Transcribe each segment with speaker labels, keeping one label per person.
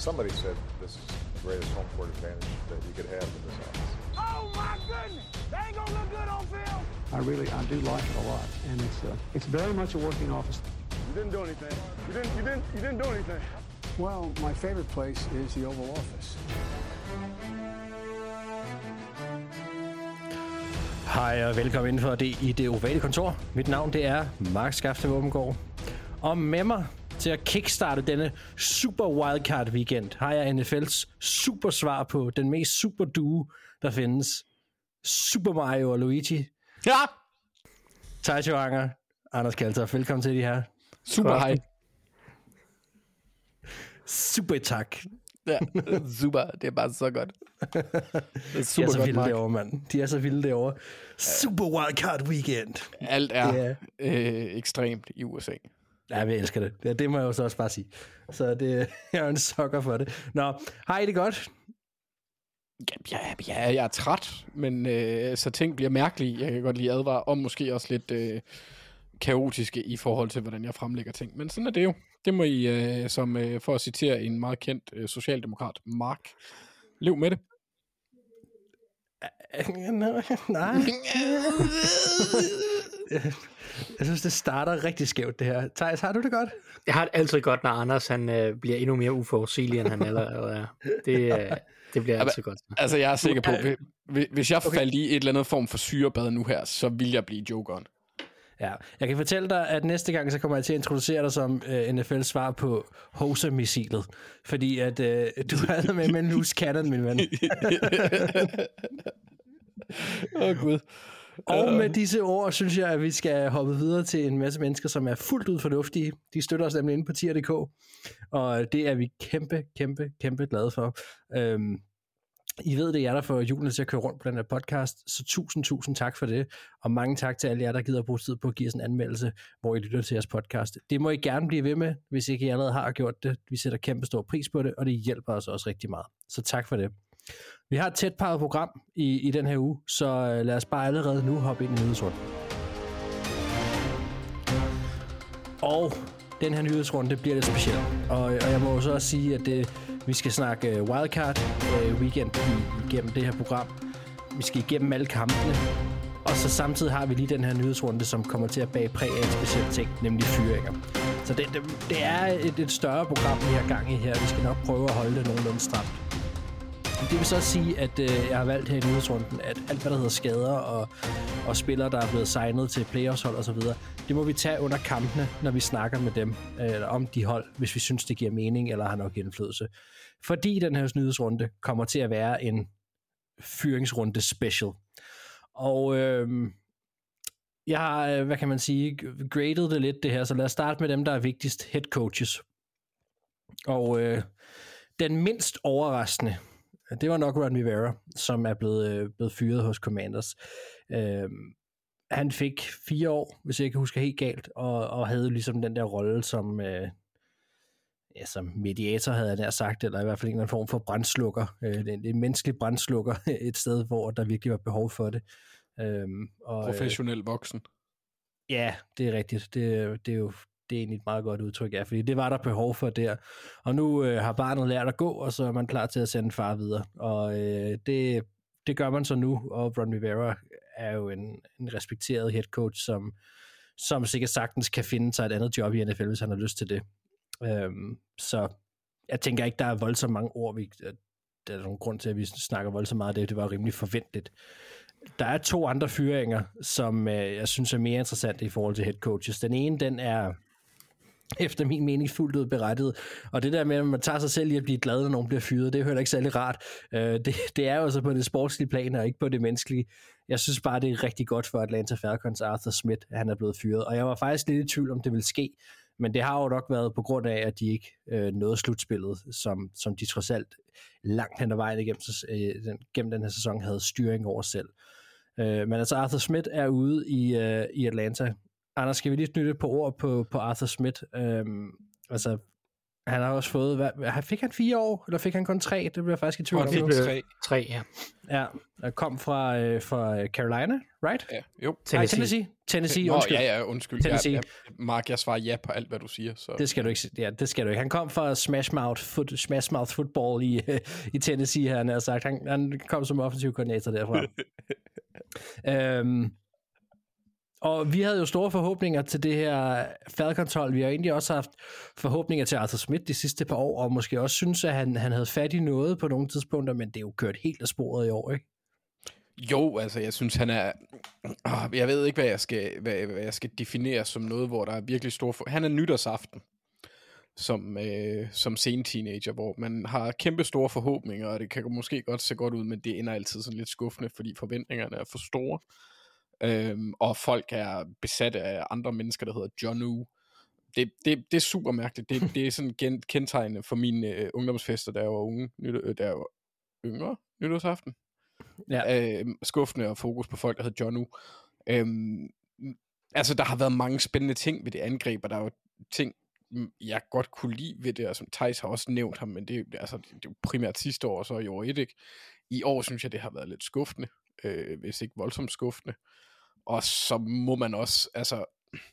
Speaker 1: Somebody said this is the greatest home court advantage that you could have in this office.
Speaker 2: Oh my goodness! They ain't gonna look good on film.
Speaker 3: I do like it a lot, and it's very much a working office.
Speaker 2: You didn't do anything. You didn't do anything.
Speaker 3: Well, my favorite place is the Oval Office.
Speaker 4: Hej og velkommen indenfor i det ovale kontor. Mit navn det er Mark Skafte Våbengård. Og med mig til at kickstarte denne super wildcard weekend har jeg NFL's super svar på den mest super duo, der findes. Super Mario og Luigi.
Speaker 5: Ja!
Speaker 4: Thijs Johanger, Anders Kaltoff. Velkommen til de her.
Speaker 5: Super hej.
Speaker 4: Super tak.
Speaker 5: Ja, super. Det er bare så godt. Det er super
Speaker 4: de er så
Speaker 5: godt,
Speaker 4: vilde
Speaker 5: Mark.
Speaker 4: derovre, mand. De er så vilde derovre. Super wildcard weekend.
Speaker 5: Alt er ekstremt i USA.
Speaker 4: Ja, jeg elsker det. Ja, det må jeg jo så også bare sige. Så det, jeg er en sokker for det. Nå, har I det godt?
Speaker 5: Ja, jeg er træt, men så ting bliver mærkelige. Jeg kan godt lige advare om måske også lidt kaotiske i forhold til, hvordan jeg fremlægger ting. Men sådan er det jo. Det må I, som for at citere en meget kendt socialdemokrat, Mark, lev med det.
Speaker 4: Nej. Jeg synes, det starter rigtig skævt, det her. Thijs, har du det godt?
Speaker 6: Jeg har det altid godt, når Anders han, bliver endnu mere uforudsigelig, end han allerede er. Det bliver altid godt.
Speaker 5: Altså, jeg er sikker på, hvis jeg faldt i et eller andet form for syrebad nu her, så vil jeg blive jokeren.
Speaker 4: Ja, jeg kan fortælle dig, at næste gang, så kommer jeg til at introducere dig som NFL's svar på Hoser-missilet. Fordi at du er med en loose cannon, min ven.
Speaker 5: Gud.
Speaker 4: Og med disse ord, synes jeg, at vi skal hoppe videre til en masse mennesker, som er fuldt ud fornuftige. De støtter os nemlig inde på tier.dk, og det er vi kæmpe glade for. I ved, det er jer, der får julen til at køre rundt på den her podcast, så tusind tak for det, og mange tak til alle jer, der gider at bruge tid på at give os en anmeldelse, hvor I lytter til jeres podcast. Det må I gerne blive ved med, hvis ikke I allerede har gjort det. Vi sætter kæmpe stor pris på det, og det hjælper os også rigtig meget. Så tak for det. Vi har et tætparet program i den her uge, så lad os bare allerede nu hoppe ind i nyhedsrunden. Og den her nyhedsrunde bliver lidt speciel, og jeg må så også sige, at vi skal snakke wildcard weekend igennem det her program. Vi skal igennem alle kampene, og så samtidig har vi lige den her nyhedsrunde, som kommer til at bage præg af en speciel ting, nemlig fyringer. Så det er et større program, vi har gang i her. Vi skal nok prøve at holde det nogenlunde stramt. Det vil så sige, at jeg har valgt her i nyhedsrunden, at alt, hvad der hedder skader og spillere, der er blevet signet til playoffshold osv., det må vi tage under kampene, når vi snakker med dem eller om de hold, hvis vi synes, det giver mening eller har nok indflydelse. Fordi den her nyhedsrunde kommer til at være en fyringsrunde special. Og jeg har, hvad kan man sige, graded det lidt det her, så lad os starte med dem, der er vigtigst, head coaches. Og den mindst overraskende, det var nok Ron Rivera, som er blevet fyret hos Commanders. Han fik 4 år, hvis jeg ikke husker helt galt, og havde ligesom den der rolle som mediator, havde jeg nær sagt, eller i hvert fald en eller anden form for brandslukker. En menneskelig brandslukker et sted, hvor der virkelig var behov for det.
Speaker 5: Professionel voksen.
Speaker 4: Ja, det er rigtigt. Det er egentlig et meget godt udtryk, ja, fordi det var der behov for der. Og nu har barnet lært at gå, og så er man klar til at sende far videre. Og det gør man så nu, og Ron Rivera er jo en respekteret head coach, som sikkert sagtens kan finde sig et andet job i NFL, hvis han har lyst til det. Så jeg tænker ikke, der er voldsomt mange ord. Der er nogen grund til, at vi snakker voldsomt meget af det. Det var rimelig forventeligt. Der er 2 andre fyringer, som jeg synes er mere interessante i forhold til head coaches. Den ene, den er efter min mening fuldt ud berettiget. Og det der med, at man tager sig selv i at blive glad, når nogen bliver fyret, det er jo ikke særlig rart. Det er jo så på det sportslige plan, og ikke på det menneskelige. Jeg synes bare, det er rigtig godt for Atlanta Falcons Arthur Smith, at han er blevet fyret. Og jeg var faktisk lidt i tvivl, om det ville ske. Men det har jo nok været på grund af, at de ikke nåede slutspillet, som de trods alt langt hen ad vejen gennem den her sæson havde styring over selv. Men altså Arthur Smith er ude i Atlanta. Anders, skal vi lige knytte et par ord på Arthur Smith? Altså, Han har også fået, fik han 4 år, eller fik han kun 3? Det bliver jeg faktisk i tvivl om.
Speaker 5: Han fik 3.
Speaker 6: 3, ja.
Speaker 4: Ja, der kom fra Carolina, right?
Speaker 5: Ja, jo.
Speaker 4: Tennessee,
Speaker 5: Nå,
Speaker 4: undskyld.
Speaker 5: ja, undskyld.
Speaker 4: Tennessee.
Speaker 5: Mark, jeg svarer ja på alt, hvad du siger. Så.
Speaker 4: Det skal du ikke. Ja, det skal du ikke. Han kom fra Smash Mouth Football i Tennessee, han har sagt. Han kom som offensiv koordinator derfra. Og vi havde jo store forhåbninger til det her Falcons-hold. Vi har egentlig også haft forhåbninger til Arthur Smith de sidste par år, og måske også synes, at han havde fat i noget på nogle tidspunkter, men det er jo kørt helt af sporet i år, ikke?
Speaker 5: Jo, altså jeg synes, han er... Jeg ved ikke, hvad jeg skal definere som noget, hvor der er virkelig stor... Han er nytårsaften som sen teenager, hvor man har kæmpe store forhåbninger, og det kan måske godt se godt ud, men det ender altid sådan lidt skuffende, fordi forventningerne er for store. Og folk er besatte af andre mennesker, der hedder John U. Det er super mærkeligt. Det er sådan kendetegnende for mine ungdomsfester, da jeg var yngre nytårsaften. Ja. Skuffende og fokus på folk, der hedder John U. Altså, der har været mange spændende ting ved det angreb, og der er jo ting, jeg godt kunne lide ved det, og som Theis har også nævnt ham, men det er jo primært sidste år, og så i år 1, ikke? I år synes jeg, det har været lidt skuffende, hvis ikke voldsomt skuffende. Og så må man også, altså...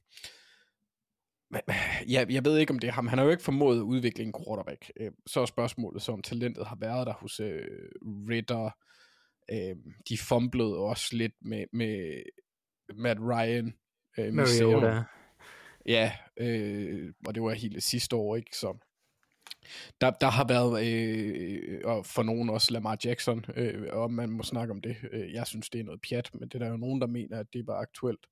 Speaker 5: Jeg ved ikke, om det er ham. Han har jo ikke formået at udvikle en quarterback. Så er spørgsmålet, så om talentet har været der hos Ridder. De fumblede også lidt med Matt Ryan.
Speaker 6: Mariota.
Speaker 5: Ja, og det var helt sidste år, ikke? Så der har været, og for nogen også Lamar Jackson, og man må snakke om det. Jeg synes, det er noget pjat, men det er der jo nogen, der mener, at det var aktuelt.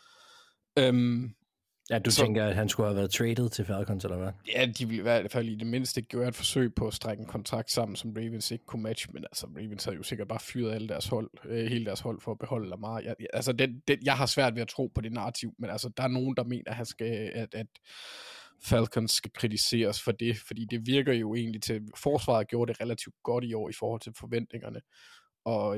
Speaker 4: Ja, du tænker, at han skulle have været traded til Falcons, eller hvad?
Speaker 5: Ja, de ville i hvert fald i det mindste gøre et forsøg på at strække en kontrakt sammen, som Ravens ikke kunne matche, men altså, Ravens havde jo sikkert bare fyret hele deres hold for at beholde Lamar. Jeg har svært ved at tro på det narrativ, men altså, der er nogen, der mener, at Falcons skal kritiseres for det, fordi det virker jo egentlig til, forsvaret gjorde det relativt godt i år i forhold til forventningerne, og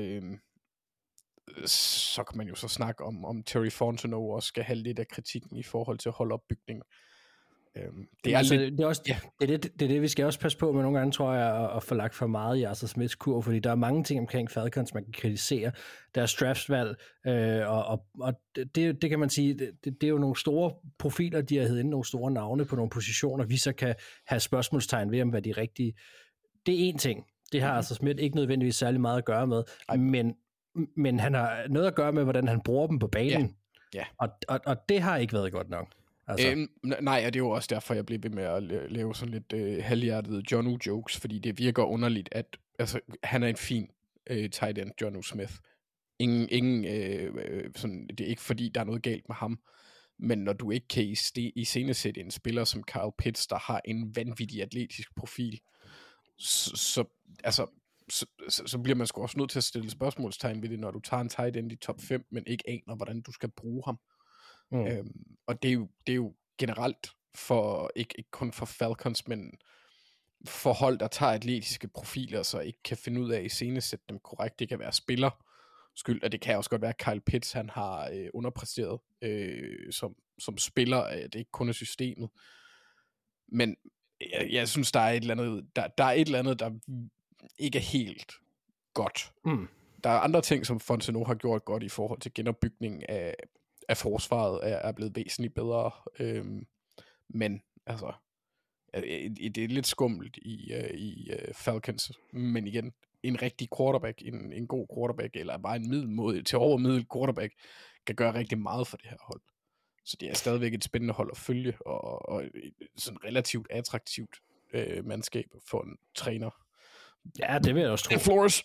Speaker 5: så kan man jo så snakke om Terry Fontenot også skal have lidt af kritikken i forhold til holdopbygning. Det er
Speaker 4: det, vi skal også passe på med nogle gange, tror jeg, at få lagt for meget i Arthur Smiths kurv, fordi der er mange ting omkring Falcons, man kan kritisere. Deres draftsvalg, og det kan man sige, det er jo nogle store profiler, de har heddet inde, nogle store navne på nogle positioner, vi så kan have spørgsmålstegn ved, om hvad de rigtige. Det er én ting. Det har Arthur Smith ikke nødvendigvis særlig meget at gøre med, men han har noget at gøre med, hvordan han bruger dem på banen.
Speaker 5: Ja.
Speaker 4: Og det har ikke været godt nok. Altså.
Speaker 5: Nej, og det er jo også derfor, jeg blev ved med at lave sådan lidt halvhjertede John U jokes, fordi det virker underligt, at altså, han er en fin tight end, John U Smith. Ingen sådan, det er ikke fordi, der er noget galt med ham, men når du ikke kan iscenesætte en spiller som Kyle Pitts, der har en vanvittig atletisk profil, så bliver man sgu også nødt til at stille spørgsmålstegn ved det, når du tager en tight end i top 5, men ikke aner, hvordan du skal bruge ham. Og det er jo generelt for, ikke kun for Falcons, men for hold, der tager atletiske profiler, så ikke kan finde ud af at iscenesætte dem korrekt. Det kan være spiller skyld, og det kan også godt være, at Kyle Pitts, han har underpræsteret som spiller, at det ikke kun er systemet. Men jeg synes, der er et eller andet, der ikke er helt godt. Der er andre ting, som Fontenot har gjort godt i forhold til genopbygning af forsvaret, er blevet væsentligt bedre. Men altså, det er lidt skummelt i Falcons. Men igen, en rigtig quarterback, en god quarterback, eller bare en middelmådig til overmiddel quarterback, kan gøre rigtig meget for det her hold. Så det er stadigvæk et spændende hold at følge, og sådan relativt attraktivt mandskab for en træner.
Speaker 4: Ja, det vil jeg også tro.
Speaker 5: Flores,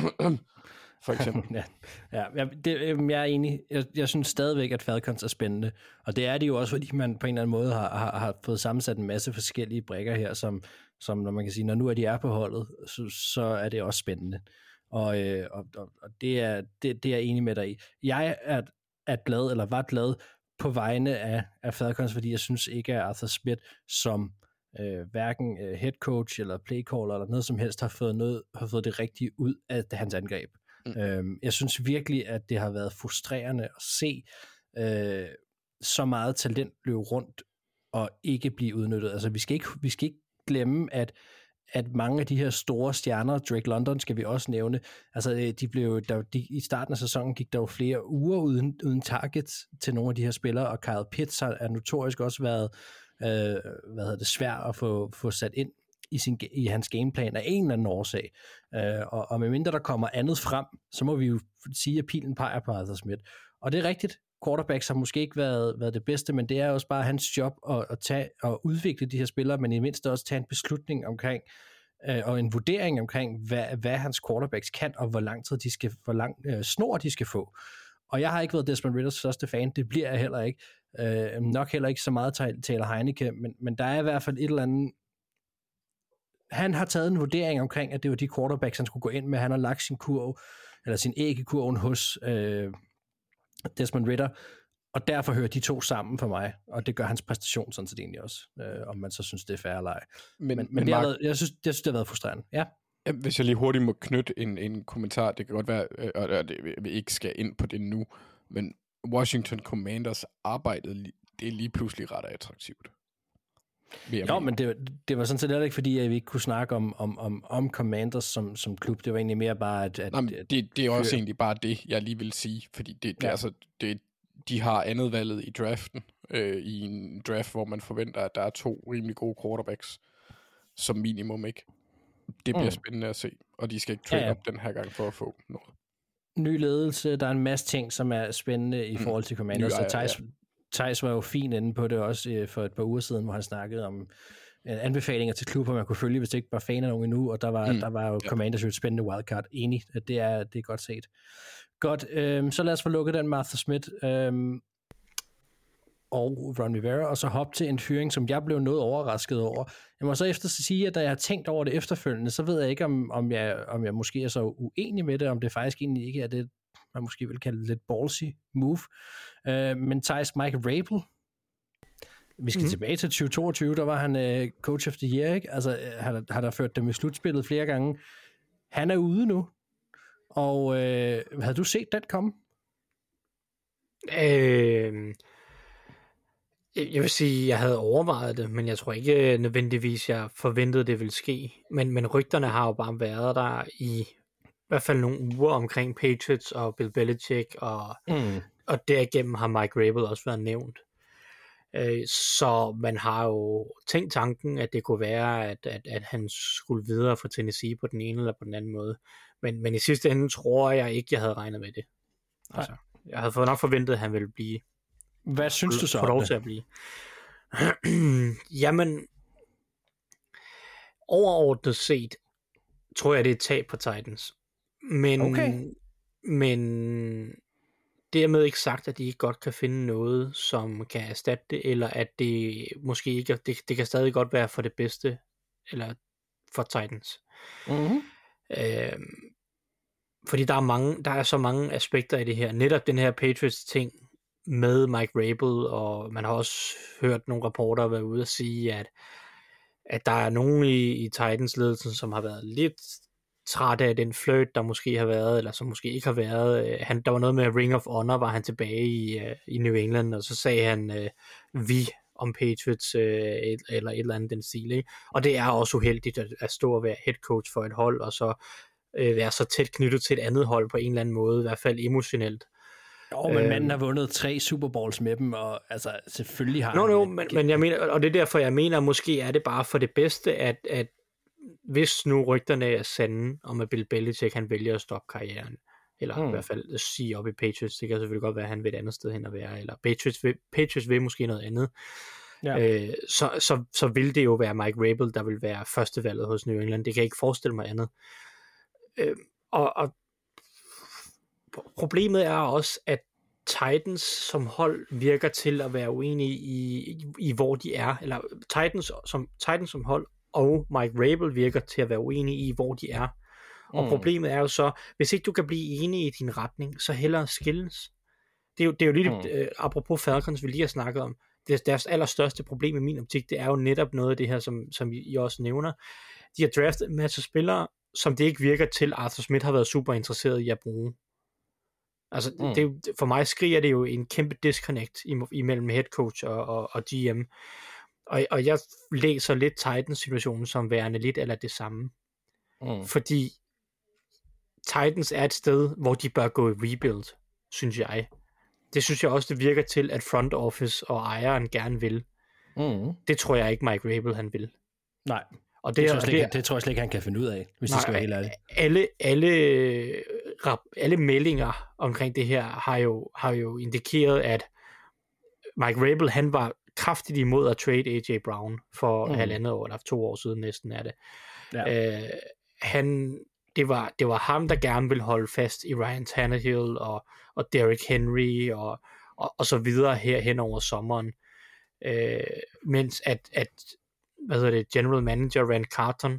Speaker 5: for eksempel.
Speaker 4: Jeg er enig. Jeg synes stadigvæk, at Falcons er spændende. Og det er det jo også, fordi man på en eller anden måde har fået sammensat en masse forskellige brikker her, som når man kan sige, når nu er de på holdet, så er det også spændende. Og det er jeg enig med dig i. Jeg er glad, eller var glad på vegne af Falcons, fordi jeg synes ikke, at Arthur Smith som hverken head coach eller playcaller eller noget som helst har fået det rigtige ud af hans angreb. Jeg synes virkelig, at det har været frustrerende at se så meget talent løbe rundt og ikke blive udnyttet. Altså vi skal ikke glemme, at mange af de her store stjerner, Drake London skal vi også nævne, altså i starten af sæsonen gik der jo flere uger uden targets til nogle af de her spillere, og Kyle Pitts er notorisk også været svær at få sat ind i hans gameplan af en eller anden årsag. Og medmindre der kommer andet frem, så må vi jo sige, at pilen peger på Arthur Smith. Og det er rigtigt, quarterbacks har måske ikke været det bedste, men det er også bare hans job at tage og udvikle de her spillere, men i mindst også tage en beslutning omkring og en vurdering omkring, hvad hans quarterbacks kan, og hvor lang snor de skal få. Og jeg har ikke været Desmond Ridders største fan, det bliver jeg heller ikke. Nok heller ikke så meget Taylor Heineke, men der er i hvert fald et eller andet. Han har taget en vurdering omkring, at det var de quarterbacks, han skulle gå ind med. Han har lagt sin kurv, eller sin æg i kurven hos Desmond Ridder, og derfor hører de to sammen for mig, og det gør hans præstation sådan set egentlig også, om man så synes, det er fair eller ej. Men jeg synes, det har været frustrerende. Ja.
Speaker 5: Hvis jeg lige hurtigt må knytte en kommentar, det kan godt være, og vi ikke skal ind på det nu, men Washington Commanders arbejdet, det er lige pludselig ret attraktivt.
Speaker 4: Jo, men det var sådan set heller ikke, fordi vi ikke kunne snakke om Commanders som klub. Det var egentlig mere bare,
Speaker 5: det er også egentlig bare det, jeg lige vil sige, fordi de har andet valget i draften, i en draft, hvor man forventer, at der er 2 rimelig gode quarterbacks, som minimum ikke. Det bliver spændende at se, og de skal ikke trade op den her gang for at få noget.
Speaker 4: Ny ledelse, der er en masse ting, som er spændende i forhold til Commanders, og Thijs var jo fin inde på det også for et par uger siden, hvor han snakkede om anbefalinger til klubber, man kunne følge, hvis det ikke var fan af nogen endnu, og der var jo Commanders jo et spændende wildcard. Enig, at det er godt set. Godt, så lad os få lukket den Arthur Smith og Ron Rivera, og så hoppe til en fyring, som jeg blev noget overrasket over. Jeg må så efter sige, at da jeg har tænkt over det efterfølgende, så ved jeg ikke, om jeg måske er så uenig med det, om det faktisk egentlig ikke er det, man måske vil kalde det lidt ballsy move. Men Thijs, Mike Rabel, vi skal tilbage til 2022, der var han coach of the year, ikke? Altså har der ført dem i slutspillet flere gange. Han er ude nu, og havde du set den komme?
Speaker 6: Jeg vil sige, jeg havde overvejet det, men jeg tror ikke nødvendigvis, jeg forventede, det ville ske. Men rygterne har jo bare været der i hvert fald nogle uger omkring Patriots og Bill Belichick, og derigennem har Mike Rabel også været nævnt. Så man har jo tænkt tanken, at det kunne være, at han skulle videre fra Tennessee på den ene eller på den anden måde. Men i sidste ende tror jeg ikke, jeg havde regnet med det. Altså, jeg havde nok forventet, at han ville blive.
Speaker 4: Hvad synes du så om det?
Speaker 6: Til at blive. Jamen, overordnet set, tror jeg, det er et tab på Titans. Men dermed ikke sagt, at de ikke godt kan finde noget, som kan erstatte det, eller at det måske ikke, det kan stadig godt være for det bedste, eller for Titans. Fordi der er så mange aspekter i det her. Netop den her Patriots ting med Mike Rabel, og man har også hørt nogle rapporter være ude og sige, at der er nogen i Titans ledelsen, som har været lidt trætte af den flirt, der måske har været, eller som måske ikke har været. Der var noget med Ring of Honor, var han tilbage i New England, og så sagde han vi om Patriots, eller et eller andet den stil, ikke? Og det er også uheldigt at stå og være head coach for et hold, og så være så tæt knyttet til et andet hold på en eller anden måde, i hvert fald emotionelt.
Speaker 4: Jo, men manden har vundet 3 Super Bowls med dem, og altså selvfølgelig har
Speaker 6: men jeg mener, og det er derfor, jeg mener, måske er det bare for det bedste, at hvis nu rygterne er sande, om at Bill Belichick, han vælger at stoppe karrieren, eller i hvert fald sige op i Patriots, det kan selvfølgelig godt være, at han vil et andet sted hen at være, eller Patriots vil måske noget andet, så vil det jo være Mike Rabel, der vil være førstevalget hos New England. Det kan jeg ikke forestille mig andet. Og problemet er også, at Titans som hold virker til at være uenige i hvor de er, eller Titans som hold og Mike Rabel virker til at være uenige i, hvor de er. Og problemet er jo så, hvis ikke du kan blive enig i din retning, så hellere skilles. Det er jo lidt, apropos Falcons, vi lige har snakket om, deres allerstørste problem i min optik, det er jo netop noget af det her, som I også nævner. De har draftet en masse spillere, som det ikke virker til, Arthur Smith har været super interesseret i at bruge. Altså, for mig skriger det jo en kæmpe disconnect imellem head coach og GM. Og jeg læser lidt Titans-situationen som værende lidt eller det samme. Fordi Titans er et sted, hvor de bør gå i rebuild, synes jeg. Det synes jeg også, det virker til, at front office og ejeren gerne vil. Det tror jeg ikke, Mike Rabel han vil.
Speaker 4: Nej,
Speaker 6: og
Speaker 4: det tror jeg slet ikke, han kan finde ud af, hvis det skal være helt ærligt.
Speaker 6: Alle meldinger omkring det her har jo indikeret, at Mike Rabel, han var kraftigt imod at trade A.J. Brown for 1,5 år, eller 2 år siden næsten er det. Ja. Det var ham, der gerne ville holde fast i Ryan Tannehill og Derrick Henry og så videre her hen over sommeren. Mens at general manager Rand Carton,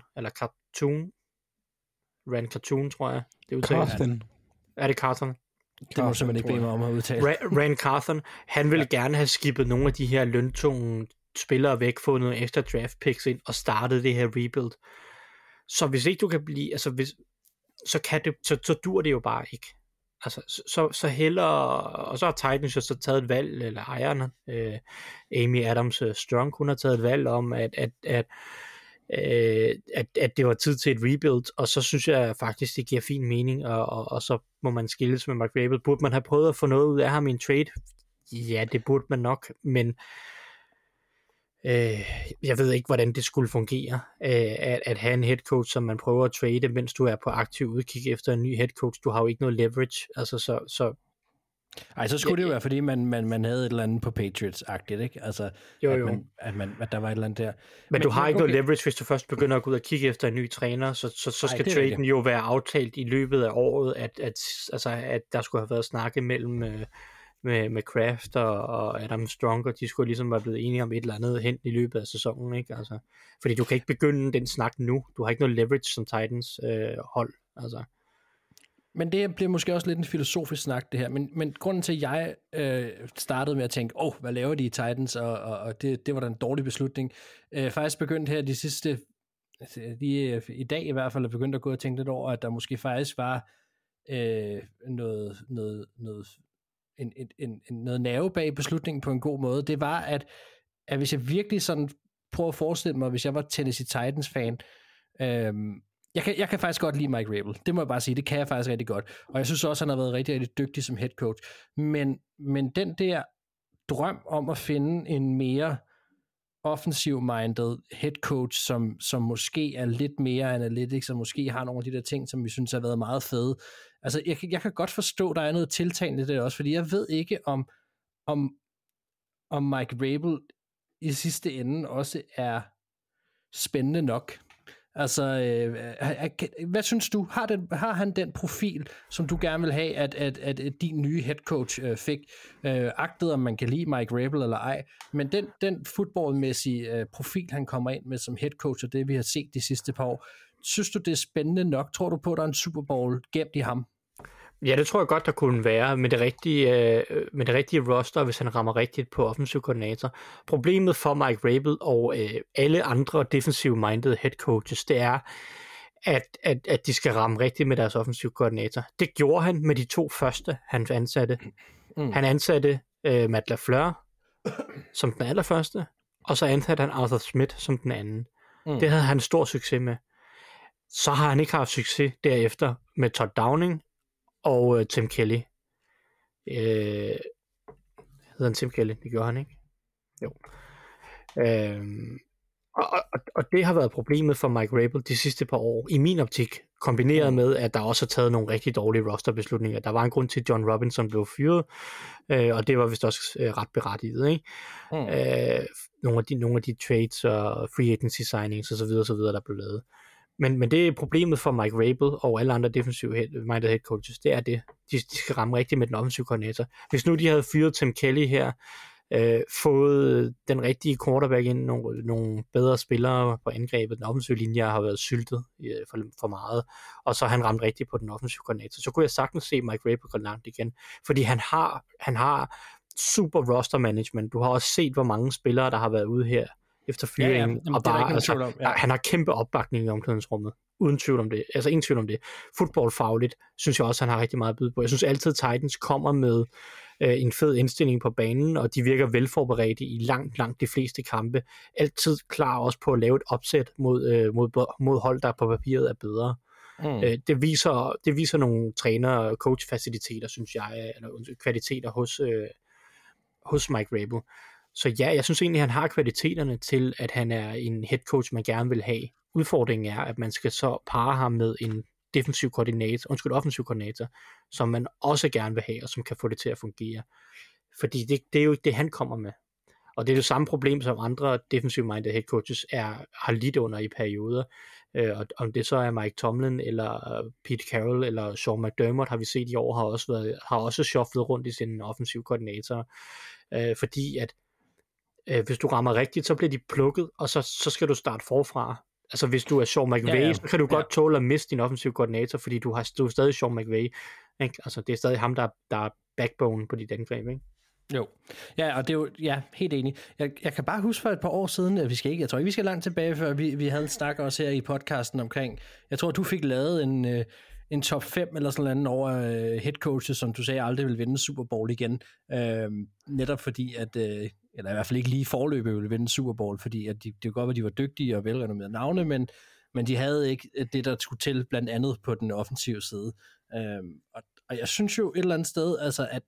Speaker 6: Rand Carton, tror jeg, det udtaler.
Speaker 5: Carton.
Speaker 6: Er det Carton?
Speaker 4: Det må simpelthen ikke bede mig om at udtale.
Speaker 6: Rand Carton, han ville gerne have skibet nogle af de her løntunge spillere væk, fået nogle ekstra draft picks ind og startet det her rebuild. Så hvis ikke du kan blive, altså så dur det jo bare ikke. Altså så hellere, og så har Titans jo så taget et valg, eller ejerne, Amy Adams Strong, hun har taget et valg om, at det var tid til et rebuild, og så synes jeg faktisk, det giver fin mening, og så må man skilles med Mark Rabel. Burde man have prøvet at få noget ud af ham i en trade? Ja, det burde man nok, men jeg ved ikke, hvordan det skulle fungere, at have en head coach, som man prøver at trade, mens du er på aktiv udkig efter en ny head coach. Du har jo ikke noget leverage, altså så
Speaker 4: så skulle det jo være, fordi man havde et eller andet på Patriots-agtigt, ikke? Altså, at der var et eller andet der.
Speaker 6: Men du har ikke noget leverage, hvis du først begynder at gå ud og kigge efter en ny træner, så skal traden jo være aftalt i løbet af året, at der skulle have været snakket mellem med Kraft og Adam Strong, og de skulle ligesom være blevet enige om et eller andet hen i løbet af sæsonen, ikke? Altså, fordi du kan ikke begynde den snak nu. Du har ikke noget leverage som Titans hold, altså.
Speaker 4: Men det bliver måske også lidt en filosofisk snak, det her. Men grunden til, at jeg startede med at tænke, hvad laver de i Titans, og det var da en dårlig beslutning. Faktisk begyndt her de sidste, i dag i hvert fald, er begyndt at gå og tænke lidt over, at der måske faktisk var noget nerve bag beslutningen på en god måde. Det var, at hvis jeg virkelig sådan prøver at forestille mig, hvis jeg var Tennessee Titans-fan, jeg kan faktisk godt lide Mike Rabel. Det må jeg bare sige, det kan jeg faktisk rigtig godt. Og jeg synes også, han har været rigtig, rigtig dygtig som head coach. Men den der drøm om at finde en mere offensiv-minded head coach, som måske er lidt mere analytics, og måske har nogle af de der ting, som vi synes har været meget fede. Altså, jeg kan godt forstå, der er noget tiltagende i det også, fordi jeg ved ikke, om Mike Rabel i sidste ende også er spændende nok. Altså, hvad synes du? Har han den profil, som du gerne vil have, at din nye head coach fik? Agtet om man kan lide Mike Rabel eller ej, men den fodboldmæssige profil, han kommer ind med som head coach, og det vi har set de sidste par år, synes du, det er spændende nok? Tror du på, at der er en Super Bowl gemt i ham?
Speaker 6: Ja, det tror jeg godt, der kunne være med det rigtige roster, hvis han rammer rigtigt på offensiv koordinator. Problemet for Mike Rabel og alle andre defensive-minded head coaches, det er, at de skal ramme rigtigt med deres offensiv koordinator. Det gjorde han med de 2 første, han ansatte. Han ansatte Matt LaFleur som den allerførste, og så ansatte han Arthur Smith som den anden. Det havde han stor succes med. Så har han ikke haft succes derefter med Todd Downing og Tim Kelly. Hedder han Tim Kelly? Det gjorde han, ikke? Jo. Og det har været problemet for Mike Rabel de sidste par år, i min optik, kombineret med, at der også har taget nogle rigtig dårlige rosterbeslutninger. Der var en grund til, at John Robinson blev fyret, og det var vist også ret berettiget, ikke? Nogle af de trades og free agency signings og så videre, der blev lavet. Men det er problemet for Mike Rabel og alle andre defensive minded head coaches, det er det. De skal ramme rigtigt med den offensive koordinator. Hvis nu de havde fyret Tim Kelly her, fået den rigtige quarterback ind, nogle bedre spillere på angrebet, den offensive linje har været syltet for meget, og så har han ramt rigtigt på den offensive koordinator, så kunne jeg sagtens se Mike Rabel gå langt igen, fordi han har super roster management. Du har også set, hvor mange spillere, der har været ude her efter fyringen, og bare, han har kæmpe opbakning i omklædningsrummet. Uden tvivl om det. Altså ingen tvivl om det. Fodboldfagligt synes jeg også, han har rigtig meget at byde på. Jeg synes altid, Titans kommer med en fed indstilling på banen, og de virker velforberedte i langt de fleste kampe. Altid klar også på at lave et opsæt mod hold, der på papiret er bedre. Det viser nogle træner- og coach-faciliteter, synes jeg, eller kvaliteter hos Mike Rabel. Så ja, jeg synes egentlig, han har kvaliteterne til, at han er en head coach, man gerne vil have. Udfordringen er, at man skal så parre ham med en offensiv koordinator, som man også gerne vil have, og som kan få det til at fungere. Fordi det er jo ikke det, han kommer med. Og det er det samme problem, som andre defensive-minded head coaches har lidt under i perioder. Og om det så er Mike Tomlin, eller Pete Carroll, eller Sean McDermott, har vi set i år, har også shufflet rundt i sin offensiv koordinator. Fordi at hvis du rammer rigtigt, så bliver de plukket, og så skal du starte forfra. Altså hvis du er Sean McVay, så kan du godt tåle at miste din offensiv koordinator, fordi du er stadig Sean McVay. Ikke? Altså det er stadig ham, der er backbone på dit angreb, ikke?
Speaker 4: Jo. Ja, og det er jo, helt enig. Jeg kan bare huske for et par år siden, at jeg tror ikke, vi skal langt tilbage, før vi havde en snak også her i podcasten omkring, jeg tror, du fik lavet en top 5 eller sådan noget over head coaches, som du sagde aldrig vil vinde Super Bowl igen. Netop fordi, at eller i hvert fald ikke lige forløbet ville vinde Super Bowl, fordi at det kunne godt være, at de var dygtige og velrenommerede navne, men de havde ikke det, der skulle til, blandt andet på den offensive side. Og jeg synes jo et eller andet sted, altså at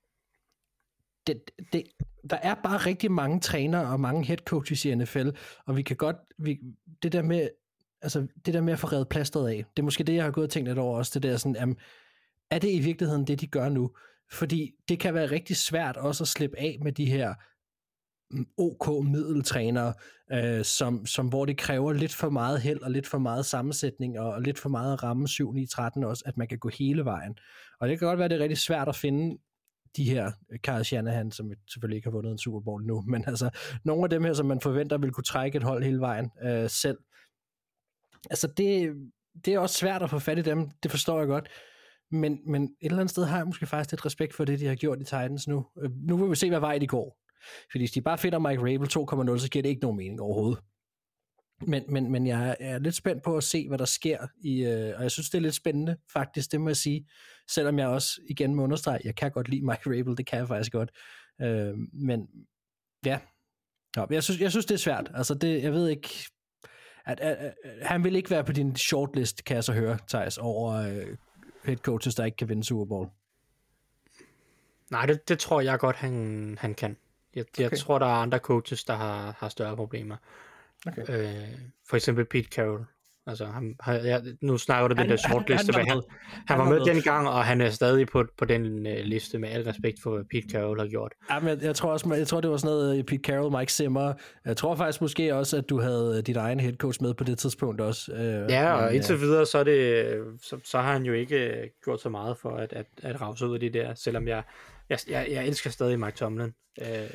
Speaker 4: der er bare rigtig mange trænere og mange head coaches i NFL, og vi kan godt, det der med at få revet plasteret af, det er måske det, jeg har gået og tænkt lidt over også, det der sådan, er det i virkeligheden det, de gør nu? Fordi det kan være rigtig svært også at slippe af med de her OK-middeltrænere, hvor det kræver lidt for meget held og lidt for meget sammensætning og lidt for meget at ramme 7-9-13 også, at man kan gå hele vejen. Og det kan godt være, at det er rigtig svært at finde de her Kyle Shanahan, som selvfølgelig ikke har vundet en Super Bowl nu, men altså nogle af dem her, som man forventer vil kunne trække et hold hele vejen selv. Altså det er også svært at få fat i dem, det forstår jeg godt, men et eller andet sted har jeg måske faktisk lidt respekt for det, de har gjort i Titans nu. Nu vil vi se, hvad vej de går. Fordi hvis de bare finder Mike Rabel 2.0, så giver det ikke nogen mening overhovedet. Men jeg er lidt spændt på at se, hvad der sker, og jeg synes, det er lidt spændende, faktisk, det må jeg sige. Selvom jeg også igen må understrege, jeg kan godt lide Mike Rabel, det kan jeg faktisk godt. Men ja, jeg synes, det er svært. Altså, jeg ved ikke, at han vil ikke være på din shortlist, kan jeg så høre, Theis, over head coaches, der ikke kan vinde Super Bowl.
Speaker 6: Nej, det tror jeg godt, han kan. Jeg tror, der er andre coaches, der har større problemer. Okay. For eksempel Pete Carroll. Altså, nu snakker du den der shortliste, men han var med dengang, og han er stadig på den liste, med al respekt for, hvad Pete Carroll har gjort. Ja, men
Speaker 4: jeg tror det var sådan noget Pete Carroll, Mike Zimmer. Jeg tror faktisk måske også, at du havde dit egen head coach med på det tidspunkt også.
Speaker 6: Og indtil videre, så har han jo ikke gjort så meget for at rave sig ud af det der, selvom jeg elsker stadig Mike Tomlin. Det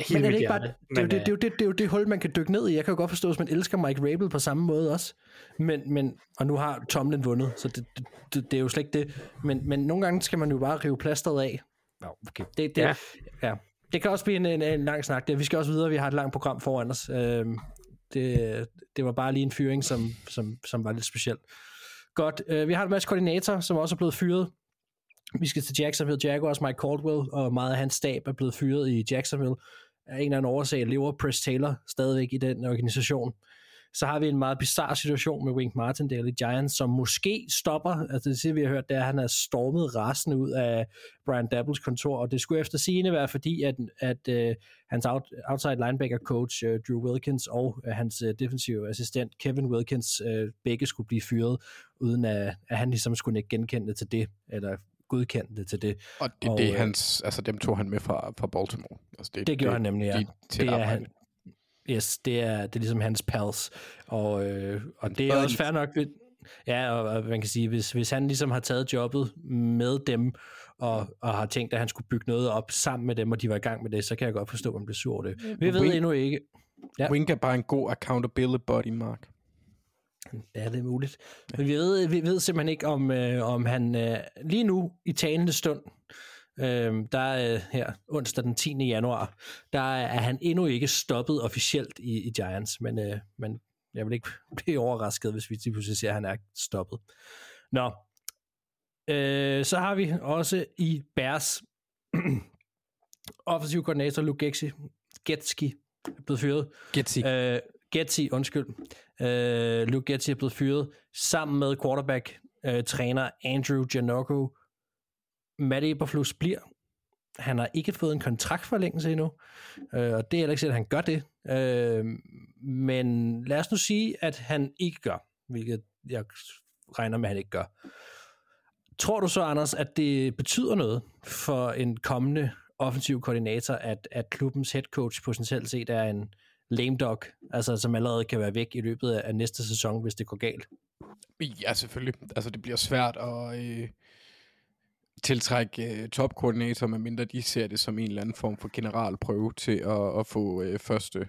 Speaker 6: er jo det hul, man kan dykke ned i. Jeg kan jo godt forstå, hvis man elsker Mike Rabel på samme måde også. Men og nu har Tomlin vundet, så det er jo slet ikke det. Men nogle gange skal man jo bare rive plasteret af. Okay. Det kan også blive en lang snak. Vi skal også videre, vi har et langt program foran os. Det var bare lige en fyring, som var lidt speciel. Godt, vi har en masse koordinator, som også er blevet fyret. Vi skal til Jacksonville Jaguars. Mike Caldwell og meget af hans stab er blevet fyret i Jacksonville. Af en eller anden årsag lever Press Taylor stadigvæk i den organisation. Så har vi en meget bizarre situation med Wink Martindale i Giants, som måske stopper. Altså det vi har hørt, det er, at han er stormet rasende ud af Brian Dabbles kontor, og det skulle efter sigende være fordi, at hans outside linebacker coach Drew Wilkins og hans defensive assistent Kevin Wilkins begge skulle blive fyret, uden at han ligesom skulle ikke genkende det til det, eller godkendte det til det.
Speaker 5: Og det er hans, altså dem tog han med fra Baltimore. Altså
Speaker 4: det gjorde han nemlig, ja. Det er han. Yes, det er ligesom hans pals. Og det er også fair nok. Ja, og man kan sige, hvis han ligesom har taget jobbet med dem, og har tænkt, at han skulle bygge noget op sammen med dem, og de var i gang med det, så kan jeg godt forstå, at man bliver sur over det. Vi ved endnu ikke.
Speaker 5: Ja. Wink er bare en god accountability buddy, Mark.
Speaker 4: Ja, det er muligt. Men vi ved simpelthen ikke, om han lige nu i talende stund, der her onsdag den 10. januar, der er han endnu ikke stoppet officielt i Giants, men jeg vil ikke blive overrasket, hvis vi pludselig ser, at han er stoppet. Nå, så har vi også i Bears offensiv koordinator Luke Getsy er blevet fyret. Getsy, undskyld. Luke Getsy er blevet fyret sammen med quarterback-træner Andrew Janocko. Matt Eberflus bliver. Han har ikke fået en kontraktforlængelse endnu, og det er heller ikke sikkert, at han gør det. Men lad os nu sige, at han ikke gør, hvilket jeg regner med, at han ikke gør. Tror du så, Anders, at det betyder noget for en kommende offensiv koordinator, at klubbens head coach potentielt set er en lame dog, altså som allerede kan være væk i løbet af næste sæson, hvis det går galt?
Speaker 5: Ja, selvfølgelig. Altså, det bliver svært at tiltrække topkoordinator, medmindre de ser det som en eller anden form for generalprøve til at få første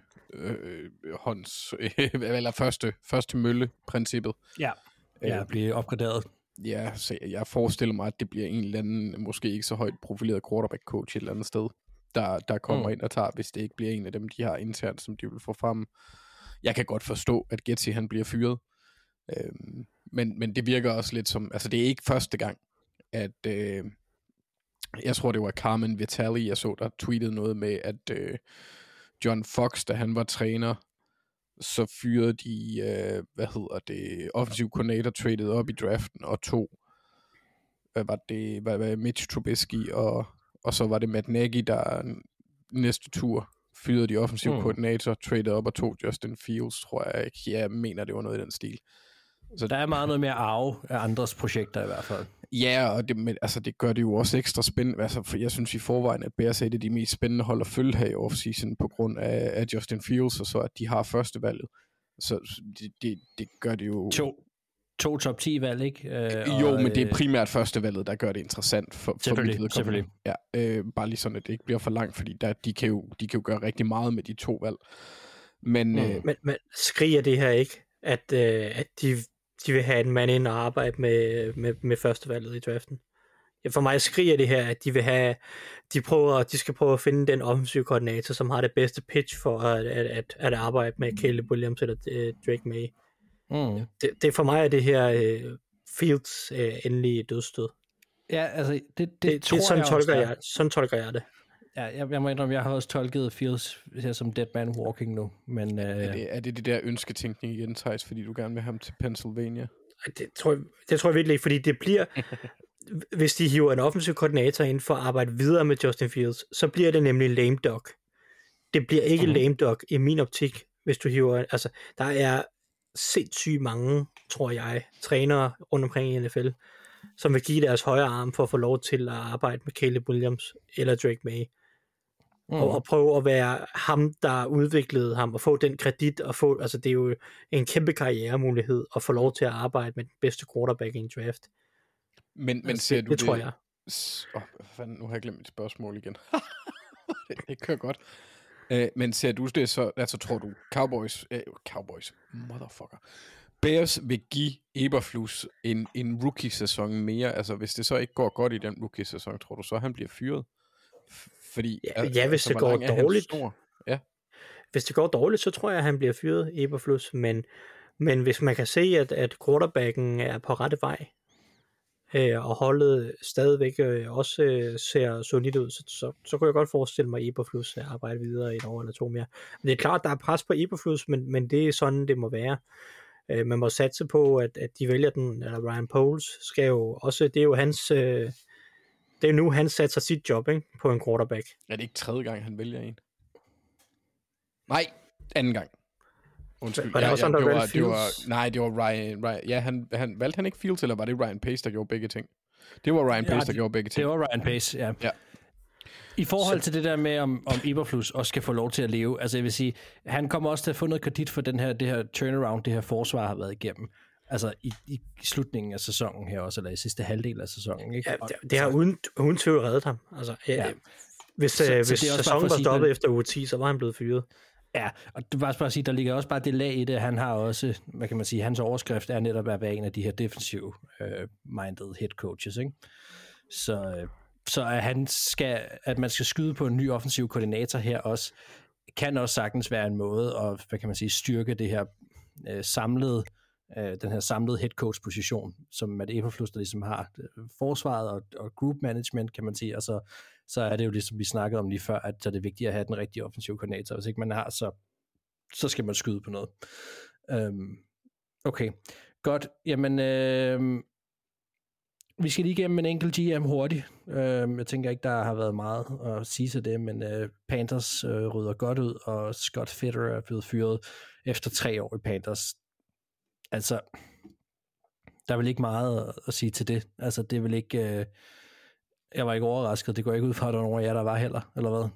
Speaker 5: første mølle-princippet.
Speaker 4: Ja, blive opgraderet.
Speaker 5: Ja, så jeg forestiller mig, at det bliver en eller anden, måske ikke så højt profileret quarterback-coach et eller andet sted, der kommer ind og tager, hvis det ikke bliver en af dem, de har internt, som de vil få frem. Jeg kan godt forstå, at Getsy, han bliver fyret. Men det virker også lidt som, altså det er ikke første gang, at jeg tror, det var Carmen Vitali, jeg så, der tweetede noget med, at John Fox, da han var træner, så fyrede de, offensiv koordinator traded op i draften, og Mitch Trubisky, og så var det Matt Nagy, der næste tur fyrede de offensiv koordinator, traded op og tog Justin Fields, tror jeg ikke. Jeg mener, det var noget i den stil.
Speaker 4: Så der er meget noget mere arve af andres projekter i hvert fald.
Speaker 5: Ja, og det gør det jo også ekstra spændende. Altså, for jeg synes i forvejen, at Bears er de mest spændende hold at følge her i offseason på grund af Justin Fields, og så at de har førstevalget. Så det gør det jo...
Speaker 4: To top 10 valg, ikke?
Speaker 5: Men det er primært førstevalget, der gør det interessant for mit vedkommende. Ja, bare lige sådan, at det ikke bliver for langt, fordi de kan jo gøre rigtig meget med de to valg. Men
Speaker 6: skriger det her ikke, at de vil have en mand ind og arbejde med førstevalget i draften? Ja, for mig skriger det her, at de skal prøve at finde den offensive koordinator, som har det bedste pitch for at arbejde med Caleb Williams eller Drake May. Det for mig er det her Fields endelige dødsstød.
Speaker 4: Ja, altså det tror
Speaker 6: jeg sådan tolker jeg det.
Speaker 4: Ja, jeg må indrømme, jeg har også tolket Fields her som dead man walking nu, men...
Speaker 5: Er det der ønsketænkning igen, Thijs, fordi du gerne vil have ham til Pennsylvania?
Speaker 6: Det tror jeg virkelig ikke, fordi det bliver... hvis de hiver en offensiv koordinator ind for at arbejde videre med Justin Fields, så bliver det nemlig lame dog. Det bliver ikke lame dog i min optik, hvis du hiver... Altså, der er sindssygt mange, tror jeg, trænere rundt omkring i NFL, som vil give deres højre arm for at få lov til at arbejde med Caleb Williams eller Drake May. Og prøve at være ham, der udviklede ham, og få den kredit, og få, altså det er jo en kæmpe karrieremulighed, at få lov til at arbejde med den bedste quarterback i en draft.
Speaker 5: Men
Speaker 6: altså,
Speaker 5: ser du
Speaker 6: det? tror jeg.
Speaker 5: Nu har jeg glemt mit spørgsmål igen. det kører godt. Men ser du det så, altså tror du, Cowboys, motherfucker, Bears vil give Eberflus en rookie-sæson mere, altså hvis det så ikke går godt i den rookie-sæson, tror du så, han bliver fyret? Fordi,
Speaker 6: ja, hvis det går dårligt.
Speaker 5: Ja.
Speaker 6: Hvis det går dårligt, så tror jeg, at han bliver fyret, Eberflus, men hvis man kan se, at quarterbacken er på rette vej, og holdet stadigvæk også ser solidt ud, så kunne jeg godt forestille mig, at Eberflus arbejder videre i et år eller to mere. Men det er klart, der er pres på Eberflus, men det er sådan, det må være. Man må satse på, at de vælger den, eller Ryan Poles skal jo også, det er jo hans, det er nu, han satser sit job, ikke, på en quarterback.
Speaker 5: Er det ikke tredje gang, han vælger en? Nej, anden gang. Undskyld.
Speaker 6: Var det også sådan, der valgte
Speaker 5: Fields? Nej, det var Ryan. Ja, han valgte han ikke Fields, eller var det Ryan Pace, der gjorde begge ting? Det var Ryan Pace, der gjorde begge ting.
Speaker 4: Det var Ryan Pace, ja. I forhold til det der med, om Eberflus også skal få lov til at leve, altså jeg vil sige, han kommer også til at få noget kredit for det her turnaround, det her forsvar har været igennem. Altså i slutningen af sæsonen her også, eller i sidste halvdel af sæsonen. Ikke?
Speaker 6: Ja, det har uden tvivl reddet ham. Altså, hvis sæsonen var stoppet efter uge 10, så var han blevet fyret.
Speaker 4: Ja, og det var bare at sige, der ligger også bare det lag i det. Han har også, hvad kan man sige, hans overskrift er netop at være en af de her defensive minded head coaches, ikke? Så at man skal skyde på en ny offensiv koordinator her også, kan også sagtens være en måde at, hvad kan man sige, styrke det her samlede den her samlede head coach position, som Matt Eberflus, der ligesom har forsvaret og group management, kan man sige, og så er det jo ligesom vi snakkede om lige før, at så er det vigtigt at have den rigtige offensive koordinator. Hvis ikke man har, så skal man skyde på noget. Okay, godt. Jamen, vi skal lige igennem en enkelt GM hurtigt. Jeg tænker ikke, der har været meget at sige til det, men Panthers rydder godt ud, og Scott Fitterer er blevet fyret efter 3 år i Panthers. Altså, der er vel ikke meget at sige til det. Altså, det er vel ikke... jeg var ikke overrasket. Det går ikke ud fra, at der var nogen af jer, der var heller, eller hvad?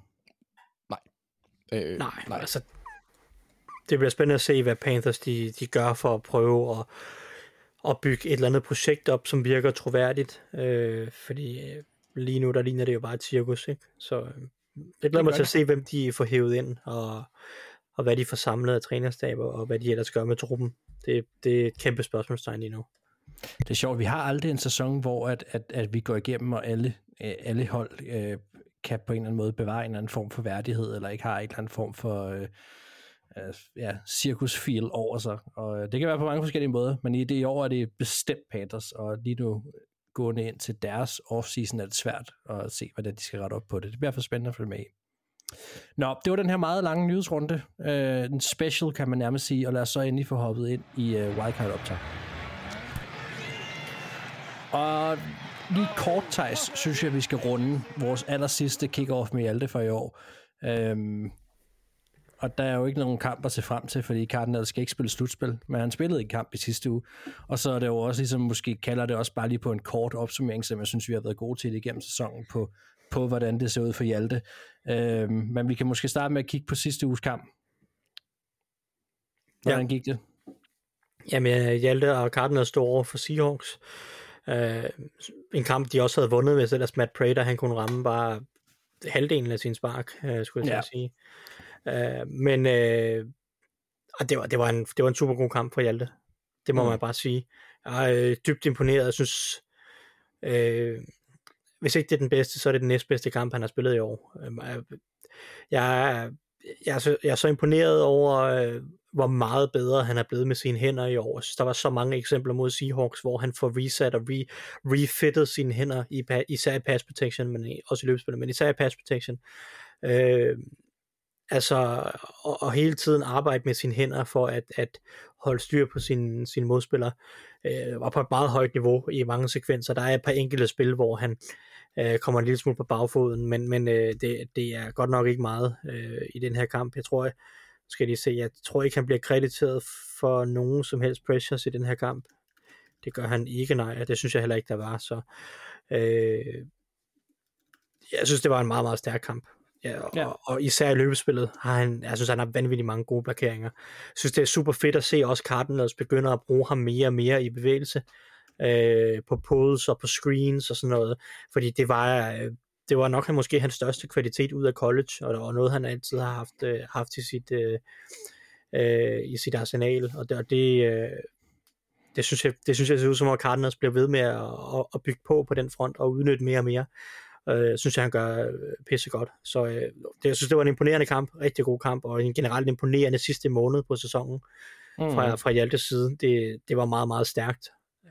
Speaker 6: Nej, altså... Det bliver spændende at se, hvad Panthers de gør for at prøve at bygge et eller andet projekt op, som virker troværdigt. Fordi lige nu, der ligner det jo bare et cirkus, ikke? Så jeg glæder mig til at se, hvem de får hævet ind, og hvad de får samlet af trænerstaber, og hvad de ellers gør med truppen. Det er et kæmpe spørgsmålstegn lige nu.
Speaker 4: Det er sjovt, vi har aldrig en sæson, hvor at vi går igennem, og alle hold kan på en eller anden måde bevare en eller anden form for værdighed, eller ikke har en eller anden form for cirkusfeel over sig. Og det kan være på mange forskellige måder, men i år er det bestemt Panthers, og lige nu gående ind til deres offseason er det svært at se, hvordan de skal rette op på det. Det bliver for spændende at følge med i. Nå, det var den her meget lange nyhedsrunde. En special, kan man nærmest sige, og lad os så endelig få hoppet ind i wildcard-optag. Og lige kort, Thijs, synes jeg, vi skal runde vores allersidste kick-off med Hjalte for i år. Og der er jo ikke nogen kamp at se frem til, fordi Cardinals skal ikke spille slutspil, men han spillede en kamp i sidste uge. Og så er det jo også ligesom, måske kalder det også bare lige på en kort opsummering, som jeg synes, vi har været gode til igennem sæsonen på hvordan det ser ud for Hjalte. Men vi kan måske starte med at kigge på sidste uges kamp. Hvordan gik det?
Speaker 6: Jamen, Hjalte og Cardinals stod over for Seahawks. En kamp, de også havde vundet, hvis ellers Matt Prater, han kunne ramme bare halvdelen af sin spark, skulle jeg sige. Men det var en super god kamp for Hjalte. Det må man bare sige. Jeg er dybt imponeret. Jeg synes, hvis ikke det er den bedste, så er det den næstbedste kamp, han har spillet i år. Jeg er så imponeret over, hvor meget bedre han er blevet med sine hænder i år. Jeg synes, der var så mange eksempler mod Seahawks, hvor han får reset og refittet sine hænder, især i pass protection, men også i løbespillet, men især i pass protection. Og hele tiden arbejde med sine hænder for at holde styr på sine modspillere, var på et meget højt niveau i mange sekvenser. Der er et par enkelte spil, hvor han kommer en lille smule på bagfoden, men det er godt nok ikke meget i den her kamp. Jeg tror ikke, han bliver krediteret for nogen som helst pressures i den her kamp. Det gør han ikke, nej, og det synes jeg heller ikke, der var. Så jeg synes, det var en meget, meget stærk kamp. Og især i løbespillet jeg synes, han har vanvittigt mange gode blokeringer. Jeg synes, det er super fedt at se også Cardinals begynder at bruge ham mere og mere i bevægelse, på pods og på screens og sådan noget, fordi det var nok måske hans største kvalitet ud af college, og noget han altid har haft i sit arsenal, og det synes jeg ser ud som om Cardinals bliver ved med at bygge på den front og udnytte mere og mere. Synes jeg, han gør pissegodt. Så jeg synes, det var en imponerende kamp, rigtig god kamp, og en generelt imponerende sidste måned på sæsonen fra Hjaltes side. Det var meget, meget stærkt.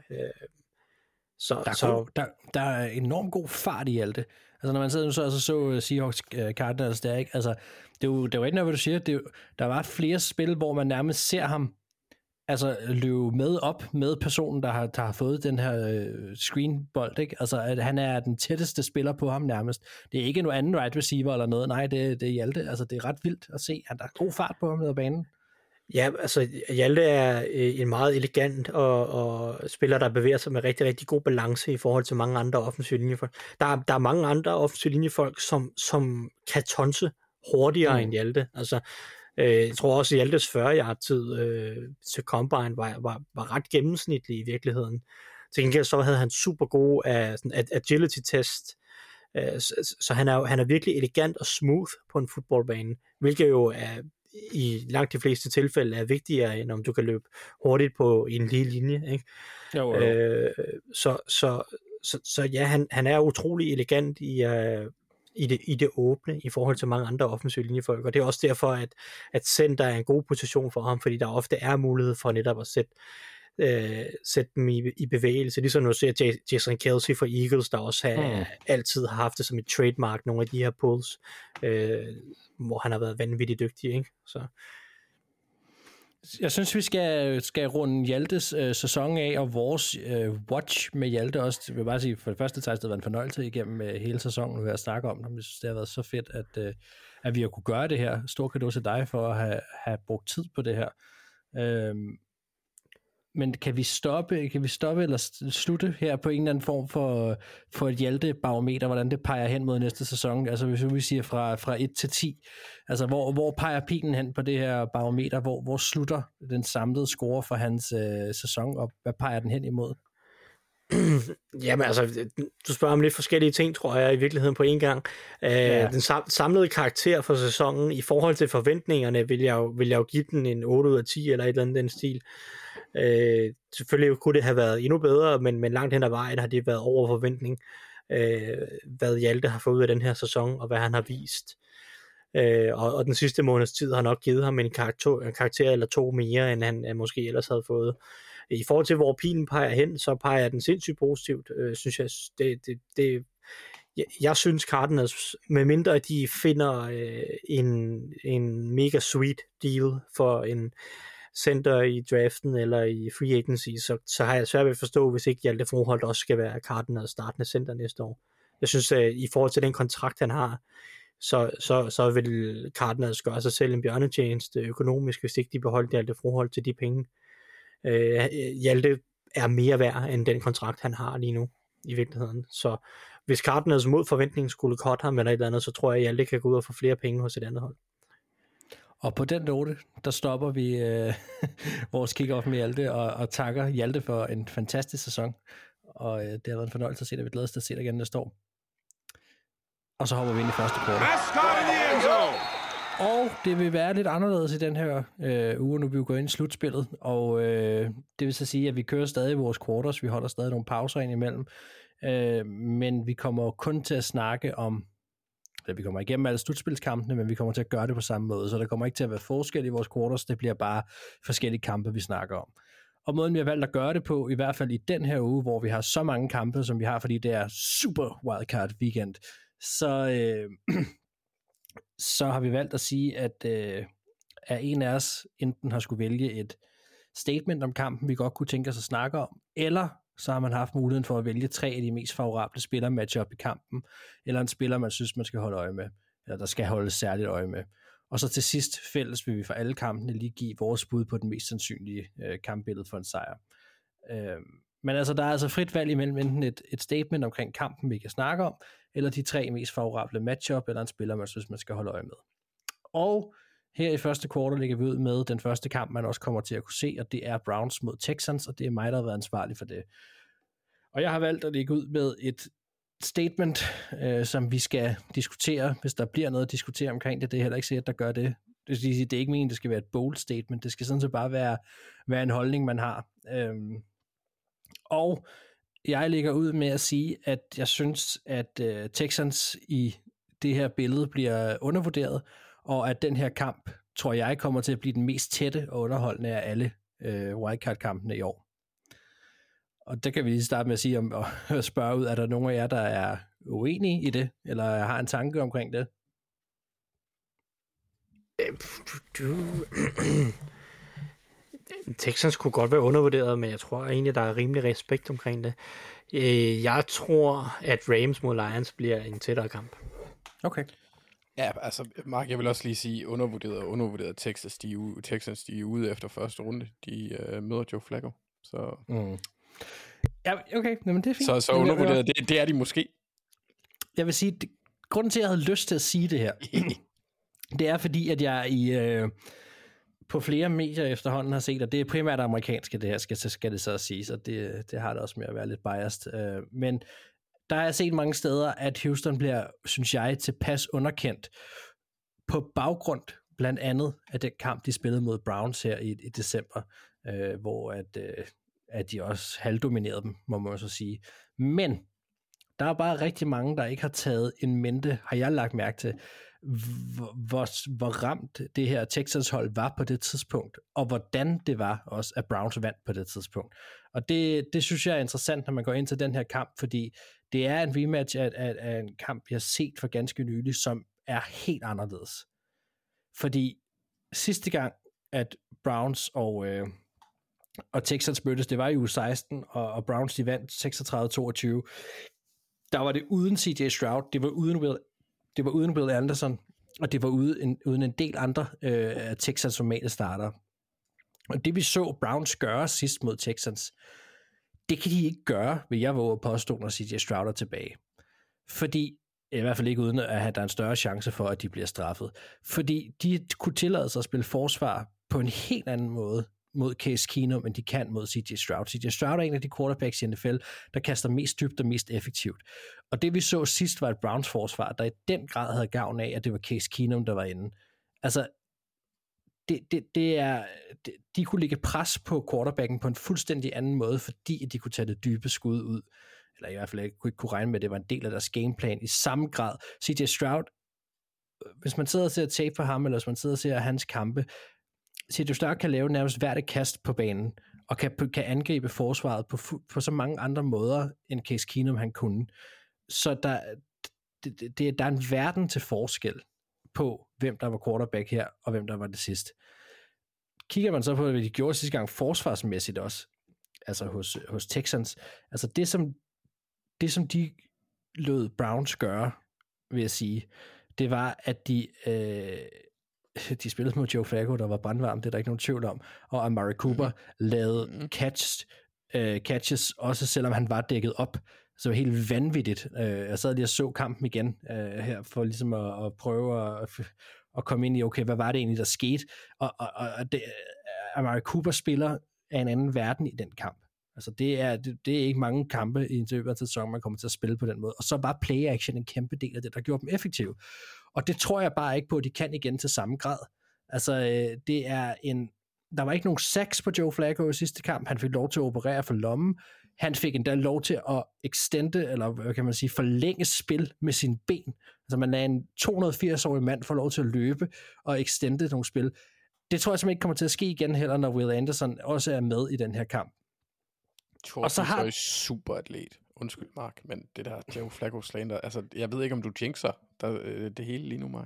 Speaker 4: Der er enormt god fart i Hjalte. Altså når man sidder så Seahawks Cardinals der, ikke? Altså, det er jo ikke noget, hvad du siger. Der var flere spil, hvor man nærmest ser ham løbe med op med personen, der har fået den her screenbold, ikke? Altså, at han er den tætteste spiller på ham nærmest. Det er ikke nogen anden right receiver eller noget. Nej, det er Hjalte. Altså, det er ret vildt at se. Han der er god fart på ham ned ad banen. Ja,
Speaker 6: altså, Hjalte er en meget elegant og spiller, der bevæger sig med rigtig, rigtig god balance i forhold til mange andre offensive linjefolk. Der er mange andre offensive linjefolk, som kan tonse hurtigere end Hjalte. Altså, jeg tror også, at Hjaltes 40-yard-tid til Combine var ret gennemsnitlig i virkeligheden. Til gengæld så havde han super gode agility-test, så han er virkelig elegant og smooth på en fodboldbane, hvilket jo er i langt de fleste tilfælde er vigtigere, end om du kan løbe hurtigt på en lige linje. Ikke? Jo. Så ja, han er utrolig elegant i det åbne i forhold til mange andre offensive linjefolk, og det er også derfor, at center er en god position for ham, fordi der ofte er mulighed for netop at sætte dem i bevægelse. Ligesom nu ser Jason Kelce fra Eagles, der også altid har haft det som et trademark, nogle af de her pulls, hvor han har været vanvittigt dygtig, ikke? Så.
Speaker 4: Jeg synes, vi skal runde Hjaltes sæson af, og vores watch med Hjalte også. Jeg vil bare sige, for det første tager det været en fornøjelse igennem hele sæsonen, at snakke om det. Jeg synes, det har været så fedt, at vi har kunne gøre det her. Stor cadeau til dig for at have brugt tid på det her. Men kan vi stoppe eller slutte her på en eller anden form for et Hjalte-barometer, hvordan det peger hen mod næste sæson? Altså hvis vi siger fra 1 til 10, altså hvor peger pilen hen på det her barometer? Hvor slutter den samlede score for hans sæson, og hvad peger den hen imod?
Speaker 6: Jamen altså, du spørger om lidt forskellige ting, tror jeg, i virkeligheden på en gang. Den samlede karakter for sæsonen, i forhold til forventningerne, vil jeg jo give den en 8 ud af 10, eller et eller andet den stil. Selvfølgelig kunne det have været endnu bedre, men langt hen ad vejen har det været over forventning, hvad Hjalte har fået ud af den her sæson, og hvad han har vist. Og den sidste måneds tid har nok givet ham en karakter eller 2 mere, end han måske ellers havde fået. I forhold til, hvor pilen peger hen, så peger den sindssygt positivt, synes jeg. Jeg synes Cardinals, medmindre de finder en mega sweet deal for en center i draften eller i free agency, så har jeg svært ved at forstå, hvis ikke Hjalte Froholt også skal være Cardinals startende center næste år. Jeg synes, at i forhold til den kontrakt, han har, så vil Cardinals gøre sig selv en bjørnetjeneste økonomisk, hvis ikke de beholder Hjalte Froholt til de penge. Hjalte er mere værd end den kontrakt, han har lige nu i virkeligheden. Så hvis Cardinals mod forventning skulle cutte ham eller et eller andet, så tror jeg, at Hjalte kan gå ud og få flere penge hos et andet hold.
Speaker 4: Og på den note, der stopper vi vores kick-off med Hjalte, og takker Hjalte for en fantastisk sæson. Og det har været en fornøjelse at se dig. Vi glæder os til at se dig igen næste år. Og så hopper vi ind i første kvartal. Og det vil være lidt anderledes i den her uge, nu vi går ind i slutspillet. Og det vil så sige, at vi kører stadig vores quarters. Vi holder stadig nogle pauser ind imellem. Men vi kommer kun til at snakke om, vi kommer igennem alle slutspilskampene, men vi kommer til at gøre det på samme måde. Så der kommer ikke til at være forskel i vores quarters. Det bliver bare forskellige kampe, vi snakker om. Og måden, vi har valgt at gøre det på, i hvert fald i den her uge, hvor vi har så mange kampe, som vi har, fordi det er super wildcard weekend, så har vi valgt at sige, at en af os enten har skulle vælge et statement om kampen, vi godt kunne tænke os at snakke om, eller så har man haft muligheden for at vælge 3 af de mest favorable spiller-matchup i kampen, eller en spiller, man synes, man skal holde øje med, eller der skal holdes særligt øje med. Og så til sidst fælles vil vi for alle kampene lige give vores bud på den mest sandsynlige kampbillede for en sejr. Men altså, der er altså frit valg imellem enten et statement omkring kampen, vi kan snakke om, eller de 3 mest favorable matchup, eller en spiller, man synes, man skal holde øje med. Og her i første kvartal ligger vi ud med den første kamp, man også kommer til at kunne se, og det er Browns mod Texans, og det er mig, der har været ansvarlig for det. Og jeg har valgt at lægge ud med et statement, som vi skal diskutere, hvis der bliver noget at diskutere omkring det. Det er heller ikke sikkert, der gør det. Det er ikke meningen, det skal være et bold statement. Det skal sådan set bare være en holdning, man har. Og jeg lægger ud med at sige, at jeg synes, at Texans i det her billede bliver undervurderet, og at den her kamp, tror jeg, kommer til at blive den mest tætte og underholdende af alle wildcard-kampene i år. Og der kan vi lige starte med at sige og spørge ud, er der nogen af jer, der er uenige i det, eller har en tanke omkring det?
Speaker 6: Texans kunne godt være undervurderet, men jeg tror egentlig, der er rimelig respekt omkring det. Jeg tror, at Rams mod Lions bliver en tættere kamp.
Speaker 4: Okay.
Speaker 5: Ja, altså, Mark, jeg vil også lige sige, undervurderet Texans, de er ude efter første runde. De møder Joe Flacco. Så...
Speaker 4: Ja, okay, men det er fint.
Speaker 5: Så undervurderet, det er de måske.
Speaker 4: Jeg vil sige, grunden til, at jeg havde lyst til at sige det her, det er fordi, at jeg på flere medier efterhånden har set, og det er primært amerikanske, det her skal det så siges, og det har det også med at være lidt biased. Men der har jeg set mange steder, at Houston bliver, synes jeg, tilpas underkendt på baggrund blandt andet af den kamp, de spillede mod Browns her i december, hvor at de også halvdominerede dem, må man så sige. Men der er bare rigtig mange, der ikke har taget en mente, har jeg lagt mærke til, hvor ramt det her Texans hold var på det tidspunkt, og hvordan det var også, at Browns vandt på det tidspunkt. Og det synes jeg er interessant, når man går ind til den her kamp, fordi det er en rematch af en kamp, vi har set for ganske nylig, som er helt anderledes. Fordi sidste gang, at Browns og Texans mødtes, det var i uge 16, og Browns de vandt 36-22. Der var det uden CJ Stroud, det var uden Will Anderson, og det var uden en del andre Texans normale starter. Og det vi så Browns gøre sidst mod Texans, det kan de ikke gøre, vil jeg våge at påstå, når CJ Stroud er tilbage. Fordi, i hvert fald ikke uden at der er en større chance for, at de bliver straffet. Fordi de kunne tillade sig at spille forsvar på en helt anden måde mod Case Keenum, end de kan mod CJ Stroud. CJ Stroud er en af de quarterbacks i NFL, der kaster mest dybt og mest effektivt. Og det vi så sidst var et Browns forsvar, der i den grad havde gavn af, at det var Case Keenum, der var inde. Altså, de kunne lægge pres på quarterbacken på en fuldstændig anden måde, fordi de kunne tage det dybe skud ud. Eller i hvert fald ikke kunne regne med, at det var en del af deres gameplan i samme grad. CJ Stroud, hvis man sidder og ser tape på ham, eller hvis man sidder og ser hans kampe, CJ Stroud kan lave nærmest hvert et kast på banen, og kan angribe forsvaret på så mange andre måder, end Case Keenum han kunne. Så der er en verden til forskel på, hvem der var quarterback her, og hvem der var det sidst. Kigger man så på, hvad de gjorde sidste gang forsvarsmæssigt også, altså hos Texans, altså det som de lod Browns gøre, vil jeg sige, det var, at de spillede mod Joe Flacco, der var brandvarm, det er der ikke nogen tvivl om, og Amari Cooper lavede catches, også selvom han var dækket op, så det var helt vanvittigt. Jeg sad lige og så kampen igen her, for ligesom at prøve at komme ind i, okay, hvad var det egentlig, der skete? Og Amari Cooper spiller af en anden verden i den kamp. Altså det er ikke mange kampe i en løbet af sæsonen, man kommer til at spille på den måde. Og så var play action en kæmpe del af det, der gjorde dem effektive. Og det tror jeg bare ikke på, at de kan igen til samme grad. Altså der var ikke nogen sacks på Joe Flacco i sidste kamp. Han fik lov til at operere for lommen. Han fik endda lov til at extende, eller hvad kan man sige, forlænge spil med sine ben. Altså man lader en 280-årig mand få lov til at løbe og extende nogle spil. Det tror jeg simpelthen ikke kommer til at ske igen heller, når Will Anderson også er med i den her kamp.
Speaker 5: Og så har super atlet. Undskyld, Mark, men det der Joe Flacco slander, altså, jeg ved ikke, om du jinxer det hele lige nu, Mark.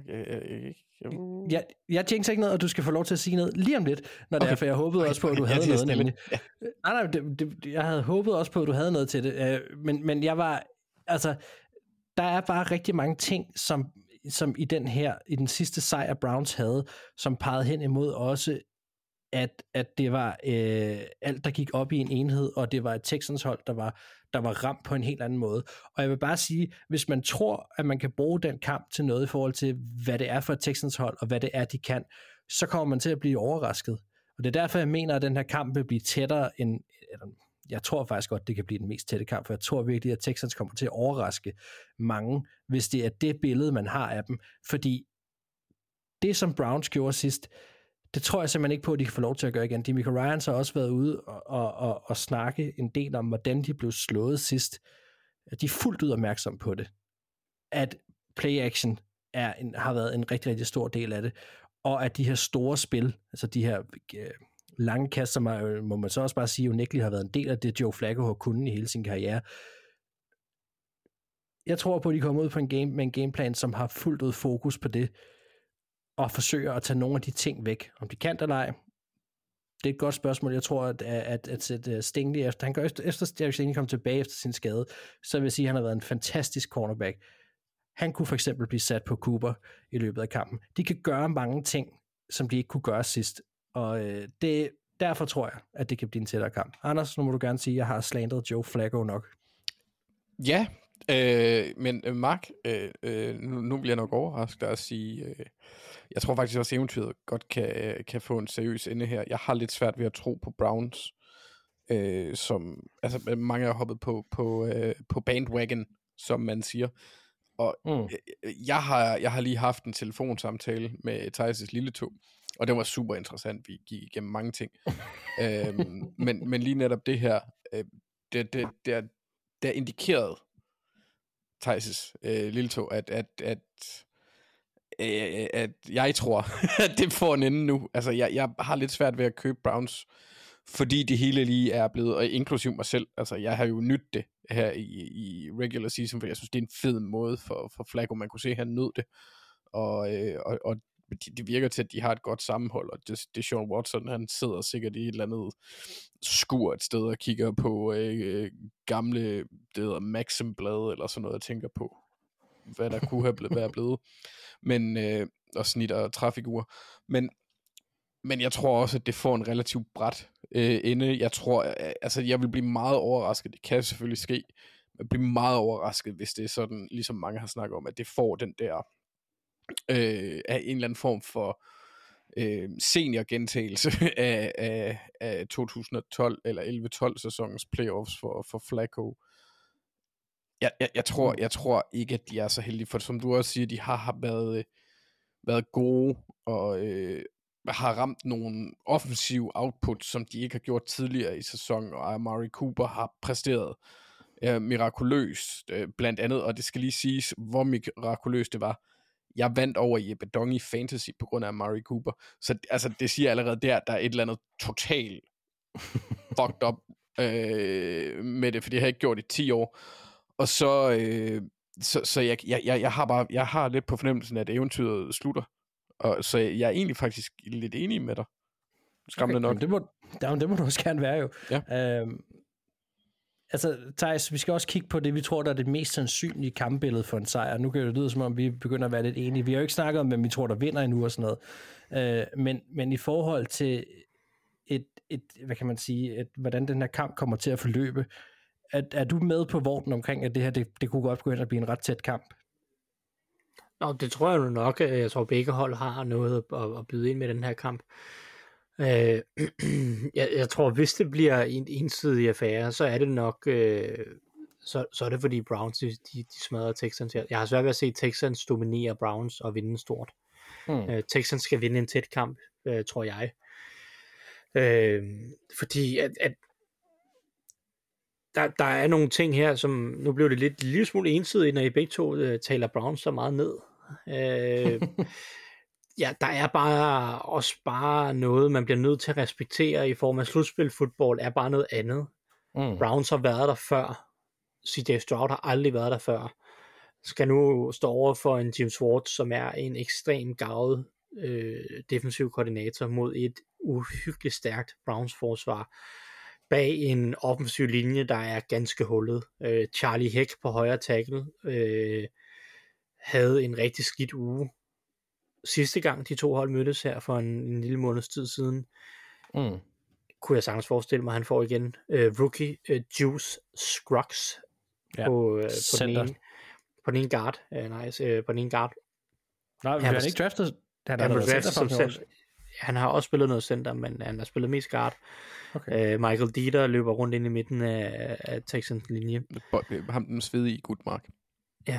Speaker 4: Jeg jinxer ikke noget, og du skal få lov til at sige noget lige om lidt, når det er, for jeg håbede også på, at du havde noget. Nemlig. Nej, jeg havde håbet også på, at du havde noget til det, men jeg var, altså, der er bare rigtig mange ting, som i den sidste sejr, Browns havde, som pegede hen imod også, at det var alt, der gik op i en enhed, og det var et Texans hold, der var ramt på en helt anden måde. Og jeg vil bare sige, hvis man tror, at man kan bruge den kamp til noget i forhold til, hvad det er for et Texans hold, og hvad det er, de kan, så kommer man til at blive overrasket. Og det er derfor, jeg mener, at den her kamp vil blive tættere end... Jeg tror faktisk godt, det kan blive den mest tætte kamp, for jeg tror virkelig, at Texans kommer til at overraske mange, hvis det er det billede, man har af dem. Fordi det, som Browns gjorde sidst, det tror jeg simpelthen ikke på, at de kan få lov til at gøre igen. DeMeco Ryans har også været ude og snakke en del om, hvordan de blev slået sidst. De er fuldt ud opmærksomme på det. At play action har været en rigtig, rigtig stor del af det. Og at de her store spil, altså de her lange kast, som må man så også bare sige, unægteligt har været en del af det, Joe Flacco har kunnet i hele sin karriere. Jeg tror på, at de kommer ud på med en gameplan, som har fuldt ud fokus på det, og forsøger at tage nogle af de ting væk. Om de kan eller ej, det er et godt spørgsmål. Jeg tror, at sætte Stingley efter, han gør efter Derek Stingley kom tilbage efter sin skade, så vil jeg sige, at han har været en fantastisk cornerback. Han kunne for eksempel blive sat på Cooper i løbet af kampen. De kan gøre mange ting, som de ikke kunne gøre sidst. Og derfor tror jeg, at det kan blive en tættere kamp. Anders, nu må du gerne sige, at jeg har slandret Joe Flacco nok.
Speaker 5: Ja, men Mark, nu bliver jeg nok overrasket at sige, jeg tror faktisk også, at eventyret godt kan få en seriøs ende her. Jeg har lidt svært ved at tro på Browns, som altså mange har hoppet på bandwagon, som man siger. Og jeg har lige haft en telefonsamtale med Thijs' lilletå, og det var super interessant. Vi gik igennem mange ting. Men lige netop det her, det er indikeret Thijs' lilletå, at at jeg tror, at det får en ende nu. Altså, jeg har lidt svært ved at købe Browns, fordi det hele lige er blevet, og inklusiv mig selv, altså, jeg har jo nydt det her i regular season, for jeg synes, det er en fed måde for Flacco, man kunne se, at han nød det, og det virker til, at de har et godt sammenhold, og det Sean Watson, han sidder sikkert i et eller andet skur et sted og kigger på gamle, det hedder Maxim-blade, eller sådan noget, jeg tænker på, hvad der kunne have været blevet, men, og snitter træfigurer, men jeg tror også, at det får en relativt brat ende. Jeg tror, altså jeg vil blive meget overrasket, det kan selvfølgelig ske, men blive meget overrasket, hvis det er sådan, ligesom mange har snakket om, at det får den der af en eller anden form for senior-gentagelse af 2012 eller 11-12 sæsonens playoffs for Flacco. Jeg tror ikke, at de er så heldige, for som du også siger, de har været gode og har ramt nogle offensive output, som de ikke har gjort tidligere i sæsonen, og Amari Cooper har præsteret mirakuløst, blandt andet, og det skal lige siges, hvor mirakuløst det var. Jeg vandt over i Jeppe Dong i Fantasy på grund af Amari Cooper, så altså, det siger allerede der er et eller andet totalt fucked up med det, for det har jeg ikke gjort i 10 år, og så jeg har lidt på fornemmelsen, at eventyret slutter, og så jeg er egentlig faktisk lidt enig med dig. Skræmmende
Speaker 4: okay, nok. Det må du også gerne være jo.
Speaker 5: Ja.
Speaker 4: Altså, Theis, vi skal også kigge på det, vi tror, der er det mest sandsynlige kampbillede for en sejr. Nu kan det lyde, som om vi begynder at være lidt enige. Vi har jo ikke snakket om, hvem vi tror, der vinder endnu og sådan noget. Men i forhold til hvad kan man sige, hvordan den her kamp kommer til at forløbe, er du med på vognen omkring, at det her, det kunne godt gå hen og blive en ret tæt kamp?
Speaker 6: Nå, det tror jeg jo nok. Jeg tror, begge hold har noget at byde ind med den her kamp. Jeg tror, hvis det bliver en ensidig affære, så er det nok så er det fordi Browns de smadrer Texans her. Jeg har svært ved at se Texans dominere Browns og vinde stort. Texans skal vinde en tæt kamp, tror jeg, fordi at der er nogle ting her, som nu blev det lidt lille smule ensidigt, når I begge to taler Browns så meget ned. Ja, der er bare noget, man bliver nødt til at respektere i form af slutspilfodbold, er bare noget andet. Browns har været der før. CJ Stroud har aldrig været der før. Skal nu stå over for en Jim Schwartz, som er en ekstremt garvet defensiv koordinator mod et uhyggeligt stærkt Browns forsvar. Bag en offensiv linje, der er ganske hullet. Charlie Heck på højre tackle havde en rigtig skidt uge. Sidste gang de to hold mødtes her for en lille måneds tid siden, kunne jeg sagtens forestille mig, at han får igen rookie Juice Scruggs på den ene guard. På den ene guard.
Speaker 4: Nej, han er ikke draftet.
Speaker 6: Han har også spillet noget center, men han har spillet mest guard. Okay. Michael Dieter løber rundt ind i midten af Texans linje.
Speaker 5: Ham den svedige Gutmark.
Speaker 6: Ja.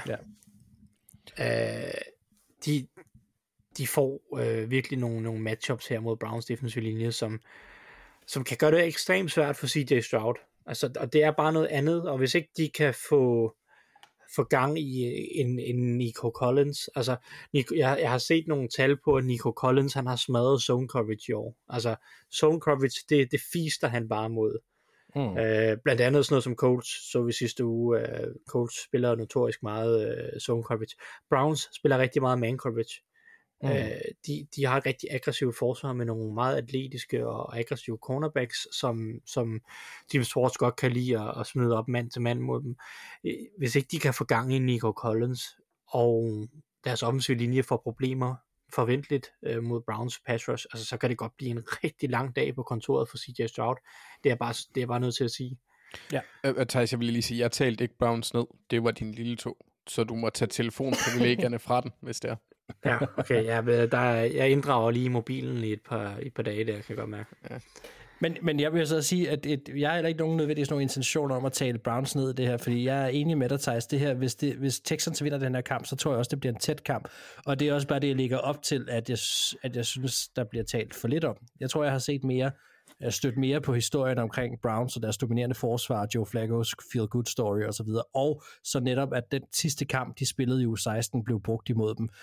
Speaker 6: De får virkelig nogle matchups her mod Browns defensive linje, som kan gøre det ekstremt svært for CJ Stroud. Altså, og det er bare noget andet, og hvis ikke de kan få gang i en Nico Collins, altså jeg har set nogle tal på, at Nico Collins, han har smadret zone coverage i år. Altså zone coverage, det fister han bare mod. Blandt andet sådan noget som Colts, så vi sidste uge, Colts spiller notorisk meget zone coverage. Browns spiller rigtig meget man coverage. De har et rigtig aggressivt forsvar med nogle meget atletiske og aggressive cornerbacks, som Jim Schwartz godt kan lide at smide op mand til mand mod dem. Hvis ikke de kan få gang i Nico Collins, og deres offensive linje får problemer forventeligt mod Browns pass rush, altså, så kan det godt blive en rigtig lang dag på kontoret for CJ Stroud. Det er bare nødt til at sige.
Speaker 5: Ja. Theis, jeg vil lige sige, jeg talte ikke Browns ned. Det var din lille to. Så du må tage telefonprivilegierne fra den, hvis det er.
Speaker 6: Ja, okay. Jeg inddrager lige mobilen i et par dage, der kan jeg godt mærke. Ja.
Speaker 4: Men jeg vil så sige, at jeg har heller ikke nogen nødvendigvis nogen intentioner om at tale Browns ned i det her, fordi jeg er enig med dig, Theis. Det her, hvis Texans vinder den her kamp, så tror jeg også, det bliver en tæt kamp. Og det er også bare det, jeg lægger op til, at jeg synes, der bliver talt for lidt om. Jeg tror, jeg har set stødt mere på historien omkring Browns og deres dominerende forsvar, Joe Flacco's feel-good story osv. Og så netop, at den sidste kamp, de spillede i U16, blev brugt imod dem.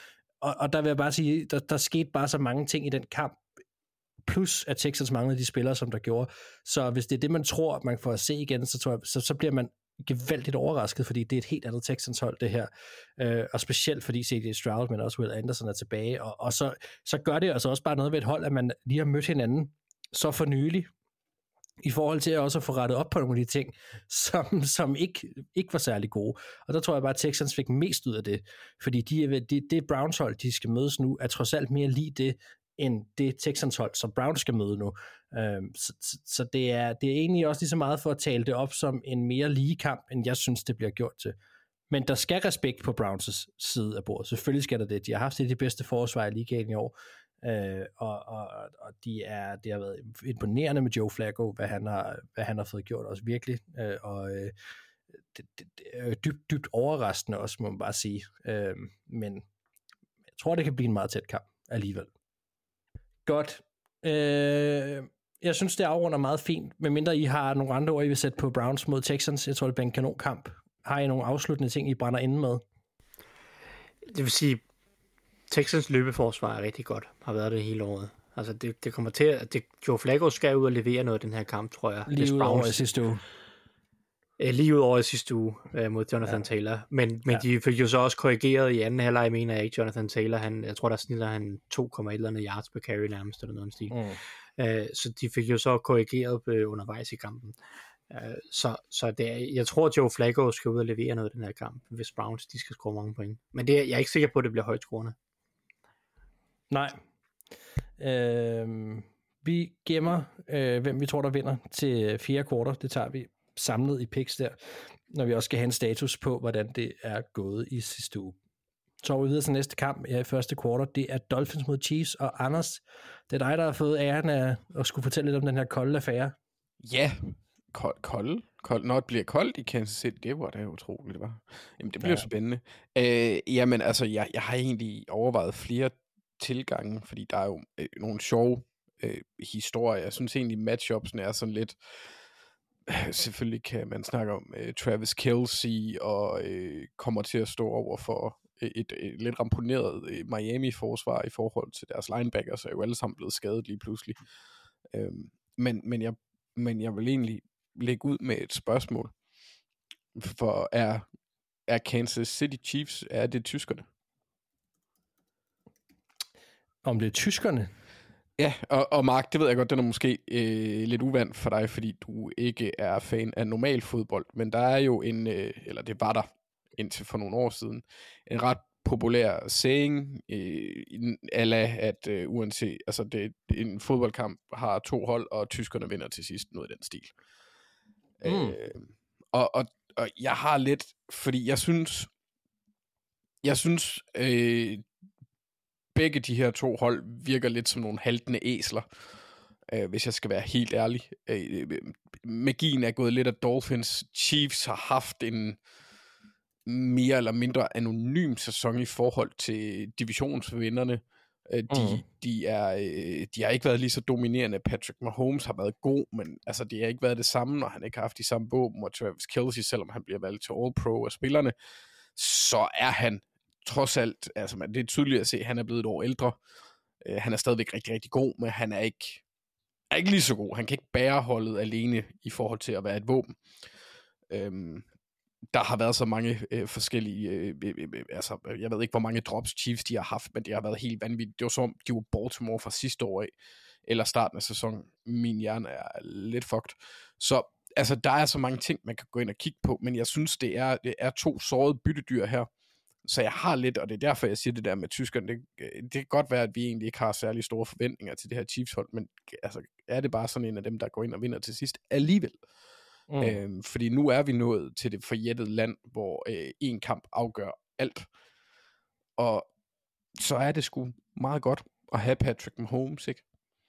Speaker 4: Og der vil jeg bare sige, der skete bare så mange ting i den kamp, plus at Texans manglede de spillere, som der gjorde. Så hvis det er det, man tror, man får at se igen, så tror jeg, så bliver man gevaldigt overrasket, fordi det er et helt andet Texans hold, det her. Og specielt fordi C.J. Stroud, men også Will Anderson er tilbage. Og så gør det altså også bare noget ved et hold, at man lige har mødt hinanden så for nylig, i forhold til også at få rettet op på nogle af de ting, som ikke var særlig gode. Og der tror jeg bare, at Texans fik mest ud af det, fordi det Browns hold, de skal mødes nu, er trods alt mere lige det, end det Texans hold, som Browns skal møde nu. Så det er egentlig også lige så meget for at tale det op som en mere lige kamp, end jeg synes, det bliver gjort til. Men der skal respekt på Browns' side af bordet. Selvfølgelig skal der det. De har haft de bedste forsvar i ligaen i år, og det har været imponerende med Joe Flacco, hvad han har fået gjort også virkelig, det er dybt overraskende også, må man bare sige. Men jeg tror, det kan blive en meget tæt kamp alligevel. Godt. Jeg synes, det afrunder meget fint, medmindre I har nogle andre ord, I vil sætte på Browns mod Texans. Jeg tror, det bliver en kanonkamp. Har I nogle afsluttende ting, I brænder inde med?
Speaker 6: Det vil sige, Texans løbeforsvar er rigtig godt, har været det hele året. Altså, det kommer til at... Joe Flacco skal ud og levere noget af den her kamp, tror jeg.
Speaker 4: Lige ud over i sidste uge.
Speaker 6: Lige ud over i sidste uge mod Jonathan Taylor. Men de fik jo så også korrigeret i anden halvleg, jeg mener ikke. Jonathan Taylor, jeg tror, der snitter han 2,1 yards per carry nærmest, eller noget stil. Så de fik jo så korrigeret undervejs i kampen. Så jeg tror, at Joe Flacco skal ud og levere noget af den her kamp, hvis Browns de skal score mange point. Men jeg er ikke sikker på, at det bliver højt scorende.
Speaker 4: Nej. Vi gemmer, hvem vi tror, der vinder til 4. kvartal. Det tager vi samlet i picks der, når vi også skal have en status på, hvordan det er gået i sidste uge. Så er vi videre til næste kamp i første kvartal. Det er Dolphins mod Chiefs, og Anders, det er dig, der har fået æren af at skulle fortælle lidt om den her kolde affære.
Speaker 5: Ja, kold. Når det bliver koldt i Kansas City, det var da utroligt, var. Jamen, det bliver spændende. Jamen, altså, jeg har egentlig overvejet flere tilgange, fordi der er jo nogle sjove historier. Jeg synes egentlig, matchupsene er sådan lidt... Selvfølgelig kan man snakke om Travis Kelce og kommer til at stå over for et lidt ramponeret Miami-forsvar i forhold til deres linebackers, er jo alle sammen blevet skadet lige pludselig. Men jeg vil egentlig lægge ud med et spørgsmål. For er Kansas City Chiefs, er det tyskerne?
Speaker 4: Om det er tyskerne?
Speaker 5: Ja, og Mark, det ved jeg godt, den er måske lidt uvant for dig, fordi du ikke er fan af normal fodbold, men der er jo eller det var der indtil for nogle år siden, en ret populær saying, at uanset, altså en fodboldkamp har 2 hold, og tyskerne vinder til sidst, noget i den stil. Og jeg har lidt, fordi jeg synes begge de her 2 hold virker lidt som nogle haltende æsler, hvis jeg skal være helt ærlig. Magien er gået lidt af Dolphins. Chiefs har haft en mere eller mindre anonym sæson i forhold til divisionsvinderne. De har ikke været lige så dominerende. Patrick Mahomes har været god, men altså, det har ikke været det samme, når han ikke har haft de samme våben, og Travis Kelce, selvom han bliver valgt til All-Pro af spillerne, så er han trods alt, altså det er tydeligt at se, at han er blevet et år ældre. Han er stadigvæk rigtig, rigtig god, men han er ikke lige så god. Han kan ikke bære holdet alene i forhold til at være et våben. Der har været så mange forskellige, altså jeg ved ikke, hvor mange drops Chiefs de har haft, men det har været helt vanvittigt. Det var som, de var Baltimore fra sidste år af, eller starten af sæsonen. Min hjerne er lidt fucked. Så altså, der er så mange ting, man kan gå ind og kigge på, men jeg synes, det er 2 sårede byttedyr her. Så jeg har lidt, og det er derfor, jeg siger det der med tyskerne. Det kan godt være, at vi egentlig ikke har særlig store forventninger til det her Chiefs-hold, men altså, er det bare sådan en af dem, der går ind og vinder til sidst alligevel? Fordi nu er vi nået til det forjættede land, hvor en kamp afgør alt. Og så er det sgu meget godt at have Patrick Mahomes, ikke?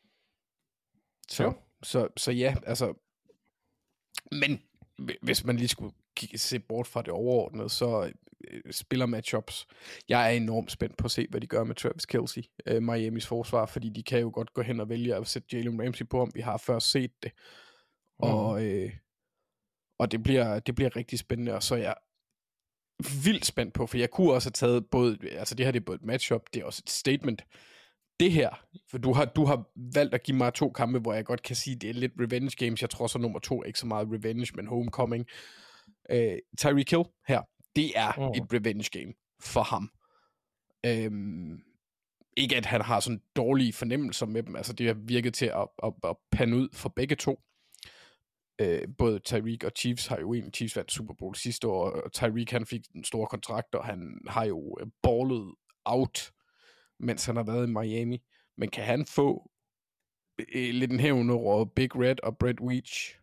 Speaker 5: Så ja, altså... Men hvis man lige skulle se bort fra det overordnede, så spiller matchups. Jeg er enormt spændt på at se, hvad de gør med Travis Kelce, Miamis forsvar, fordi de kan jo godt gå hen og vælge at sætte Jalen Ramsey på ham. Vi har først set det. Og det bliver rigtig spændende, og så vildt spændt på, for jeg kunne også have taget både, altså det her det er både et matchup, det er også et statement. Det her, for du har valgt at give mig 2 kampe, hvor jeg godt kan sige, det er lidt revenge games. Jeg tror så nummer 2 er ikke så meget revenge, men homecoming. Tyreek Hill her, det er et revenge game for ham. Ikke at han har sådan dårlige fornemmelser med dem, altså det har virket til at pande ud for begge to. Både Tyreek og Chiefs har jo Chiefs vandt Super Bowl sidste år, og Tyreek han fik en stor kontrakt, og han har jo ballet out, mens han har været i Miami. Men kan han få lidt en hævn over Big Red og Brett Veach?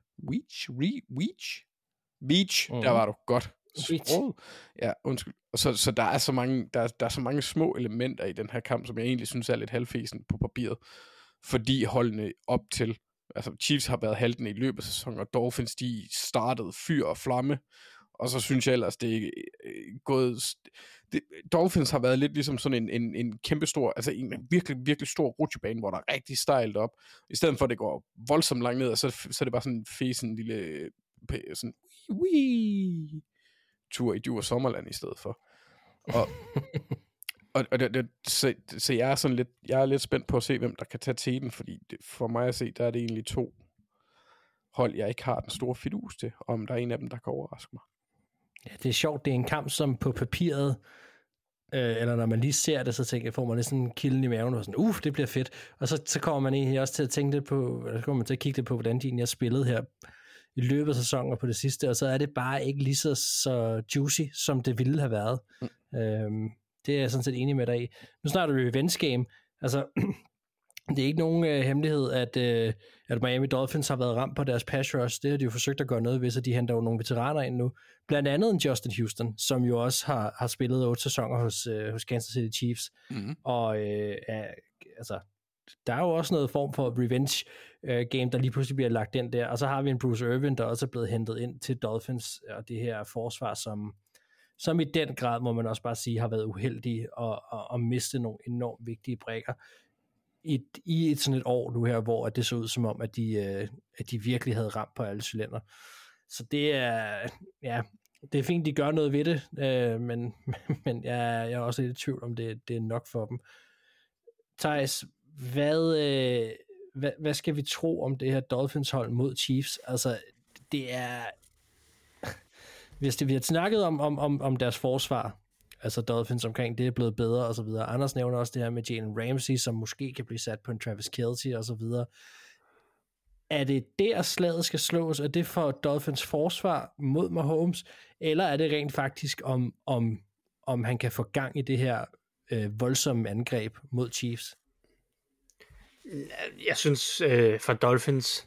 Speaker 5: Der var du godt. Ja, undskyld. Og så der er så mange, der er så mange små elementer i den her kamp, som jeg egentlig synes er lidt halvfesen på papiret, fordi holdene op til, altså Chiefs har været haltende i løbet af sæsonen, og Dolphins de startede fyr og flamme, og så synes jeg ellers det er gået. Dolphins har været lidt ligesom sådan en kæmpe stor, altså en virkelig virkelig stor rutsjebane, hvor der er rigtig stejlt op, i stedet for at det går voldsomt langt ned, og så er det bare sådan en fesen lille sådan tur i Djurs Sommerland i stedet for. Så jeg er sådan lidt, jeg er lidt spændt på at se, hvem der kan tage teten, fordi for mig at se, der er det egentlig 2 hold, jeg ikke har den store fidus til, om der er en af dem, der kan overraske mig.
Speaker 4: Ja, det er sjovt, det er en kamp, som på papiret, eller når man lige ser det, så får man lidt sådan en kilden i maven, og sådan, det bliver fedt, og så kommer man egentlig også til at tænke lidt på, eller så kommer man til at kigge lidt på, hvordan de egentlig har spillet her i løbet af sæsonen og på det sidste, og så er det bare ikke lige så juicy, som det ville have været. Det er jeg sådan set enig med dig i. Nu snart er det revenge game. Altså, det er ikke nogen hemmelighed, at Miami Dolphins har været ramt på deres pass rush. Det har de jo forsøgt at gøre noget ved, så de henter jo nogle veteraner ind nu. Blandt andet en Justin Houston, som jo også har spillet 8 sæsoner hos Kansas City Chiefs. Og altså, der er jo også noget form for revenge game, der lige pludselig bliver lagt ind der. Og så har vi en Bruce Irvin, der også er blevet hentet ind til Dolphins, og det her forsvar, som i den grad, må man også bare sige, har været uheldige og mistet nogle enormt vigtige brikker i sådan et år nu her, hvor det så ud som om, at de virkelig havde ramt på alle cylinder. Så det er, ja, det er fint, de gør noget ved det, men jeg er også lidt i tvivl om, det er nok for dem. Theis, hvad skal vi tro om det her Dolphins-hold mod Chiefs? Altså, det er... Hvis vi har snakket om deres forsvar, altså Dolphins omkring, det er blevet bedre og så videre. Anders nævner også det her med Jalen Ramsey, som måske kan blive sat på en Travis Kelce og så videre. Er det der slaget skal slås? Er det for Dolphins forsvar mod Mahomes? Eller er det rent faktisk om han kan få gang i det her voldsomme angreb mod Chiefs?
Speaker 6: Jeg synes for Dolphins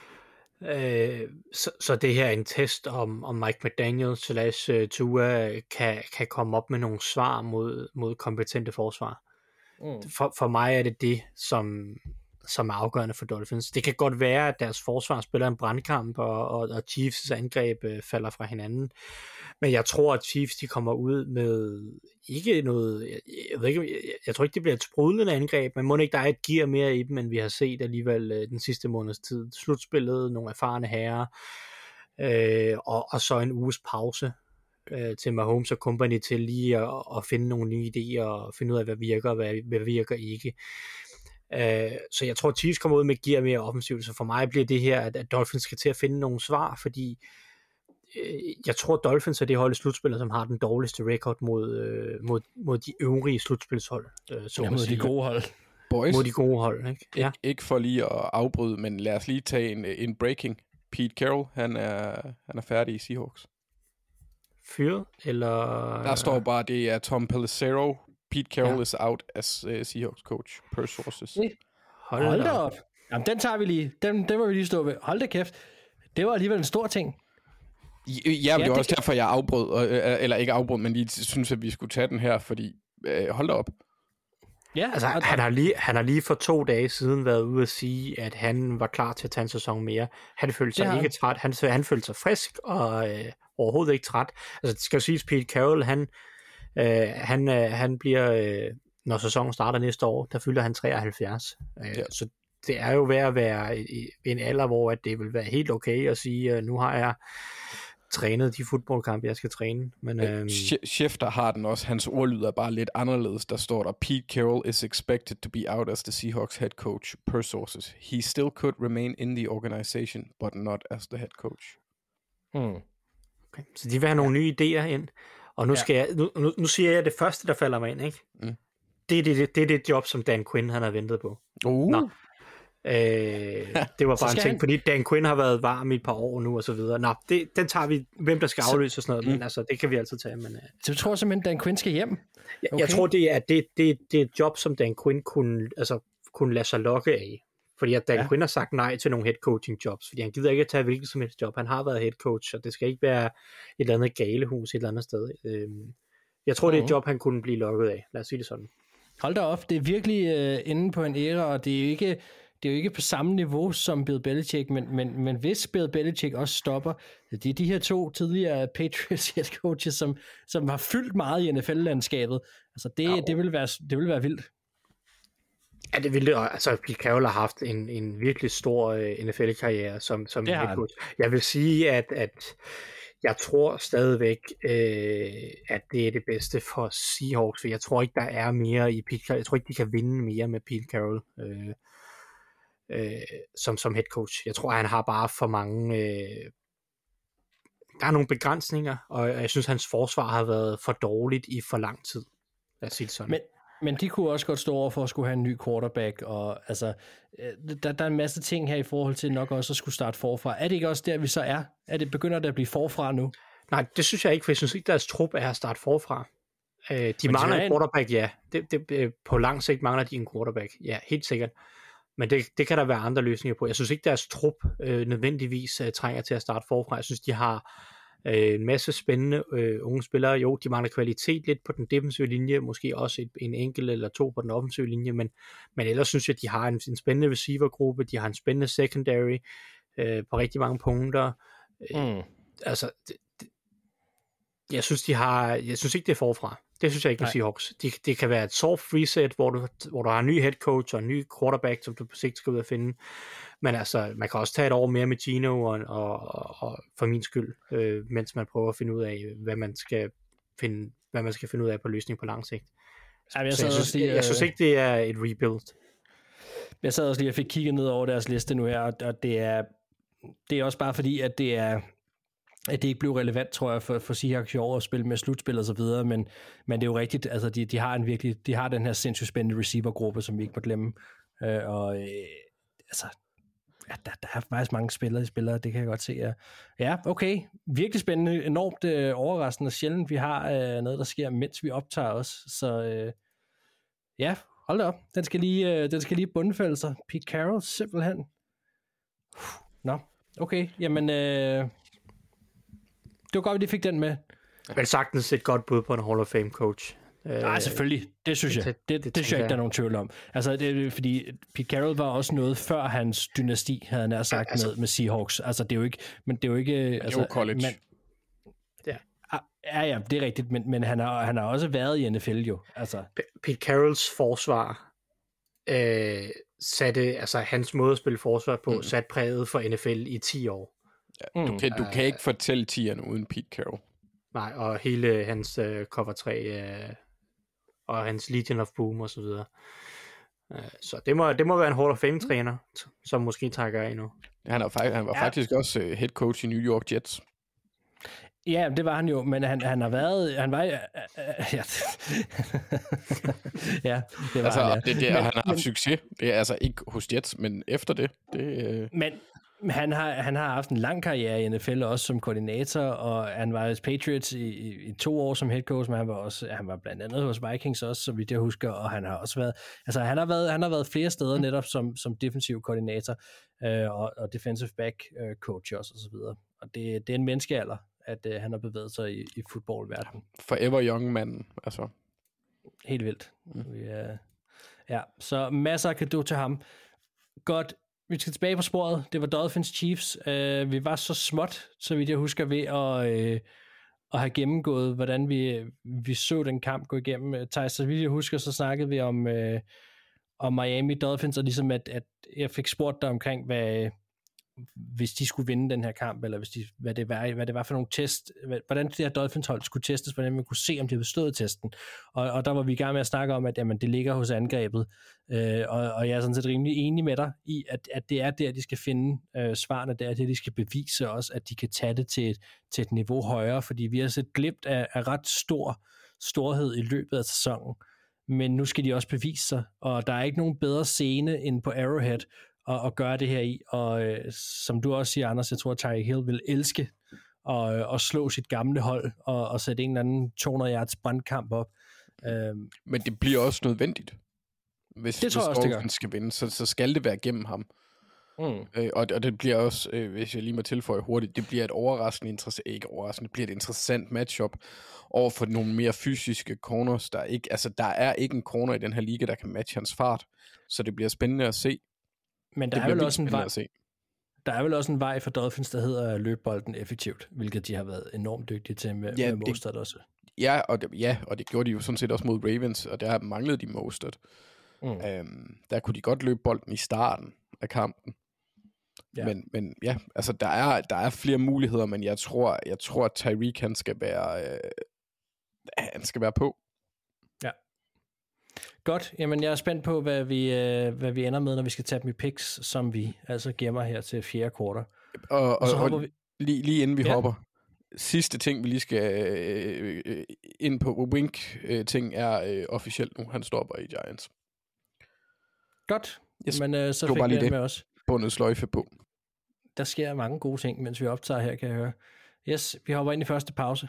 Speaker 6: så det her er en test om Mike McDaniel / Tua kan komme op med nogle svar mod kompetente forsvar. For mig er det som er afgørende for Dolphins. Det kan godt være, at deres forsvar spiller en brandkamp, og Chiefs angreb falder fra hinanden. Men jeg tror, at Chiefs de kommer ud med ikke noget... Jeg tror ikke, det bliver et sprudlende angreb, men må ikke der er et gear mere i dem, end vi har set alligevel den sidste måneds tid. Slutspillet, nogle erfarne herrer, og så en uges pause til Mahomes og company til lige at finde nogle nye idéer og finde ud af, hvad virker og hvad virker ikke. Så jeg tror, at Chiefs kommer ud med gear mere offensivt, så for mig bliver det her, at Dolphins skal til at finde nogle svar, fordi jeg tror, Dolphins er det hold i slutspillet, som har den dårligste record mod de øvrige slutspilshold.
Speaker 4: Mod de gode hold.
Speaker 5: Boys.
Speaker 6: Mod de gode hold, ikke? Ja.
Speaker 5: Ikke for lige at afbryde, men lad os lige tage en breaking. Pete Carroll, han er færdig i Seahawks.
Speaker 6: Fyret, eller...
Speaker 5: Der står bare, det er Tom Pelissero. Pete Carroll is out as Seahawks coach, per sources.
Speaker 4: Hold da op. Jamen, den tager vi lige. Den må vi lige stå ved. Hold da kæft. Det var alligevel en stor ting.
Speaker 5: Ja, det var også derfor, jeg afbrød, eller ikke afbrød, men lige synes, at vi skulle tage den her, fordi hold da op.
Speaker 6: Ja, altså, han har lige for 2 dage siden været ude at sige, at han var klar til at tage en sæson mere. Han følte sig ikke træt. Han følte sig frisk og overhovedet ikke træt. Altså, det skal jo siges, Pete Carroll, han bliver, når sæsonen starter næste år, der fylder han 73. Så det er jo ved at være en alder, hvor at det vil være helt okay at sige, nu har jeg trænet de fodboldkampe, jeg skal træne. Men,
Speaker 5: Schefter har den også. Hans ordlyd er bare lidt anderledes. Der står der, Pete Carroll is expected to be out as the Seahawks head coach per sources. He still could remain in the organization, but not as the head coach.
Speaker 6: Okay. Så de vil have nogle nye idéer ind. Og nu skal jeg, nu siger jeg det første, der falder mig ind, ikke? Det er det job, som Dan Quinn han har ventet på. Nå. Det var bare en ting, fordi Dan Quinn har været varm i et par år nu, og så videre. Nå, den tager vi, hvem der skal afløse og sådan noget, men altså, det kan vi altid tage. Men,
Speaker 4: så du tror simpelthen, Dan Quinn skal hjem?
Speaker 6: Okay. Jeg tror, det er et job, som Dan Quinn kunne lade sig lokke af. Fordi at Dan Quinn har sagt nej til nogle head coaching jobs, fordi han gider ikke at tage hvilket som helst job. Han har været head coach, og det skal ikke være et eller andet galehus et eller andet sted. Jeg tror, det er et job, han kunne blive lokket af. Lad os sige det sådan.
Speaker 4: Hold da op, det er virkelig inde på en æra, og det er jo ikke på samme niveau som Bill Belichick, men hvis Bill Belichick også stopper, det er de her 2 tidligere Patriots head coaches, som har fyldt meget i NFL-landskabet. Altså det vil være vildt.
Speaker 6: Ja, det ville det. Altså, Pete Carroll har haft en virkelig stor NFL-karriere som head coach. Jeg vil sige, at jeg tror stadigvæk, at det er det bedste for Seahawks, for jeg tror ikke, der er mere i Pete Carroll. Jeg tror ikke, de kan vinde mere med Pete Carroll som head coach. Jeg tror, han har bare for mange... der er nogle begrænsninger, og jeg synes, hans forsvar har været for dårligt i for lang tid. Lad os sige det sådan.
Speaker 4: Men de kunne også godt stå over for at skulle have en ny quarterback, og altså, der er en masse ting her i forhold til nok også at skulle starte forfra. Er det ikke også der, vi så er? Begynder det at blive forfra nu?
Speaker 6: Nej, det synes jeg ikke, for jeg synes ikke, deres trup er at starte forfra. De mangler en quarterback, ja. På lang sigt mangler de en quarterback, ja, helt sikkert. Men det kan der være andre løsninger på. Jeg synes ikke, deres trup nødvendigvis trænger til at starte forfra. Jeg synes, de har en masse spændende unge spillere. Jo, de mangler kvalitet lidt på den defensive linje, måske også en enkelt eller 2 på den offensive linje, men ellers synes jeg, at de har en spændende receivergruppe, de har en spændende secondary på rigtig mange punkter. Altså, jeg synes ikke, det er forfra. Det synes jeg ikke med Seahawks. Det kan være et soft reset, hvor du har en ny head coach og en ny quarterback, som du på sigt skal ud at finde. Men altså, man kan også tage et år mere med Gino og for min skyld, mens man prøver at finde ud af, hvad man skal finde ud af på løsning på lang sigt. Jeg synes ikke, det er et rebuild.
Speaker 4: Jeg sad også lige og fik kigget ned over deres liste nu her, og det er også bare fordi, at det ikke blev relevant, tror jeg, for Seahawks i år at spille med slutspil og så videre, men det er jo rigtigt, altså de har den her sindssygt spændende receivergruppe, som vi ikke må glemme, altså, der er faktisk mange spillere, det kan jeg godt se. Ja, okay, virkelig spændende, enormt overraskende, sjældent vi har noget, der sker, mens vi optager os, så ja, hold da op, den skal lige bundfælde sig. Pete Carroll, simpelthen. Nå, okay, jamen... Det var godt, at de fik den med.
Speaker 6: Men sagtens et godt bud på en Hall of Fame coach.
Speaker 4: Nej, selvfølgelig. Det synes jeg. Det synes jeg ikke, der er nogen tvivl om. Altså, det er, fordi Pete Carroll var også noget før hans dynasti, havde han nær sagt, med Seahawks. Altså, det er jo ikke... Men det er jo ikke... Altså,
Speaker 5: det var college.
Speaker 4: Ja, det er rigtigt, men han har også været i NFL jo. Altså.
Speaker 6: Pete Carrolls forsvar satte... Altså, hans måde at spille forsvar på, satte præget for NFL i 10 år.
Speaker 5: Ja, du kan ikke fortælle 10'erne uden Pete Carroll.
Speaker 6: Nej, og hele hans cover 3 og hans Legion of Boom og så videre. Så det må være en Hall of Fame træner, som måske trækker af nu.
Speaker 5: Han var faktisk også head coach i New York Jets.
Speaker 4: Ja, det var han jo, men han har været... Han var... ja, det var
Speaker 5: altså,
Speaker 4: han, ja.
Speaker 5: Han har haft succes. Det er altså ikke hos Jets, men efter det...
Speaker 4: Men han har haft en lang karriere i NFL, også som koordinator, og han var hos Patriots i 2 år som head coach, men han var blandt andet hos Vikings også, så vidt jeg husker, og han har også været... Altså, han har været flere steder netop som defensiv koordinator, og defensive back coach også, og så videre. Og det er en menneskealder, at han har bevæget sig i fodboldverdenen.
Speaker 5: Forever young man, altså.
Speaker 4: Helt vildt. Ja, så masser af cadeau til ham. Godt, vi skal tilbage på sporet. Det var Dolphins Chiefs. Vi var så småt, så vidt jeg husker, ved at have gennemgået, hvordan vi så den kamp gå igennem. Thijs, så vidt jeg husker, så snakkede vi om Miami Dolphins, og ligesom at jeg fik spurgt dig omkring, hvis de skulle vinde den her kamp, eller hvis de, hvad det var for nogle test, hvordan det her Dolphins-hold skulle testes, hvordan man kunne se, om de havde bestået testen. Og der var vi i gang med at snakke om, at jamen, det ligger hos angrebet. Og jeg er sådan set rimelig enig med dig i, at det er der, de skal finde svarene, det er det, de skal bevise også, at de kan tage det til et niveau højere, fordi vi har set glimt af ret storhed i løbet af sæsonen. Men nu skal de også bevise sig, og der er ikke nogen bedre scene end på Arrowhead at gøre det her i, og som du også siger, Anders, jeg tror, at Tyreek Hill vil elske at slå sit gamle hold og sætte en eller anden 200 yards brandkamp op.
Speaker 5: Men det bliver også nødvendigt. Hvis
Speaker 4: Dolphins
Speaker 5: skal vinde, så skal det være gennem ham. Og det bliver også, hvis jeg lige må tilføje hurtigt, det bliver det bliver et interessant matchup over for nogle mere fysiske corners. Der er ikke en corner i den her liga, der kan matche hans fart, så det bliver spændende at se.
Speaker 4: Men der er vel også en vej for Dolphins, der hedder løbe bolden effektivt, hvilket de har været enormt dygtige til med Mostert også.
Speaker 5: Ja, og det gjorde de jo sådan set også mod Ravens, og der manglede de Mostert. Der kunne de godt løbe bolden i starten af kampen. Ja. Men ja, altså der er flere muligheder, men jeg tror at Tyreek han skal være på. Ja.
Speaker 4: Godt. Jamen jeg er spændt på hvad vi ender med, når vi skal tage dem i picks, som vi altså gemmer her til 4. kvartal.
Speaker 5: Og så hopper vi lige inden vi hopper. Sidste ting vi lige skal ind på Wink ting er officielt nu. Han stopper i Giants.
Speaker 4: Godt. Men så fik vi det med os.
Speaker 5: Bundet sløjfe på.
Speaker 4: Der sker mange gode ting, mens vi optager her, kan jeg høre. Yes, vi hopper ind i første pause.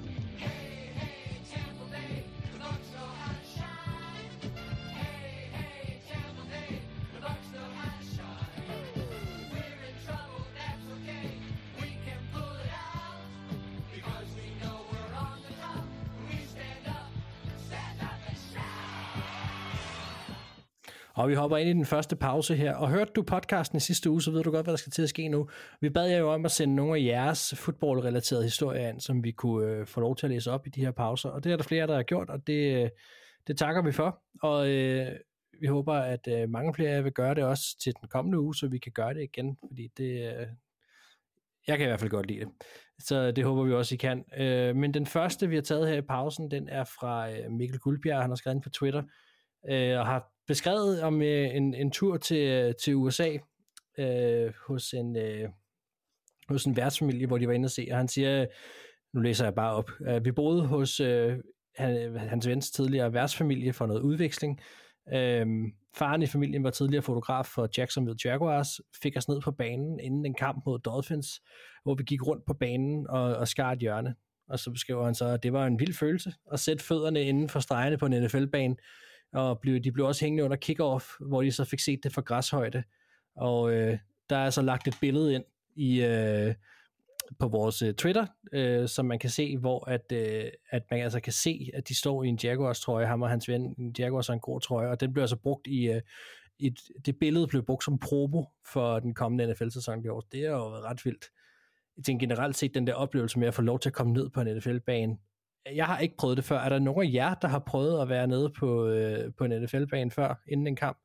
Speaker 4: Og vi hopper ind i den første pause her. Og hørte du podcasten i sidste uge, så ved du godt, hvad der skal til at ske nu. Vi bad jer jo om at sende nogle af jeres fodboldrelaterede historier ind, som vi kunne få lov til at læse op i de her pauser. Og det er der flere, der har gjort, og det takker vi for. Og vi håber, at mange flere vil gøre det også til den kommende uge, så vi kan gøre det igen. Fordi jeg kan i hvert fald godt lide det. Så det håber vi også, I kan. Men den første, vi har taget her i pausen, den er fra Mikkel Guldbjerg. Han har skrevet på Twitter og har beskrevet om en tur til USA hos en værtsfamilie, hvor de var inde og se, og han siger, nu læser jeg bare op, vi boede hos hans vens tidligere værtsfamilie for noget udveksling. Faren i familien var tidligere fotograf for Jacksonville Jaguars, fik os ned på banen inden en kamp mod Dolphins, hvor vi gik rundt på banen og skar et hjørne. Og så beskriver han så, at det var en vild følelse at sætte fødderne inden for stregene på en NFL-bane, og de blev også hængende under kickoff, hvor de så fik set det fra græshøjde. Og der er så lagt et billede ind på vores Twitter, som man kan se, hvor at man altså kan se, at de står i en Jaguars-trøje, ham og hans ven, en Jaguars og en grå trøje, og den blev altså brugt det billede blev brugt som promo for den kommende NFL-sæson i år. Det er jo ret vildt. Jeg tænker generelt set den der oplevelse med at få lov til at komme ned på en NFL-bane. Jeg har ikke prøvet det før. Er der nogen af jer, der har prøvet at være nede på en NFL-bane før, inden en kamp?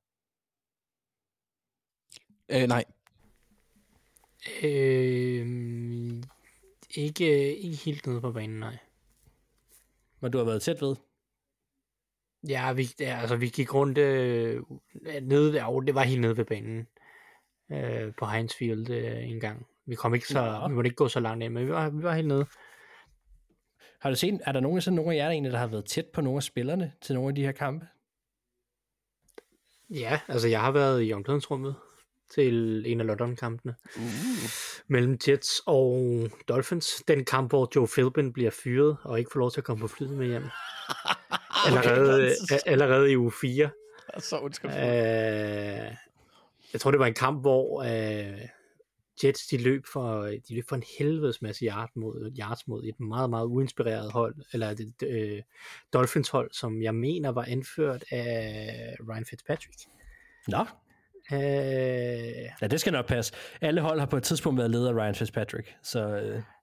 Speaker 5: Nej.
Speaker 6: Ikke helt nede på banen, nej.
Speaker 4: Men du har været tæt ved?
Speaker 6: Ja, vi gik rundt nede, det var helt nede ved banen på Heinz Field en gang. Vi måtte ikke gå så langt ind, men vi var helt nede.
Speaker 4: Har du set, er der nogen af jer egentlig, der har været tæt på nogle af spillerne til nogle af de her kampe?
Speaker 6: Ja, altså jeg har været i omklædningsrummet til en af London-kampene mellem Jets og Dolphins. Den kamp, hvor Joe Philbin bliver fyret og ikke får lov til at komme på flyet med hjem. Allerede i uge 4.
Speaker 5: Så undskyld.
Speaker 6: Jeg tror, det var en kamp, hvor Jets de løb for en helvedes masse yards mod et meget, meget uinspireret hold, eller et Dolphins hold, som jeg mener var anført af Ryan Fitzpatrick.
Speaker 4: Nå. Ja, det skal nok passe. Alle hold har på et tidspunkt været ledet af Ryan Fitzpatrick, så...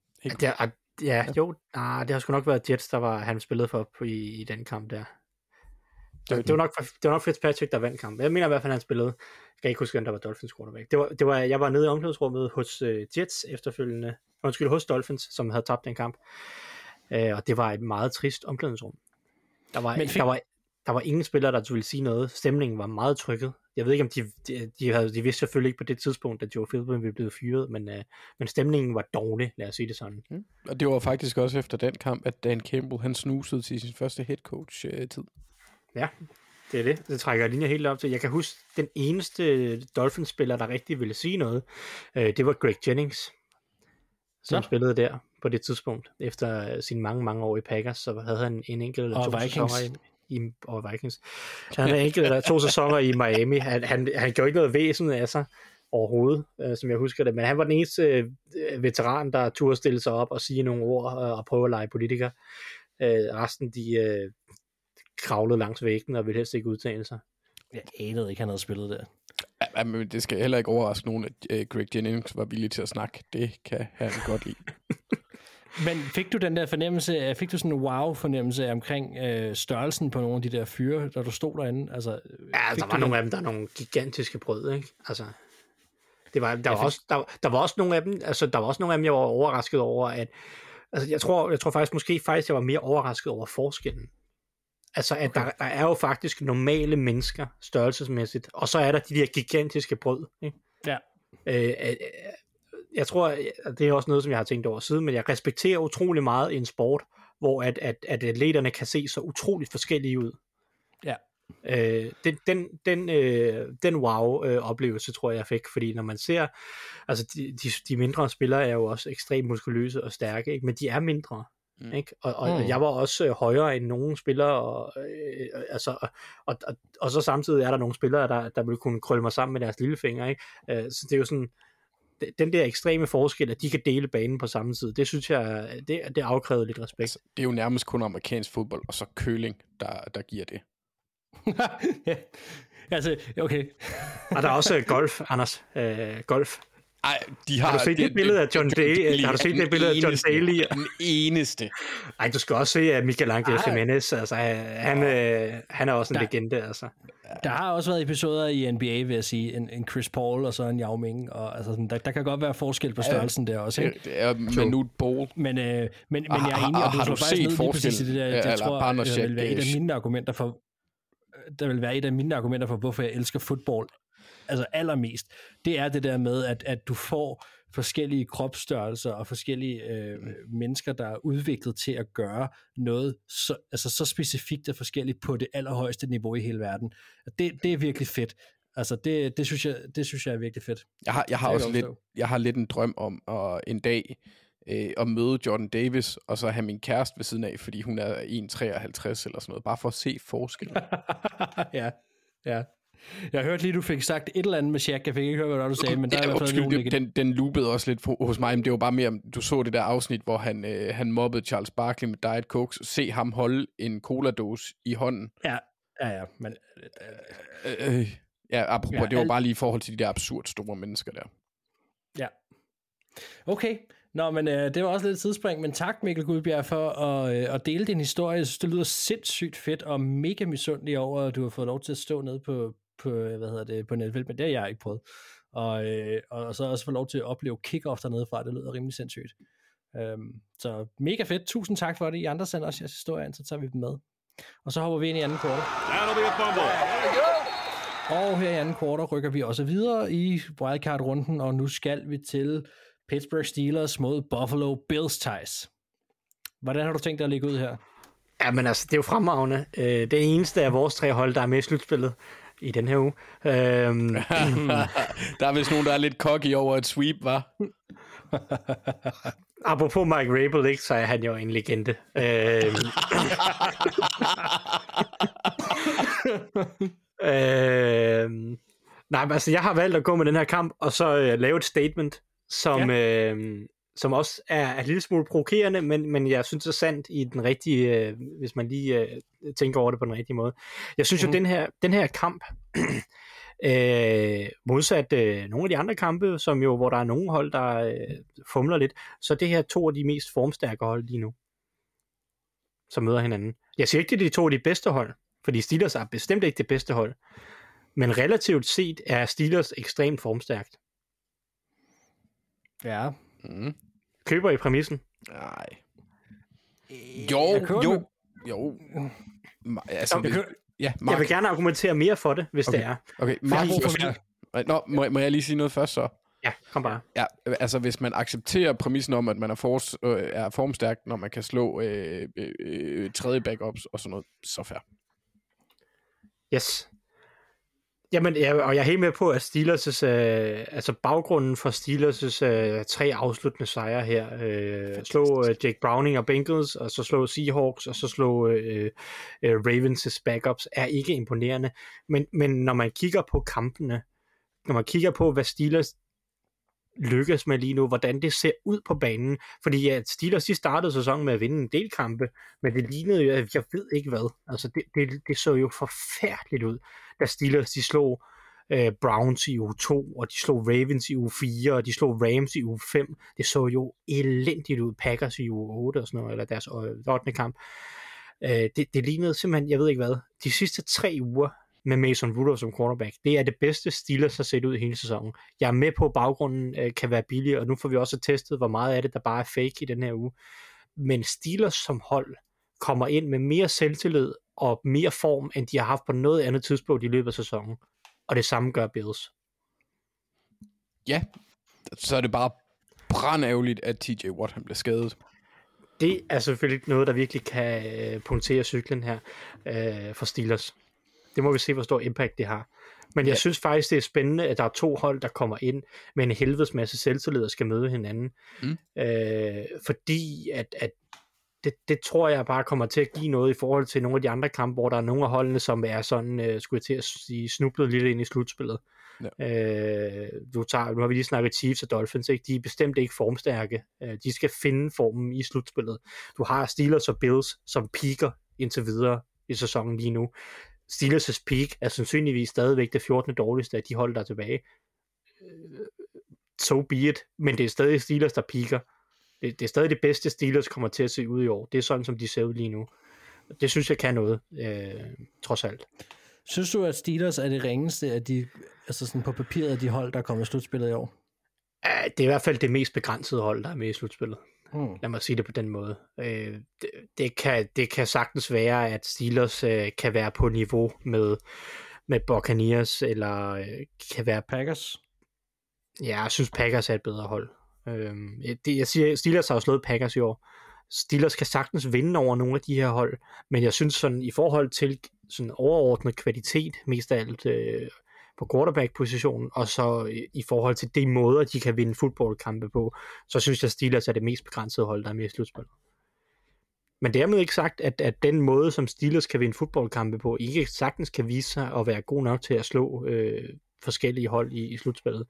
Speaker 4: det har sgu nok været Jets, han spillede for i den kamp der. Det var nok Fitzpatrick, der vandt kampen. Jeg mener i hvert fald, han spillede
Speaker 6: kan ikke huske, hvem der var Dolphins quarterback. Jeg var nede i omklædningsrummet hos Jets efterfølgende, hos Dolphins, som havde tabt den kamp. Og det var et meget trist omklædningsrum. Der var ingen spillere, der ville sige noget. Stemningen var meget trykket. Jeg ved ikke, om de vidste selvfølgelig ikke på det tidspunkt, at Joe Philbin ville blive fyret, men stemningen var dårlig, lad os sige det sådan.
Speaker 5: Og det var faktisk også efter den kamp, at Dan Campbell, han snusede til sin første head coach-tid.
Speaker 6: Ja, det er det. Det trækker linjer helt op til. Jeg kan huske, den eneste Dolphins-spiller, der rigtig ville sige noget, det var Greg Jennings, som spillede der på det tidspunkt. Efter sine mange år i Packers, så havde han en enkelt eller to sæsoner og Vikings. Han havde enkelt eller 2 sæsoner i Miami. Han gjorde ikke noget væsen af sig overhovedet, som jeg husker det, men han var den eneste veteran, der turde stille sig op og sige nogle ord og prøve at lege politiker. Resten, de kravlede langs væggen og ville helst ikke udtale sig.
Speaker 4: Jeg anede ikke, han havde spillet der.
Speaker 5: Ja, men det skal heller ikke overraske nogen, at Greg Jennings var villig til at snakke. Det kan han godt lide.
Speaker 4: Men fik du den der fornemmelse, fik du sådan en wow-fornemmelse omkring størrelsen på nogle af de der fyre, da du stod derinde? Altså,
Speaker 6: ja, der var nogle af dem, der er nogle gigantiske brød, ikke? Altså, der var også nogle af dem, altså der var også nogle af dem, jeg var overrasket over, at altså, jeg tror faktisk, jeg var mere overrasket over forskellen. Altså, at der er jo faktisk normale mennesker, størrelsesmæssigt, og så er der de der gigantiske brød, ikke?
Speaker 4: Ja.
Speaker 6: Jeg tror, det er også noget, som jeg har tænkt over siden, men jeg respekterer utrolig meget i en sport, hvor at atleterne kan se så utroligt forskellige ud.
Speaker 4: Ja.
Speaker 6: Den wow-oplevelse, tror jeg fik, fordi når man ser, altså de mindre spillere er jo også ekstremt muskuløse og stærke, ikke? Men de er mindre. Ikke? Og jeg var også højere end nogle spillere, og så samtidig er der nogle spillere, der vil kunne krølle mig sammen med deres lillefinger, ikke? Så det er jo sådan, den der ekstreme forskel, at de kan dele banen på samme tid, det synes jeg, det afkrævede lidt respekt.
Speaker 5: Altså, det er jo nærmest kun amerikansk fodbold, og så curling, der giver det.
Speaker 4: Altså, okay.
Speaker 6: Og der er også golf, Anders. Golf.
Speaker 5: Ej,
Speaker 6: har du set det billede af John Daly? Har du set det billede af John Daly?
Speaker 5: Den eneste.
Speaker 6: Ej, du skal også se Miguel Angel Jimenez. Altså, han er også en legende, altså.
Speaker 4: Der har også været episoder i NBA, vil jeg sige, en Chris Paul og så en Yao Ming, og altså sådan, der kan godt være forskel på størrelsen der også, ikke?
Speaker 5: Det er Manute Bol.
Speaker 4: Men jeg er enig, og du slår faktisk ned lige præcis i det der. Jeg tror, det vil være et af mine argumenter for, hvorfor jeg elsker fodbold, altså allermest, det er det der med, at du får forskellige kropsstørrelser og forskellige mennesker, der er udviklet til at gøre noget så specifikt og forskelligt på det allerhøjeste niveau i hele verden. Det er virkelig fedt. Altså det synes jeg er virkelig fedt.
Speaker 5: Jeg har lidt en drøm om en dag at møde Jordan Davis og så have min kæreste ved siden af, fordi hun er 1,53 eller sådan noget, bare for at se forskellen.
Speaker 4: Ja. Jeg hørte lige, du fik sagt et eller andet med Shaq. Jeg fik ikke hørt, hvad du sagde, men der er i hvert fald
Speaker 5: den loopede også lidt hos mig, men det var bare mere, du så det der afsnit, hvor han mobbede Charles Barkley med Diet Coke, se ham holde en cola-dåse i hånden.
Speaker 4: Ja, men...
Speaker 5: apropos, det var bare lige i forhold til de der absurd store mennesker der.
Speaker 4: Ja. Okay. Nå, men det var også lidt tidsspring, men tak Mikkel Gudbjerg for at dele din historie. Jeg synes, det lyder sindssygt fedt og mega misundelig over, at du har fået lov til at stå nede på netfelt, men det har jeg ikke prøvet. Og så også få lov til at opleve kick-off dernede fra. Det lyder rimelig sindssygt. Så mega fedt. Tusind tak for det. I andre sender også jeres historie ind, så tager vi dem med. Og så hopper vi ind i anden kvartal. Og her i anden kvartal rykker vi også videre i wildcard-runden, og nu skal vi til Pittsburgh Steelers mod Buffalo Bills, Thijs. Hvordan har du tænkt dig at ligge ud her?
Speaker 6: Ja, men altså, det er jo fremragende. Det eneste af vores 3 hold, der er med i slutspillet i den her uge.
Speaker 5: Der er vist nogen, der er lidt cocky over et sweep, var?
Speaker 6: Apropos Mike Rabel, ikke, så er han jo en legende. Nej, men altså, jeg har valgt at gå med den her kamp, og så lave et statement, som også er en lille smule provokerende, men jeg synes det er sandt i den rigtige, hvis man lige tænker over det på den rigtige måde. Jeg synes jo, den her kamp, modsat nogle af de andre kampe, hvor der er nogle hold, der fumler lidt, så det her 2 af de mest formstærke hold lige nu, som møder hinanden. Jeg siger ikke, det er de 2 af de bedste hold, fordi Steelers er bestemt ikke det bedste hold, Men relativt set er Steelers ekstremt formstærkt.
Speaker 4: Ja.
Speaker 6: Køber I præmissen?
Speaker 5: Nej.
Speaker 4: Jeg køber
Speaker 5: Jo. Altså, ja,
Speaker 6: Jeg vil gerne argumentere mere for det, hvis det er.
Speaker 5: Okay, må jeg lige sige noget først så?
Speaker 6: Ja, kom bare.
Speaker 5: Ja, altså hvis man accepterer præmissen om, at man er formstærk, når man kan slå tredje backups og sådan noget, så fair.
Speaker 6: Yes. Jamen, og jeg er helt med på, at Steelers' altså baggrunden for Steelers' 3 afsluttende sejre her, slå Jake Browning og Bengals, og så slå Seahawks, og så slå Ravens' backups, er ikke imponerende. Men når man kigger på kampene, når man kigger på, hvad Steelers lykkes med lige nu, hvordan det ser ud på banen, fordi at Steelers de startede sæsonen med at vinde en del kampe, men det lignede jo, jeg ved ikke hvad, altså det så jo forfærdeligt ud, da Steelers de slog Browns i uge 2, og de slog Ravens i uge 4, og de slog Rams i uge 5, det så jo elendigt ud, Packers i uge 8 og sådan noget, eller deres 8. kamp, det lignede simpelthen, jeg ved ikke hvad, de sidste 3 uger, med Mason Rudolph som quarterback. Det er det bedste Steelers har set ud i hele sæsonen. Jeg er med på, at baggrunden kan være billig, og nu får vi også testet, hvor meget af det, der bare er fake i den her uge. Men Steelers som hold kommer ind med mere selvtillid og mere form, end de har haft på noget andet tidspunkt i løbet af sæsonen. Og det samme gør Bills.
Speaker 5: Ja, så er det bare brandærgerligt, at TJ Watt han bliver skadet.
Speaker 6: Det er selvfølgelig noget, der virkelig kan punktere cyklen her for Steelers. Det må vi se, hvor stor impact det har. Men jeg synes faktisk, det er spændende, at der er 2 hold, der kommer ind med en helvedes masse selvtillid og skal møde hinanden. Fordi at det tror jeg bare kommer til at give noget i forhold til nogle af de andre kampe, hvor der er nogle af holdene, som er sådan, skulle jeg til at sige, snublet lidt ind i slutspillet. Ja. Nu har vi lige snakket Chiefs og Dolphins, ikke? De er bestemt ikke formstærke. De skal finde formen i slutspillet. Du har Steelers og Bills, som peaker indtil videre i sæsonen lige nu. Steelers' peak er sandsynligvis stadigvæk det 14. dårligste af de hold, der er tilbage. So be it. Men det er stadig Steelers, der peaker. Det er stadig det bedste Steelers kommer til at se ud i år. Det er sådan, som de ser ud lige nu. Det synes jeg kan noget, trods alt.
Speaker 4: Synes du, at Steelers er det ringeste af de, altså sådan på papiret af de hold, der kommer i slutspillet i år?
Speaker 6: Det er i hvert fald det mest begrænsede hold, der er med i slutspillet. Lad mig sige det på den måde. Det kan sagtens være, at Steelers kan være på niveau med Buccaneers, eller kan være
Speaker 4: Packers.
Speaker 6: Ja, jeg synes Packers er et bedre hold. Jeg siger, Steelers har jo slået Packers i år. Steelers kan sagtens vinde over nogle af de her hold, men jeg synes sådan i forhold til sådan overordnet kvalitet, mest af alt på quarterback-positionen, og så i forhold til de måder, de kan vinde fodboldkampe på, så synes jeg, at Steelers er det mest begrænsede hold, der er med i slutspillet. Men dermed ikke sagt, at den måde, som Steelers kan vinde fodboldkampe på, ikke sagtens kan vise sig at være god nok til at slå forskellige hold i slutspillet.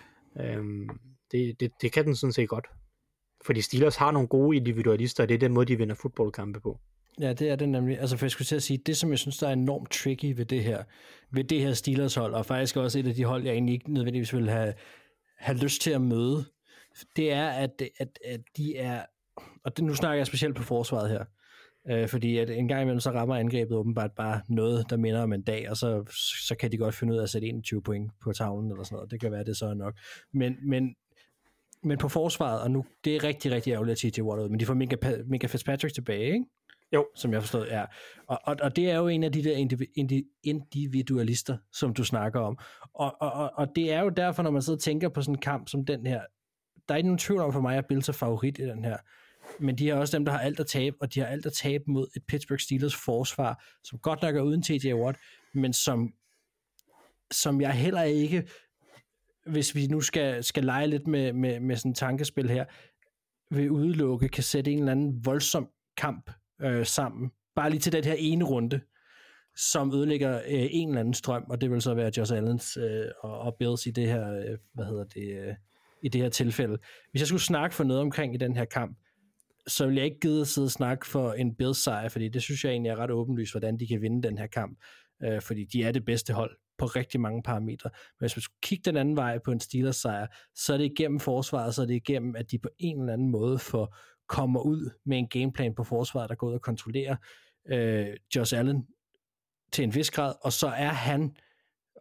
Speaker 6: Det kan den sådan set godt. Fordi Steelers har nogle gode individualister, og det er den måde, de vinder fodboldkampe på.
Speaker 4: Ja, det er det nemlig. Altså, for jeg skulle til at sige, det som jeg synes, der er enormt tricky ved det her Steelers hold, og faktisk også et af de hold, jeg egentlig ikke nødvendigvis vil have lyst til at møde, det er, at de er, og det, nu snakker jeg specielt på forsvaret her, fordi at en gang imellem så rammer angrebet åbenbart bare noget, der minder om en dag, og så kan de godt finde ud af at sætte 21 point på tavlen eller sådan noget. Det kan være, det så er nok. Men på forsvaret, og nu, det er rigtig, rigtig ærgerligt at TJ Watt ud, men de får Minka Fitzpatrick tilbage, ikke?
Speaker 6: Jo.
Speaker 4: Som jeg har forstået, ja. Og det er jo en af de der individualister, som du snakker om. Og det er jo derfor, når man sidder og tænker på sådan en kamp som den her, der er ikke nogen tvivl om for mig, at Bills er favorit i den her. Men de er også dem, der har alt at tabe, og de har alt at tabe mod et Pittsburgh Steelers forsvar, som godt nok er uden TJ Watt, men som jeg heller ikke, hvis vi nu skal lege lidt med sådan et tankespil her, vil udelukke, kan sætte en eller anden voldsom kamp sammen. Bare lige til den her ene runde, som ødelægger en eller anden strøm, og det vil så være Josh Allens og Bills i det her, i det her tilfælde. Hvis jeg skulle snakke for noget omkring i den her kamp, så vil jeg ikke gide at sidde og snakke for en Bills sejr, fordi det synes jeg egentlig er ret åbenlyst, hvordan de kan vinde den her kamp, fordi de er det bedste hold på rigtig mange parametre. Men hvis man skulle kigge den anden vej på en Steelers sejr, så er det igennem forsvaret, så er det igennem, at de på en eller anden måde kommer ud med en gameplan på forsvaret, der går ud og kontrollerer Josh Allen til en vis grad, og så er han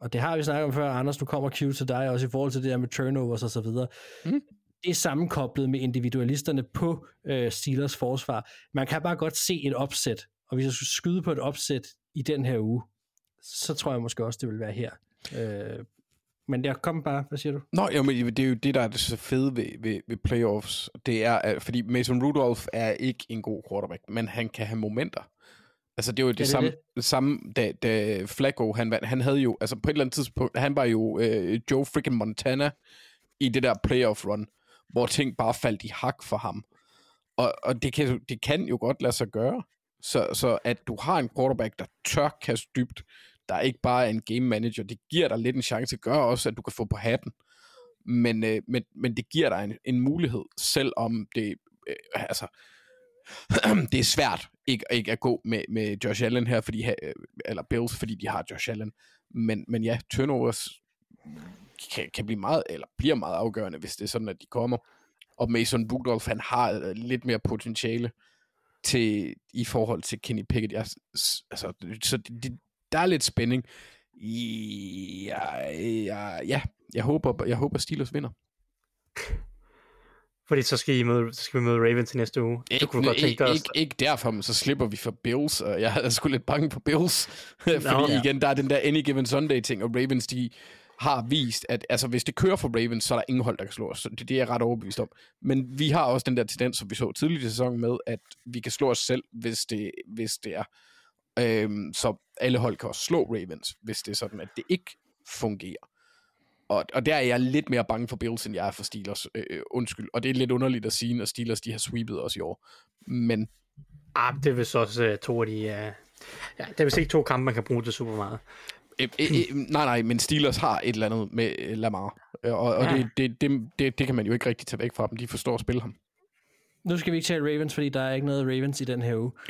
Speaker 4: og det har vi snakket om før, Anders, nu kommer Q til dig, også i forhold til det der med turnovers og så videre. Det er sammenkoblet med individualisterne på Steelers forsvar. Man kan bare godt se et opsæt, og hvis jeg skulle skyde på et opsæt i den her uge, så tror jeg måske også, det vil være her. Men jeg kom bare, hvad siger du?
Speaker 5: Nå, jo, men det er jo det, der er det så fede ved playoffs. Det er, fordi Mason Rudolph er ikke en god quarterback, men han kan have momenter. Altså, det er jo det samme da Flacco, han havde jo, altså på et eller andet tidspunkt, han var jo Joe freaking Montana i det der playoff run, hvor ting bare faldt i hak for ham. Og det kan jo godt lade sig gøre. Så at du har en quarterback, der tør kaste dybt, der ikke bare er en game manager, det giver dig lidt en chance, gør også, at du kan få på hatten. Men det giver dig en mulighed, selvom det, det er svært ikke at gå med Josh Allen her, eller Bills, fordi de har Josh Allen. Men ja, turnovers kan blive meget, eller bliver meget afgørende, hvis det er sådan, at de kommer. Og Mason Rudolph, han har lidt mere potentiale i forhold til Kenny Pickett. Så der er lidt spænding. Jeg håber Steelers vinder.
Speaker 6: Fordi så skal vi møde Ravens i næste uge.
Speaker 5: Ikke derfor, men så slipper vi for Bills, og jeg er sgu lidt bange for Bills. Fordi igen, der er den der Any Given Sunday-ting, og Ravens, de har vist, at altså, hvis det kører for Ravens, så er der ingen hold, der kan slå os. Så det er jeg ret overbevist om. Men vi har også den der tendens, som vi så tidligt i sæsonen med, at vi kan slå os selv, hvis det er. Så alle hold kan også slå Ravens, hvis det er sådan, at det ikke fungerer. Og der er jeg lidt mere bange for Bills, end jeg er for Steelers. Undskyld. Og det er lidt underligt at sige, at Steelers de har sweepet os i år. Men
Speaker 6: det er vist også to af de... det er vist ikke 2 kampe, man kan bruge til super meget.
Speaker 5: Nej, men Steelers har et eller andet med Lamar. Og det kan man jo ikke rigtig tage væk fra dem. De forstår at spille ham.
Speaker 4: Nu skal vi ikke tale Ravens, fordi der er ikke noget Ravens i den her uge.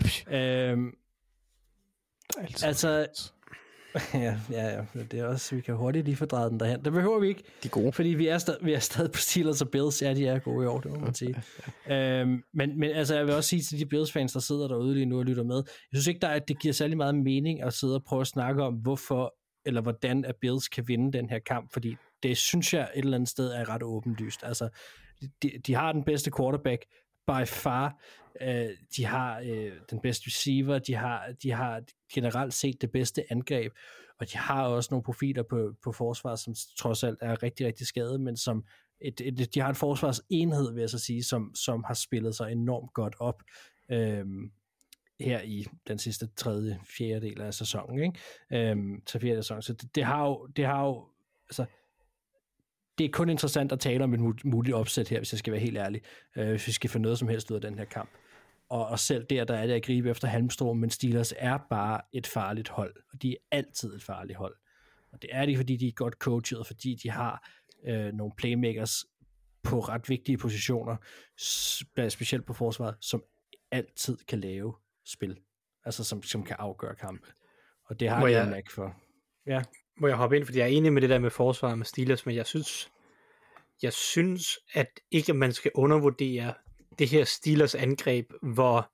Speaker 4: Altså... Ja, det er også, vi kan hurtigt lige fordreje den derhen. Det behøver vi ikke.
Speaker 5: De er gode.
Speaker 4: Fordi vi er stadig på Steelers og Bills. Ja, de er gode i år, det må man sige. Men altså, jeg vil også sige til de Bills-fans, der sidder derude lige nu og lytter med, jeg synes ikke, det giver særlig meget mening at sidde og prøve at snakke om, hvorfor eller hvordan at Bills kan vinde den her kamp, fordi det synes jeg et eller andet sted er ret åbenlyst. Altså, de har den bedste quarterback by far. De har den bedste receiver, de har generelt set det bedste angreb, og de har også nogle profiler på forsvar, som trods alt er rigtig, rigtig skadet, men som de har en forsvarsenhed, vil jeg så sige, som har spillet sig enormt godt op her i den sidste 3.-4. del af sæsonen, ikke? Til 4. sæson. Så det har jo altså, det er kun interessant at tale om et muligt opsæt her, hvis jeg skal være helt ærlig, hvis vi skal få noget som helst ud af den her kamp. Og selv der er det at gribe efter halmstrå, men Steelers er bare et farligt hold, og de er altid et farligt hold. Og det er de, fordi de er godt coachet, fordi de har nogle playmakers på ret vigtige positioner, specielt på forsvaret, som altid kan lave spil, altså som kan afgøre kampe. Og det har de en mærke for. Ja.
Speaker 6: Må jeg hoppe ind, fordi jeg er enig med det der med forsvaret med Steelers, men jeg synes, at ikke man skal undervurdere det her Steelers angreb, hvor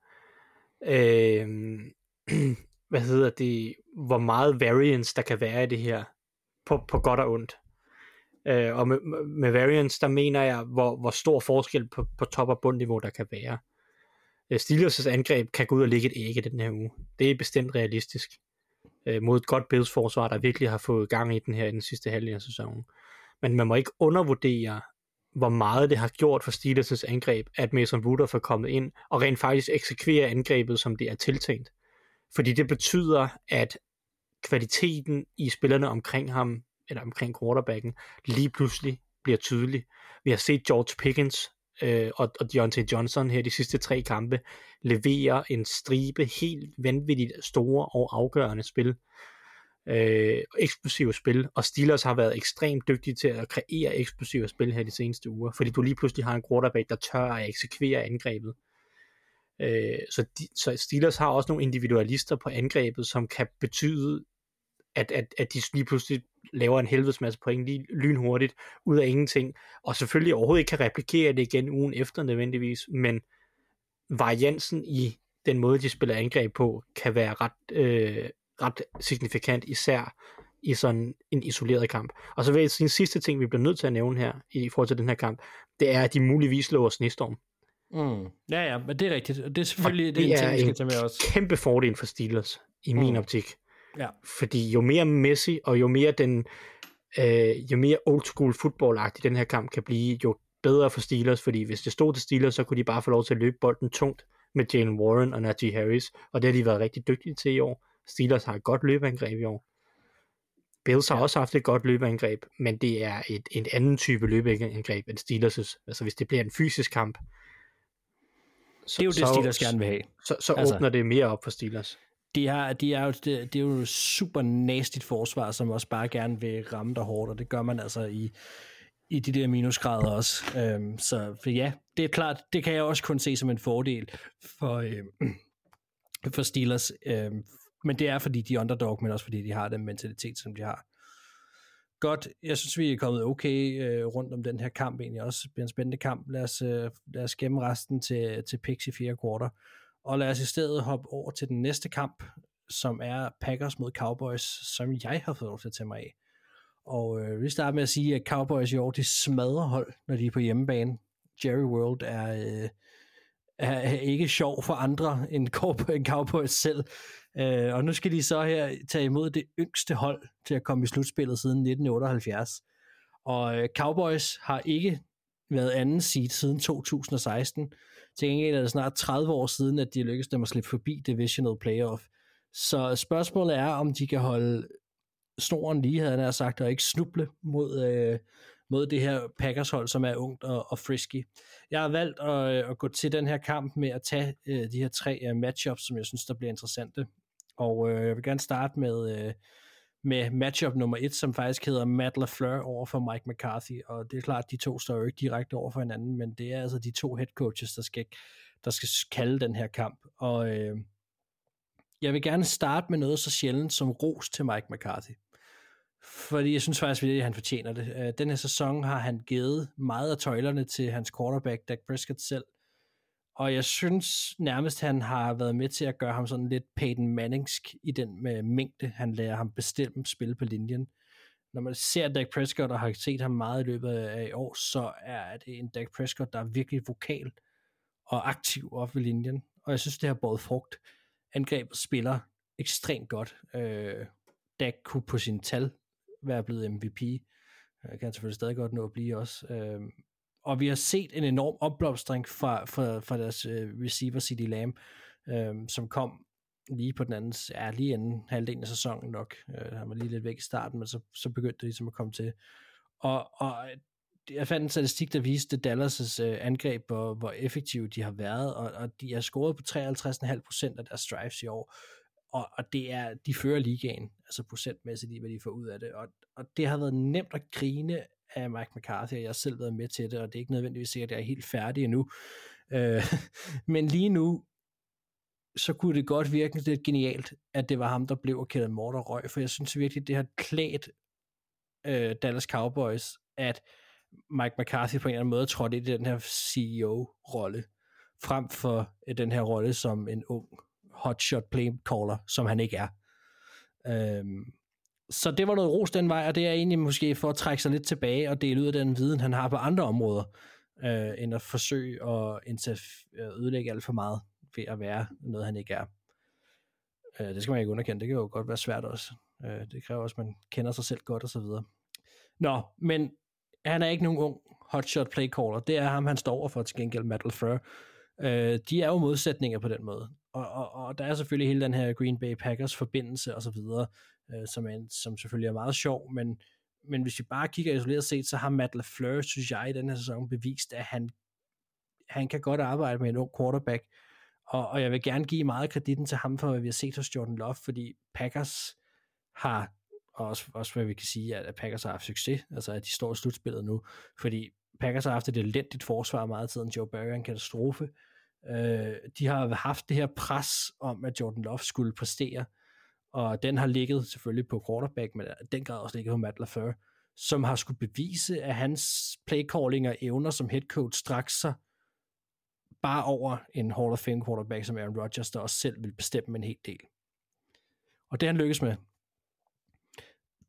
Speaker 6: hvor meget variance der kan være i det her, på godt og ondt. Og med variance, der mener jeg, hvor stor forskel på top- og bundniveau der kan være. Steelers' angreb kan gå ud og ligge et æg i den her uge. Det er bestemt realistisk. Mod et godt Bills forsvar, der virkelig har fået gang i den sidste halvdel af sæsonen. Men man må ikke undervurdere, hvor meget det har gjort for Steelers' angreb, at Mason Rudolph er kommet ind og rent faktisk eksekverer angrebet, som det er tiltænkt. Fordi det betyder, at kvaliteten i spillerne omkring ham, eller omkring quarterbacken, lige pludselig bliver tydelig. Vi har set George Pickens og Deontay Johnson her de sidste 3 kampe levere en stribe helt vanvittigt store og afgørende spil. Eksplosive spil, og Steelers har været ekstremt dygtige til at kreere eksplosive spil her de seneste uger, fordi du lige pludselig har en quarterback, der tør at eksekvere angrebet. Så Steelers har også nogle individualister på angrebet, som kan betyde, at de lige pludselig laver en helvedes masse point lige lynhurtigt, ud af ingenting, og selvfølgelig overhovedet ikke kan replikere det igen ugen efter nødvendigvis, men variansen i den måde, de spiller angreb på, kan være ret signifikant, især i sådan en isoleret kamp. Og så vil jeg sige, en sidste ting, vi bliver nødt til at nævne her, i forhold til den her kamp, det er, at de muligvis lover snestorm.
Speaker 4: Ja, men det er rigtigt. Og det er selvfølgelig
Speaker 6: det
Speaker 4: en ting, vi skal
Speaker 6: en
Speaker 4: tage med også.
Speaker 6: kæmpe fordel for Steelers, i min optik.
Speaker 4: Ja.
Speaker 6: Fordi jo mere Messi, og jo mere old school football-agtig den her kamp kan blive, jo bedre for Steelers, fordi hvis det stod til Steelers, så kunne de bare få lov til at løbe bolden tungt med Jalen Warren og Najee Harris, og det har de været rigtig dygtige til i år. Steelers har et godt løbeangreb i år. Bills har også haft et godt løbeangreb, men det er et anden type løbeangreb end Steelers'. Altså hvis det bliver en fysisk kamp,
Speaker 4: det er jo det, Steelers gerne vil have.
Speaker 6: Så åbner det mere op for Steelers.
Speaker 4: Det er jo super nastigt forsvar, som også bare gerne vil ramme dig hårdt, og det gør man altså i de der minusgrader også. Så ja, det er klart, det kan jeg også kun se som en fordel for Steelers. Men det er, fordi de er underdog, men også fordi de har den mentalitet, som de har. Godt, jeg synes, vi er kommet okay rundt om den her kamp egentlig også. Det bliver en spændende kamp. Lad os gemme resten til picks i 4. kvarter. Og lad os i stedet hoppe over til den næste kamp, som er Packers mod Cowboys, som jeg har fået lov til at tage mig af. Og vi starter med at sige, at Cowboys i år, de smadrer hold, når de er på hjemmebane. Jerry World er ikke sjov for andre end Cowboys selv. Og nu skal de så her tage imod det yngste hold til at komme i slutspillet siden 1978. Og Cowboys har ikke været anden seed siden 2016. Til gengæld er det snart 30 år siden, at de lykkedes dem at slippe forbi Divisional Playoff. Så spørgsmålet er, om de kan holde snoren lige, havde jeg sagt, og ikke snuble mod det her Packers-hold, som er ungt og frisky. Jeg har valgt at gå til den her kamp med at tage de her 3 matchups, som jeg synes, der bliver interessante. Og jeg vil gerne starte med matchup nummer 1, som faktisk hedder Matt LaFleur over for Mike McCarthy. Og det er klart, de to står jo ikke direkte over for hinanden, men det er altså de 2 head coaches, der skal kalde den her kamp. Og jeg vil gerne starte med noget så sjældent som ros til Mike McCarthy. Fordi jeg synes faktisk, at han fortjener det. Den her sæson har han givet meget af tøjlerne til hans quarterback, Dak Prescott selv. Og jeg synes nærmest, han har været med til at gøre ham sådan lidt Peyton Manningsk i den med mængde, han lærer ham bestemme spil på linjen. Når man ser Dak Prescott og har set ham meget i løbet af år, så er det en Dak Prescott, der er virkelig vokal og aktiv op ved linjen. Og jeg synes, det har båret frugt. Angrebet spiller ekstremt godt. Dak kunne på sine tal være blevet MVP. Jeg kan selvfølgelig stadig godt nå at blive også. Og vi har set en enorm opblomstring fra deres receiver CeeDee Lamb, som kom lige på den anden, lige inden halvdelen af sæsonen nok. Han var lige lidt væk i starten, men så begyndte det ligesom at komme til. Og jeg fandt en statistik, der viste Dallas' angreb, hvor effektive de har været, og de har scoret på 53,5% af deres drives i år. Og de fører ligaen, altså procentmæssigt i, hvad de får ud af det. Og det har været nemt at grine af Mike McCarthy, og jeg har selv været med til det, og det er ikke nødvendigvis sikkert, at jeg er helt færdig endnu. Men lige nu, så kunne det godt virke lidt genialt, at det var ham, der blev og Kellen Moore, der røg, for jeg synes virkelig, det har klædt Dallas Cowboys, at Mike McCarthy på en eller anden måde trådte i den her CEO-rolle, frem for den her rolle som en ung hotshot playcaller, som han ikke er. Så det var noget ros den vej, og det er egentlig måske for at trække sig lidt tilbage og dele ud af den viden, han har på andre områder, end at forsøge at ødelægge alt for meget ved at være noget, han ikke er. Det skal man ikke underkende, det kan jo godt være svært også. Det kræver også, at man kender sig selv godt og så videre. Nå, men han er ikke nogen ung hotshot playcaller. Det er ham, han står over for til gengæld, Matt LaFleur. De er jo modsætninger på den måde. Og der er selvfølgelig hele den her Green Bay Packers forbindelse og så videre, som selvfølgelig er meget sjov, men hvis vi bare kigger isoleret set, så har Matt LaFleur, synes jeg, i den her sæson bevist, at han kan godt arbejde med en ung quarterback, og jeg vil gerne give meget kreditten til ham for, hvad vi har set hos Jordan Love, fordi Packers har, og også hvad vi kan sige, at Packers har haft succes, altså at de står i slutspillet nu, fordi Packers har haft et elendigt forsvar meget tiden, Joe Barry er en katastrofe. De har haft det her pres om, at Jordan Love skulle præstere, og den har ligget selvfølgelig på quarterback, men den grad også ligget på Matt LaFleur, som har skulle bevise, at hans playcalling og evner som head coach straks sig bare over en Hall of Fame quarterback som Aaron Rodgers, der også selv vil bestemme en hel del. Og det han lykkes med.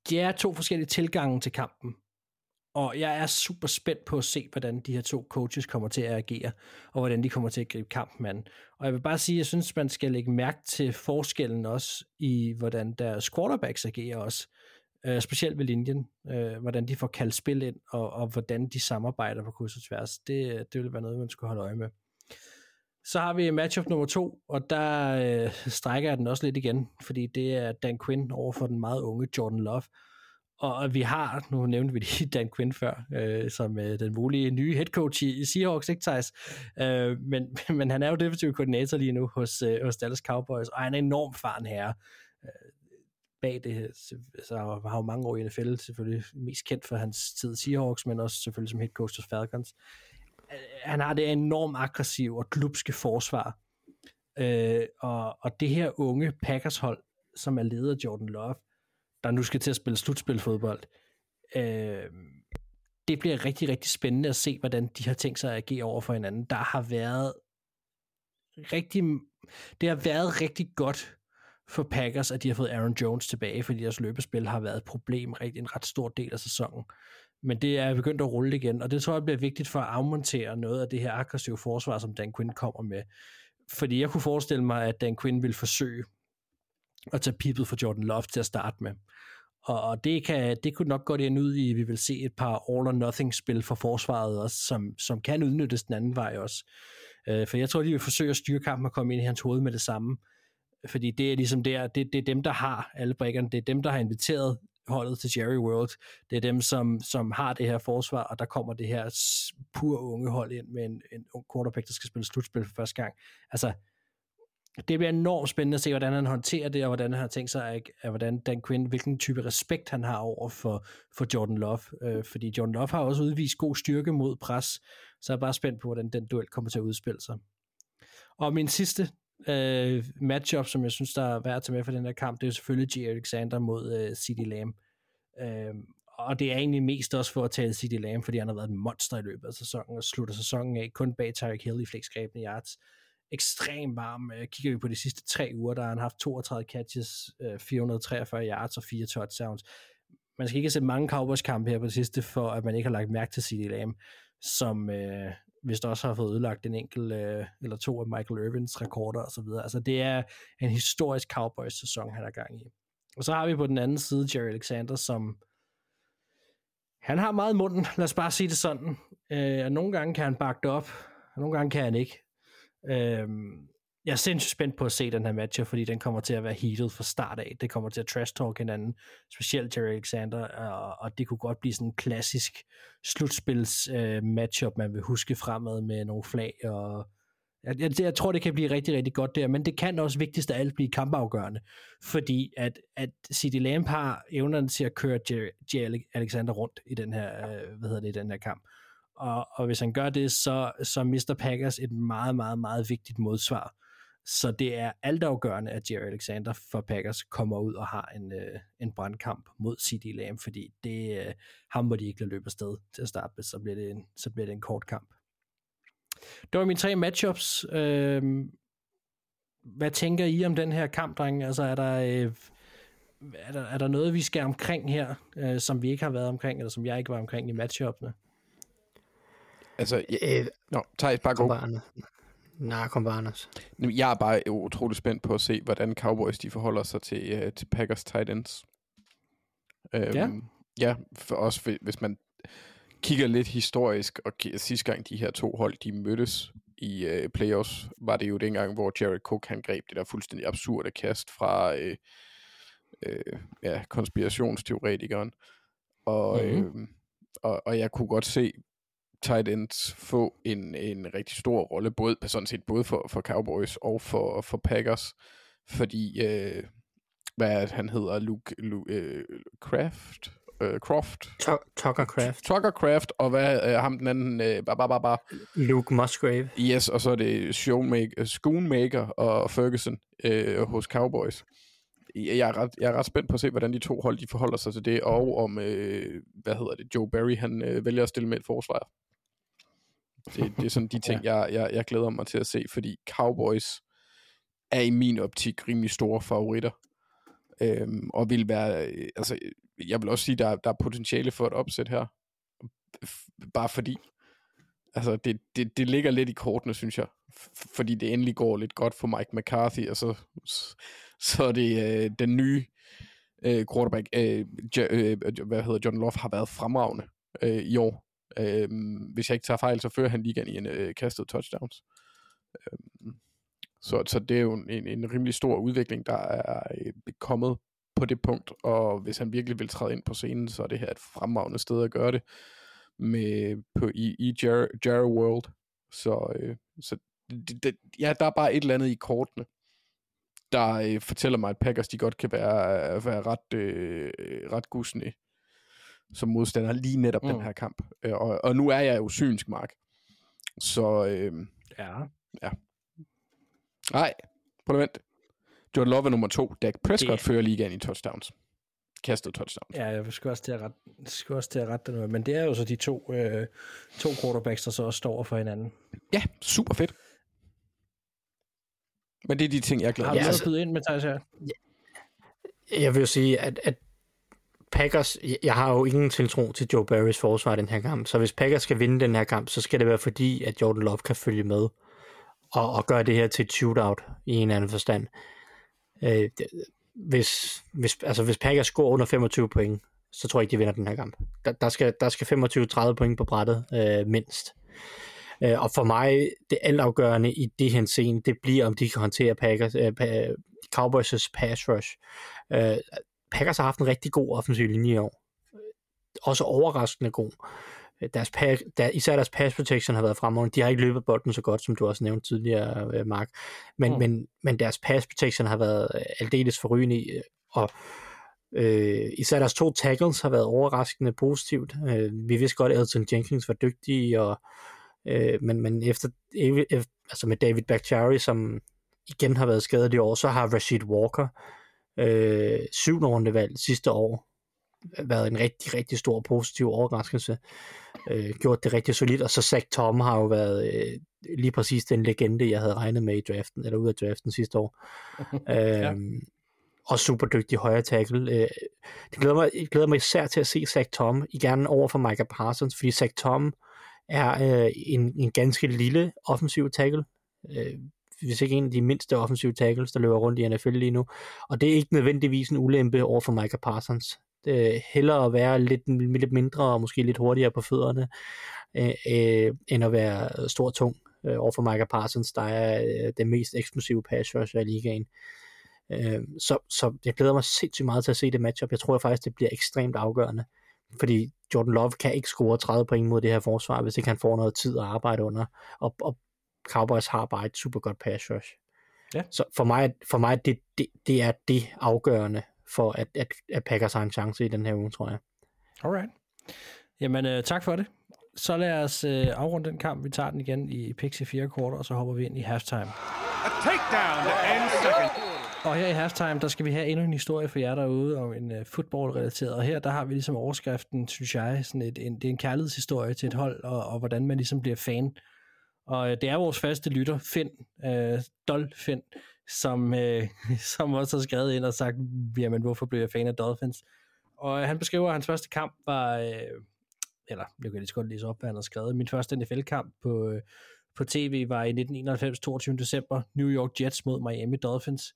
Speaker 4: det er 2 forskellige tilgange til kampen. Og jeg er super spændt på at se, hvordan de her 2 coaches kommer til at agere, og hvordan de kommer til at gribe kampen an. Og jeg vil bare sige, at jeg synes, man skal lægge mærke til forskellen også i, hvordan deres quarterbacks agerer også. Specielt ved linjen. Hvordan de får kaldt spil ind, og hvordan de samarbejder på kryds og tværs. Det vil være noget, man skulle holde øje med. Så har vi matchup nummer 2, og der strækker jeg den også lidt igen, fordi det er Dan Quinn over for den meget unge Jordan Love. Og vi har, nu nævnte vi lige Dan Quinn før, som den mulige nye head coach i Seahawks, ikke Thijs? Men han er jo defensive koordinator lige nu hos Dallas Cowboys, og han er en enormt faren herre. Bag det, så har jo mange år i NFL, selvfølgelig mest kendt for hans tid i Seahawks, men også selvfølgelig som head coach hos Falcons. Han har det enormt aggressive og glupske forsvar. Og det her unge Packers-hold, som er ledet af Jordan Love, der nu skal til at spille slutspilfodbold, det bliver rigtig, rigtig spændende at se, hvordan de har tænkt sig at agere over for hinanden. Det har været rigtig godt for Packers, at de har fået Aaron Jones tilbage, fordi deres løbespil har været et problem en ret stor del af sæsonen. Men det er begyndt at rulle igen, og det tror jeg bliver vigtigt for at afmontere noget af det her aggressive forsvar, som Dan Quinn kommer med. Fordi jeg kunne forestille mig, at Dan Quinn ville forsøge at tage pippet for Jordan Love til at starte med. Og det kunne nok godt ende ud i, vi vil se et par all-or-nothing-spil for forsvaret også, som kan udnyttes den anden vej også. For jeg tror, de vil forsøge at styre kampen og komme ind i hans hoved med det samme. Fordi det er ligesom det er dem, der har alle brikkerne. Det er dem, der har inviteret holdet til Jerry World. Det er dem, som har det her forsvar, og der kommer det her pur unge hold ind med en ung quarterback, der skal spille slutspil for første gang. Altså, det bliver enormt spændende at se, hvordan han håndterer det, og hvordan han har tænkt sig, hvordan Dan Quinn, hvilken type respekt han har over for Jordan Love. Fordi Jordan Love har også udvist god styrke mod pres, så jeg er bare spændt på, hvordan den duel kommer til at udspille sig. Og min sidste matchup, som jeg synes, der er værd at tage med for den her kamp, det er jo selvfølgelig J. Alexander mod CeeDee Lamb. Og det er egentlig mest også for at tale CeeDee Lamb, fordi han har været en monster i løbet af sæsonen, og slutter sæsonen af kun bag Tyreek Hill i flest grebne yards. Ekstremt varm. Kigger vi på de sidste 3 uger, der har han haft 32 catches, 443 yards og 4 touchdowns. Man skal ikke se mange Cowboys-kampe her på det sidste, for at man ikke har lagt mærke til CeeDee Lamb, som vist også har fået ødelagt en enkelt eller 2 af Michael Irvins rekorder og så videre. Altså det er en historisk Cowboys-sæson, han er gang i. Og så har vi på den anden side Jerry Alexander, som han har meget i munden, lad os bare sige det sådan. Og nogle gange kan han bakke det op, og nogle gange kan han ikke. Jeg er sindssygt spændt på at se den her match, fordi den kommer til at være heated fra start af. Det kommer til at trash-talk hinanden, specielt Jerry Alexander, og det kunne godt blive sådan en klassisk slutspils matchup, man vil huske fremad med nogle flag, og jeg tror, det kan blive rigtig, rigtig godt der, men det kan også vigtigst af alt blive kampafgørende, fordi at CeeDee Lamb har evnerne til at køre Jerry Alexander rundt i den her, i den her kamp. Og hvis han gør det, så mister Packers et meget, meget, meget vigtigt modsvar. Så det er altafgørende, at Jerry Alexander for Packers kommer ud og har en brandkamp mod CeeDee Lamb, fordi ham må de ikke lade løbe afsted til at starte med, så bliver det en kort kamp. Det var mine 3 matchups. Hvad tænker I om den her kamp, drenge? Altså er der noget, vi skal omkring her, som vi ikke har været omkring, eller som jeg ikke var omkring i matchupene?
Speaker 5: Altså, Thijs, bare gå.
Speaker 6: Kom bare, Anders.
Speaker 5: Jeg er bare utrolig spændt på at se, hvordan Cowboys de forholder sig til Packers tight ends. Ja, for også hvis man kigger lidt historisk, og sidste gang de her 2 hold, de mødtes i playoffs, var det jo dengang, hvor Jared Cook han greb det der fuldstændig absurde kast fra konspirationsteoretikeren. Og jeg kunne godt se tight ends få en rigtig stor rolle, både for Cowboys og for Packers, fordi hvad han hedder, Tucker Kraft, og hvad ham den anden,
Speaker 6: Luke Musgrave.
Speaker 5: Yes, og så er det Schoonmaker og Ferguson hos Cowboys. Jeg er ret spændt på at se, hvordan de 2 hold de forholder sig til det, og om Joe Barry han vælger at stille med et forsvar. Det er sådan de ting, jeg glæder mig til at se, fordi Cowboys er i min optik rimelig store favoritter, og vil være, jeg vil også sige, der er potentiale for et opsæt her. Bare fordi, altså det ligger lidt i kortene, synes jeg. Fordi det endelig går lidt godt for Mike McCarthy, og så er det den nye quarterback, Jordan Love har været fremragende i år. Hvis jeg ikke tager fejl, så fører han ligaen i en kastet touchdowns. Så det er jo en rimelig stor udvikling, der er kommet på det punkt, og hvis han virkelig vil træde ind på scenen, så er det her et fremragende sted at gøre det i Jerry World. Så ja, der er bare et eller andet i kortene, der fortæller mig, at Packers de godt kan være ret gusne som modstander lige netop den her kamp. Og nu er jeg jo synsk, Mark. Så
Speaker 4: ja.
Speaker 5: Nej, på det vent. Jordan Love er nummer 2. Dak Prescott fører ligaen i touchdowns. Kastet touchdowns.
Speaker 4: Ja, jeg skal også til at rette det, men det er jo så de to quarterbacks, der så også står for hinanden.
Speaker 5: Ja, super fedt. Men det er de ting, jeg glæder
Speaker 4: mig. Har du noget at byde ind med, Thijs her?
Speaker 6: Jeg vil jo sige, at Packers, jeg har jo ingen tiltro til Joe Barrys forsvar i den her kamp, så hvis Packers skal vinde den her kamp, så skal det være fordi, at Jordan Love kan følge med og gøre det her til et shootout i en anden forstand. Hvis Packers scorer under 25 point, så tror jeg ikke, de vinder den her kamp. Der skal 25-30 point på brættet mindst. Og for mig, det altafgørende i det her scene, det bliver, om de kan håndtere Cowboys' pass rush. Packers har haft en rigtig god offensiv linje i år. Også overraskende god. Især deres pass protection har været fremragende. De har ikke løbet bolden så godt, som du også nævnte tidligere, Mark. Men deres pass protection har været aldeles forrygende, og især deres 2 tackles har været overraskende positivt. Vi vidste godt, at Elton Jenkins var dygtig, men efter med David Bakhtiari, som igen har været skadet i år, så har Rashid Walker 7. rundevalg sidste år været en rigtig, rigtig stor positiv overraskelse. Gjort det rigtig solidt, og så Zach Tom har jo været lige præcis den legende, jeg havde regnet med i draften, eller ud af draften sidste år. Og super dygtig højre tackle. Det glæder mig især til at se Zach Tom, gerne over for Micah Parsons, fordi Zach Tom er en ganske lille offensiv tackle. Hvis ikke en af de mindste offensive tackles, der løber rundt i NFL lige nu. Og det er ikke nødvendigvis en ulempe over for Micah Parsons. Det er hellere at være lidt mindre og måske lidt hurtigere på fødderne, end at være stor og tung over for Micah Parsons, der er den mest eksplosive pass rusher i ligaen. Så jeg glæder mig sindssygt meget til at se det matchup. Jeg tror faktisk, det bliver ekstremt afgørende, fordi Jordan Love kan ikke score 30 point mod det her forsvar, hvis ikke han får noget tid at arbejde under, og Cowboys har bare et super godt pass rush. Ja. Så for mig det er det afgørende for, at Packers har en chance i den her uge, tror jeg.
Speaker 4: Alright. Jamen, tak for det. Så lad os afrunde den kamp. Vi tager den igen i picks i 4 kvarter, og så hopper vi ind i halftime.
Speaker 2: A takedown to end second.
Speaker 4: Og her i halftime, der skal vi have endnu en historie for jer derude om en football-relateret. Og her, der har vi ligesom overskriften, synes jeg, sådan det er en kærlighedshistorie til et hold, og hvordan man ligesom bliver fan. Og det er vores faste lytter, Finn, Dolphin, som også har skrevet ind og sagt, jamen, hvorfor blev jeg fan af Dolphins? Og han beskriver, at hans første kamp var, eller det kan jeg lige så godt læse op, hvad han har skrevet. Min første NFL-kamp på tv var i 1991, 22. december, New York Jets mod Miami Dolphins.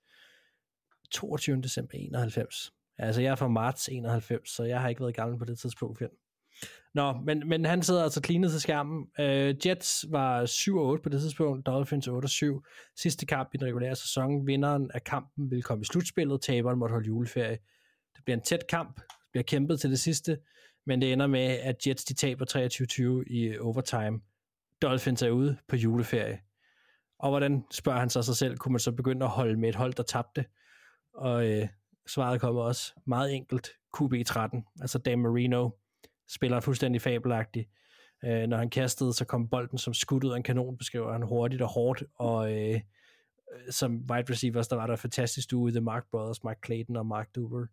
Speaker 4: 22. december 91. Altså, jeg er fra marts 91, så jeg har ikke været gammel på det tidspunkt, Finn. Nå, men han sidder altså cleanet til skærmen. Jets var 7-8 på det tidspunkt, Dolphins 8-7. Sidste kamp i den regulære sæson. Vinderen af kampen ville komme i slutspillet, taberen måtte holde juleferie. Det bliver en tæt kamp, bliver kæmpet til det sidste, men det ender med, at Jets de taber 23-20 i overtime. Dolphins er ude på juleferie. Og hvordan, spørger han sig selv, kunne man så begynde at holde med et hold, der tabte? Og svaret kommer også meget enkelt. QB13, altså Dan Marino, spiller fuldstændig fabelagtigt. Når han kastede, så kom bolden som skudt ud af en kanon, beskriver han hurtigt og hårdt, og som wide receivers, der var der fantastisk duo, The Mark Brothers, Mark Clayton og Mark Duber.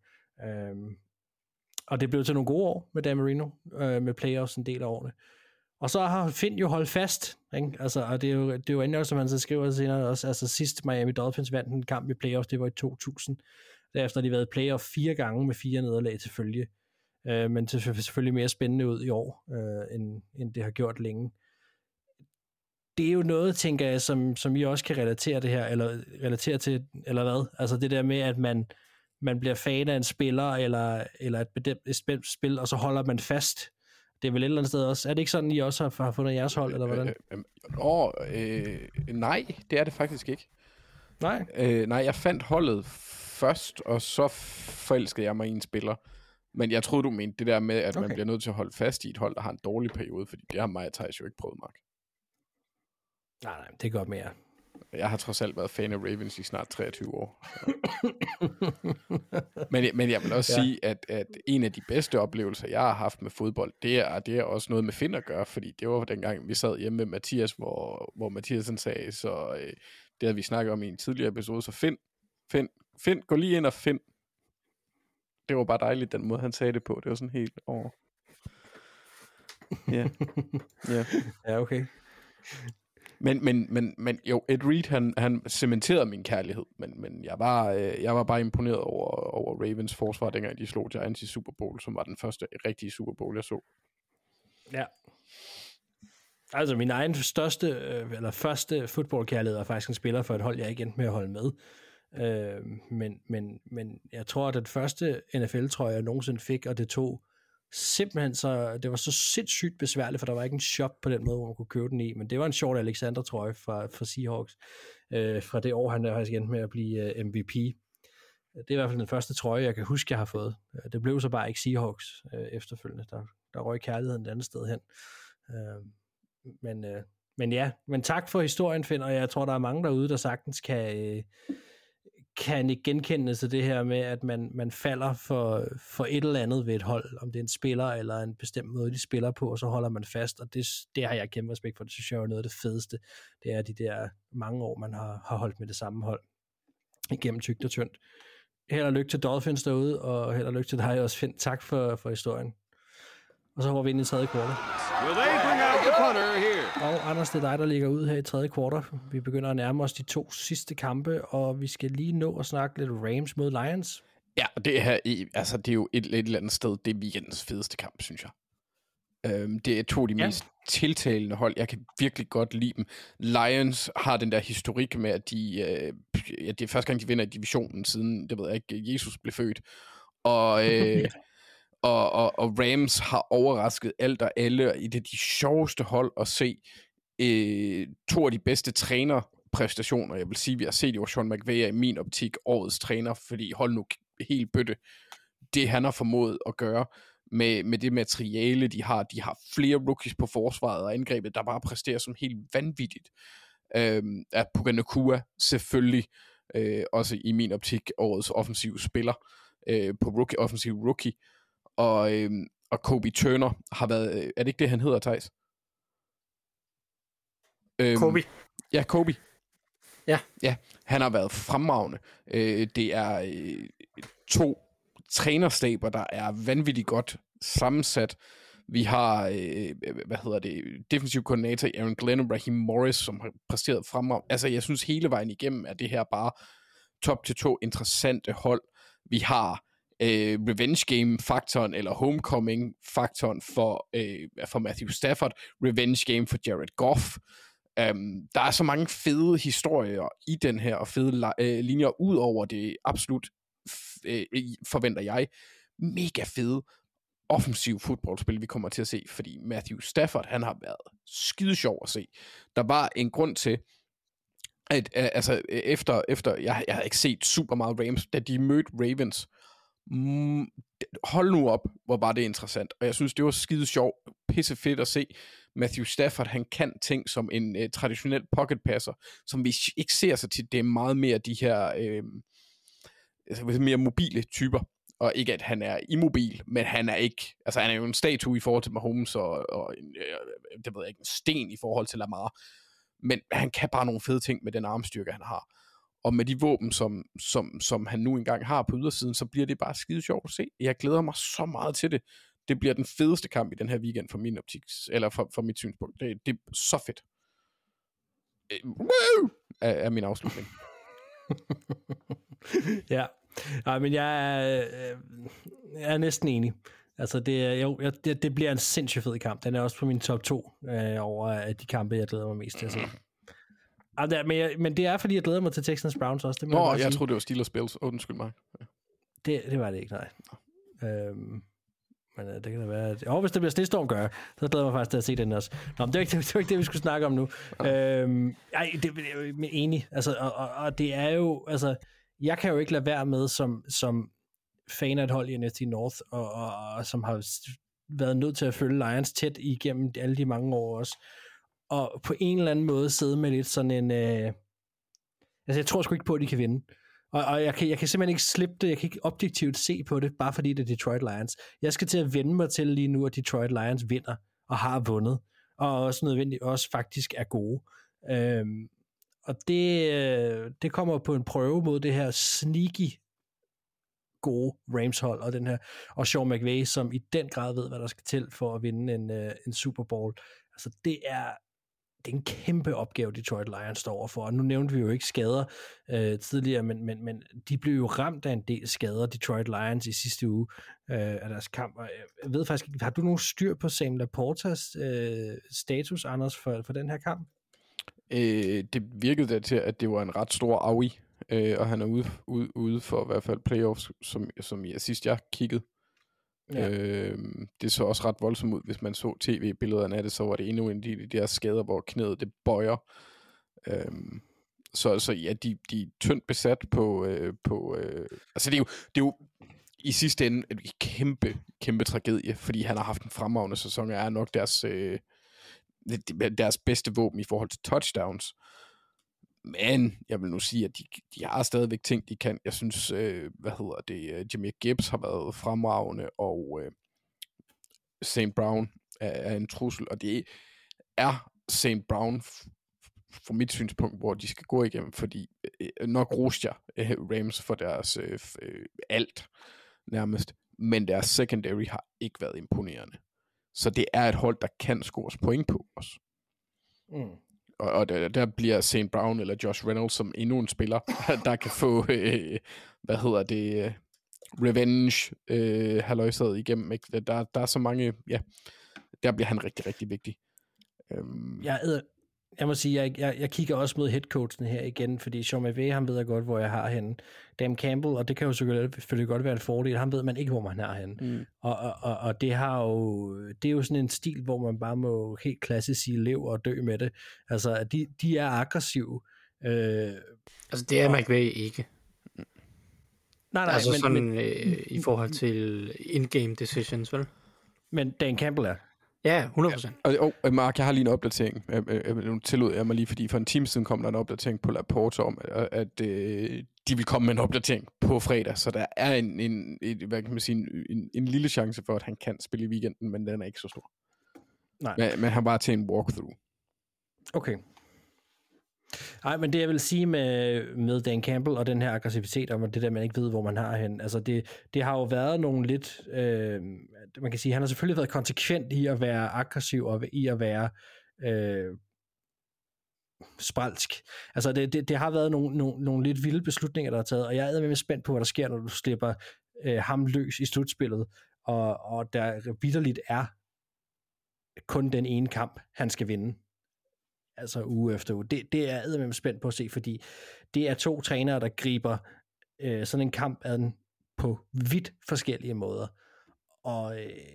Speaker 4: Og det blev til nogle gode år med Dan Marino, med playoffs en del af årene. Og så har Finn jo holdt fast, ikke? Altså, og det er jo endelig også, som han så skriver senere også, altså sidst Miami Dolphins vandt en kamp i playoffs, det var i 2000. Derefter har de været i playoff 4 gange med 4 nederlag til følge. men det ser selvfølgelig mere spændende ud i år, end det har gjort længe. Det er jo noget, tænker jeg, som I også kan relatere det her, eller relatere til, eller hvad? Altså det der med, at man bliver fan af en spiller, eller et spil, og så holder man fast. Det er vel et eller andet sted også. Er det ikke sådan, I også har fundet jeres hold, eller hvordan?
Speaker 5: Nej, det er det faktisk ikke.
Speaker 4: Nej?
Speaker 5: Nej, jeg fandt holdet først, og så forelskede jeg mig i en spiller. Men jeg troede, du mente det der med, at man bliver nødt til at holde fast i et hold, der har en dårlig periode, fordi det har mig og Thijs jo ikke prøvet, Mark.
Speaker 4: Nej, det er godt med jer.
Speaker 5: Jeg har trods alt været fan af Ravens i snart 23 år. men jeg vil også sige, at en af de bedste oplevelser, jeg har haft med fodbold, det er også noget med Finn at gøre, fordi det var dengang, vi sad hjemme med Mathias, hvor Mathias han sagde, så det havde vi snakket om i en tidligere episode, så Finn, gå lige ind og find. Det var bare dejligt, den måde, han sagde det på. Det var sådan helt over. Ja.
Speaker 4: Ja, okay.
Speaker 5: Men jo, Ed Reed, han cementerede min kærlighed, men jeg var bare imponeret over Ravens forsvar, dengang de slog Giants i Super Bowl, som var den første rigtige Super Bowl, jeg så. Ja.
Speaker 4: Altså, min egen første fodboldkærlighed er faktisk en spiller for et hold, jeg ikke endte med at holde med. Men jeg tror, at den første NFL-trøje, jeg nogensinde fik, og det tog simpelthen det var så sindssygt besværligt, for der var ikke en shop på den måde, hvor man kunne købe den i, men det var en Short Alexander-trøje fra Seahawks, fra det år, han er faktisk endt med at blive MVP. Det er i hvert fald den første trøje, jeg kan huske, jeg har fået. Det blev så bare ikke Seahawks efterfølgende. Der røg kærligheden et andet sted hen. Men tak for historien, Finn, og jeg tror, der er mange derude, der sagtens kan ikke genkende til det her med, at man falder for et eller andet ved et hold, om det er en spiller eller en bestemt måde, de spiller på, og så holder man fast, og det har jeg kæmpe respekt for. Det synes jeg er noget af det fedeste. Det er de der mange år, man har holdt med det samme hold igennem tykt og tyndt. Held og lykke til Dolphins derude, og held og lykke til dig også, Finn. Tak for historien. Og så hopper vi ind i tredje kvartal. Og Anders, det er dig, der ligger ud her i tredje kvartal. Vi begynder at nærme os de 2 sidste kampe, og vi skal lige nå at snakke lidt Rams mod Lions.
Speaker 5: Ja, det er jo et eller andet sted, det er weekendens fedeste kamp, synes jeg. Det er 2 af de mest tiltalende hold. Jeg kan virkelig godt lide dem. Lions har den der historik med, at det er første gang, de vinder i divisionen, siden, det ved jeg ikke, Jesus blev født. Og Rams har overrasket alt og alle, i det de sjoveste hold at se. 2 af de bedste trænerpræstationer, jeg vil sige, vi har set jo Sean McVay i min optik årets træner, fordi hold nu helt bøtte, det han har formået at gøre med det materiale, de har flere rookies på forsvaret og angrebet, der bare præsterer som helt vanvittigt. At Puka Nacua selvfølgelig også i min optik årets offensive spiller på offensiv rookie, og Kobe Turner har været, er det ikke det, han hedder, Thijs?
Speaker 6: Kobe.
Speaker 5: Ja, Kobe.
Speaker 6: Ja,
Speaker 5: han har været fremragende. Det er 2 trænerstaber, der er vanvittigt godt sammensat. Vi har, defensiv koordinator Aaron Glenn og Raheem Morris, som har præsteret fremragende. Altså, jeg synes hele vejen igennem, at det her bare top til 2 interessante hold. Vi har revenge game-faktoren, eller homecoming-faktoren for Matthew Stafford, revenge game for Jared Goff. Der er så mange fede historier i den her, og fede linjer ud over det absolut, forventer jeg, mega fede offensiv fodboldspil, vi kommer til at se, fordi Matthew Stafford, han har været skide sjov at se. Der var en grund til, at efter jeg har ikke set super meget Rams, da de mødte Ravens. Hold nu op, hvor var det interessant. Og jeg synes, det var skide sjov, pisse fedt at se. Matthew Stafford, han kan ting som en traditionel pocket passer, som vi ikke ser sig til. Det er meget mere de her mere mobile typer. Og ikke, at han er immobil, men han er ikke, altså han er jo en statue i forhold til Mahomes, og det ved jeg ikke, en sten i forhold til Lamar. Men han kan bare nogle fede ting med den armstyrke, han har. Og med de våben, som han nu engang har på ydersiden, så bliver det bare skide sjovt at se. Jeg glæder mig så meget til det. Det bliver den fedeste kamp i den her weekend for min optik, eller for mit synspunkt. Det er så fedt. Er min afslutning.
Speaker 4: Ja, men jeg er næsten enig. Altså, det bliver en sindssygt fed kamp. Den er også på min top 2 over de kampe, jeg glæder mig mest til at se. Men det er, fordi jeg glæder mig til Texans Browns også. Det må
Speaker 5: jeg troede, det var Steelers Bills. Undskyld mig.
Speaker 4: Det var det ikke, nej. Men det kan da være... hvis det bliver snestorm, gør jeg. Så glæder jeg mig faktisk til at se den også. Nå, men det var ikke det, vi skulle snakke om nu. Det er enig. Altså, og det er jo... Altså, jeg kan jo ikke lade være med som fan af et hold i NFC North, og som har været nødt til at følge Lions tæt igennem alle de mange år også. Og på en eller anden måde sidde med lidt sådan en... jeg tror sgu ikke på, at de kan vinde. Og jeg kan simpelthen ikke slippe det, jeg kan ikke objektivt se på det, bare fordi det er Detroit Lions. Jeg skal til at vende mig til lige nu, at Detroit Lions vinder, og har vundet, og også nødvendigt også faktisk er gode. Og det kommer på en prøve mod det her sneaky gode Rams-hold, og Sean McVay, som i den grad ved, hvad der skal til for at vinde en Super Bowl. Altså det er en kæmpe opgave, Detroit Lions står overfor. Og nu nævnte vi jo ikke skader tidligere, men de blev jo ramt af en del skader, Detroit Lions, i sidste uge af deres kamp. Og jeg ved faktisk ikke, har du nogen styr på Sam Laportas status, Anders, for den her kamp?
Speaker 5: Det virkede da til, at det var en ret stor aui, og han er ude for i hvert fald playoffs, som sidst jeg kiggede. Ja. Det så også ret voldsomt ud. Hvis man så tv-billederne af det, så var det endnu en af de der skader, hvor knæet det bøjer. Så ja, de er tyndt besat på altså det er jo i sidste ende en kæmpe tragedie, fordi han har haft en fremragende sæson, og er nok deres bedste våben i forhold til touchdowns. Men jeg vil nu sige, at de har stadigvæk ting, de kan. Jeg synes, Jahmyr Gibbs har været fremragende, og St. Brown er en trussel, og det er St. Brown fra mit synspunkt, hvor de skal gå igennem, fordi nok roste jeg Rams for deres alt nærmest, men deres secondary har ikke været imponerende. Så det er et hold, der kan scores point på os. Mm. Og der bliver St. Brown eller Josh Reynolds som endnu en spiller, der kan få, revenge halløjsad igennem. Ikke? Der er så mange, ja, der bliver han rigtig, rigtig vigtig.
Speaker 4: Jeg må sige, jeg kigger også mod headcoachen her igen, fordi Sean McVay, han ved jeg godt, hvor jeg har henne. Dan Campbell, og det kan jo selvfølgelig godt være en fordel, han ved man ikke, hvor man har henne. Mm. Og det er jo sådan en stil, hvor man bare må helt klassisk sige lev og dø med det. Altså, de er aggressive.
Speaker 6: Altså, det er McVay ikke.
Speaker 4: Nej,
Speaker 6: altså men, sådan i forhold til in-game decisions, vel?
Speaker 4: Men Dan Campbell er.
Speaker 6: Ja, 100%.
Speaker 5: Og Mark, jeg har lige en opdatering. Nu tillod jeg mig lige, fordi for en time siden kom der en opdatering på Laporte om, at de vil komme med en opdatering på fredag, så der er en lille chance for, at han kan spille i weekenden, men den er ikke så stor. Nej. Men han bare til en walkthrough.
Speaker 4: Okay. Nej, men det jeg vil sige med Dan Campbell og den her aggressivitet, og det der, man ikke ved, hvor man har hen, altså det har jo været nogle lidt, man kan sige, han har selvfølgelig været konsekvent i at være aggressiv og i at være spralsk. Altså det har været nogle lidt vilde beslutninger, der er taget, og jeg er med spændt på, hvad der sker, når du slipper ham løs i slutspillet, og der vitterligt er kun den ene kamp, han skal vinde. Altså uge efter uge. Det er jeg eddermame spændt på at se, fordi det er to trænere, der griber sådan en kamp an på vidt forskellige måder. Og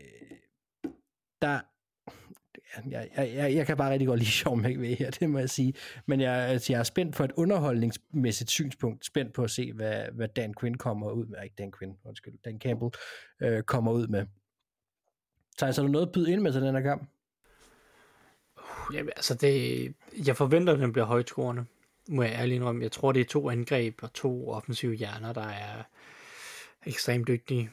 Speaker 4: jeg kan bare rigtig godt lide Sean McVay her, det må jeg sige. Men jeg er spændt for et underholdningsmæssigt synspunkt, spændt på at se, hvad Dan Quinn kommer ud med. Ikke Dan Quinn, undskyld, Dan Campbell kommer ud med. Så er der noget at byde ind med til den her kamp?
Speaker 6: Jamen, altså jeg forventer, at den bliver højtskårende, må jeg ærligt indrømme. Jeg tror, det er 2 angreb og 2 offensive hjerner, der er ekstremt dygtige.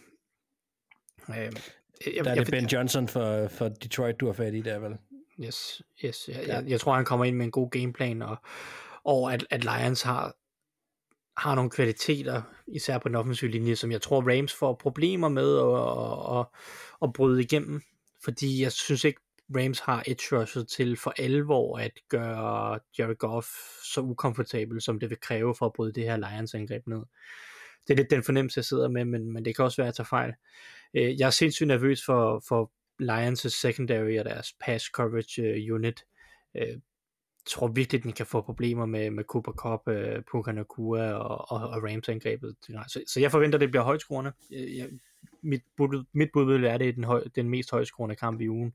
Speaker 4: Der er det Ben Johnson for Detroit, du har fat i der, vel?
Speaker 6: Yes. Jeg tror, han kommer ind med en god gameplan, og at Lions har nogle kvaliteter, især på den offensive linje, som jeg tror, Rams får problemer med at bryde igennem, fordi jeg synes ikke, Rams har edge rushet til for alvor at gøre Jared Goff så ukomfortabel, som det vil kræve for at bryde det her Lions angreb ned. Det er lidt den fornemmelse, jeg sidder med, men det kan også være, at jeg tager fejl. Jeg er sindssygt nervøs for Lions' secondary og deres pass coverage unit. Jeg tror virkelig, den kan få problemer med Cooper Kupp, Puka Nacua og Rams-angrebet. Så jeg forventer, det bliver højtskruerne. Mit bud vil være, det er den mest højtskruende kamp i ugen.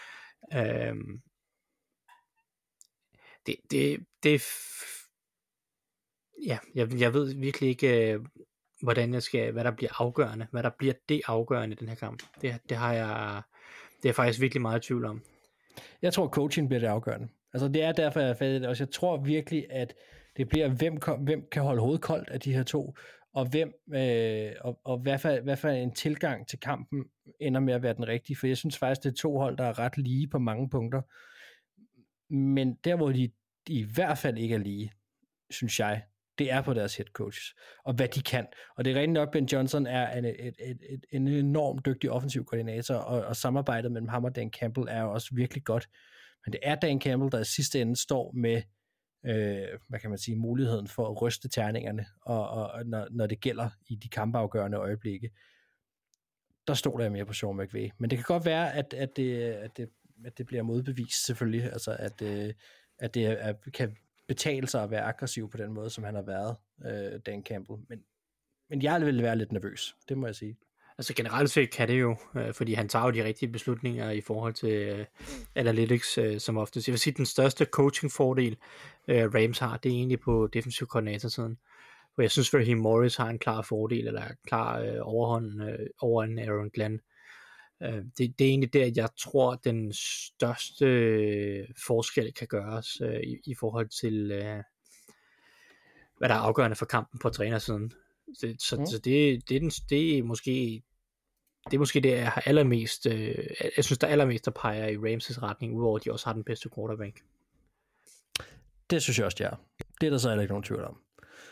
Speaker 6: Jeg ved virkelig ikke, hvad der bliver afgørende, hvad der bliver det afgørende i den her kamp. Det har jeg faktisk virkelig meget i tvivl om.
Speaker 4: Jeg tror, coaching bliver det afgørende. Altså, det er derfor, jeg er fat i det også. Jeg tror virkelig, at det bliver, hvem kan holde hovedet koldt af de her to, og hvad for en tilgang til kampen ender med at være den rigtige. For jeg synes faktisk, det er to hold, der er ret lige på mange punkter. Men der, hvor de i hvert fald ikke er lige, synes jeg, det er på deres head coaches, og hvad de kan. Og det er rent nok, Ben Johnson er en enormt dygtig offensiv koordinator, og samarbejdet mellem ham og Dan Campbell er jo også virkelig godt. Men det er Dan Campbell, der i sidste ende står med, hvad kan man sige, muligheden for at ryste terningerne, og når det gælder i de kampafgørende øjeblikke. Der står der mere på Sean McVay. Men det kan godt være, at det bliver modbevist selvfølgelig, altså at det kan betale sig at være aggressiv på den måde, som han har været, Dan Campbell. Men jeg vil være lidt nervøs, det må jeg sige.
Speaker 6: Altså generelt set kan det jo, fordi han tager jo de rigtige beslutninger i forhold til analytics, som oftest. Jeg vil sige, den største coaching-fordel Rams har, det er egentlig på defensiv koordinatorsiden. For jeg synes, at Raheem Morris har en klar fordel, eller klar overhånd over en Aaron Glenn. Det er egentlig der, jeg tror, den største forskel kan gøres i forhold til, hvad der er afgørende for kampen på trænersiden. Så det er måske det, jeg har allermest, jeg synes, der allermest, der peger i Rams' retning, udover at de også har den bedste quarterback.
Speaker 4: Det synes jeg også, det er. Det er der så heller ikke nogen tvivl om.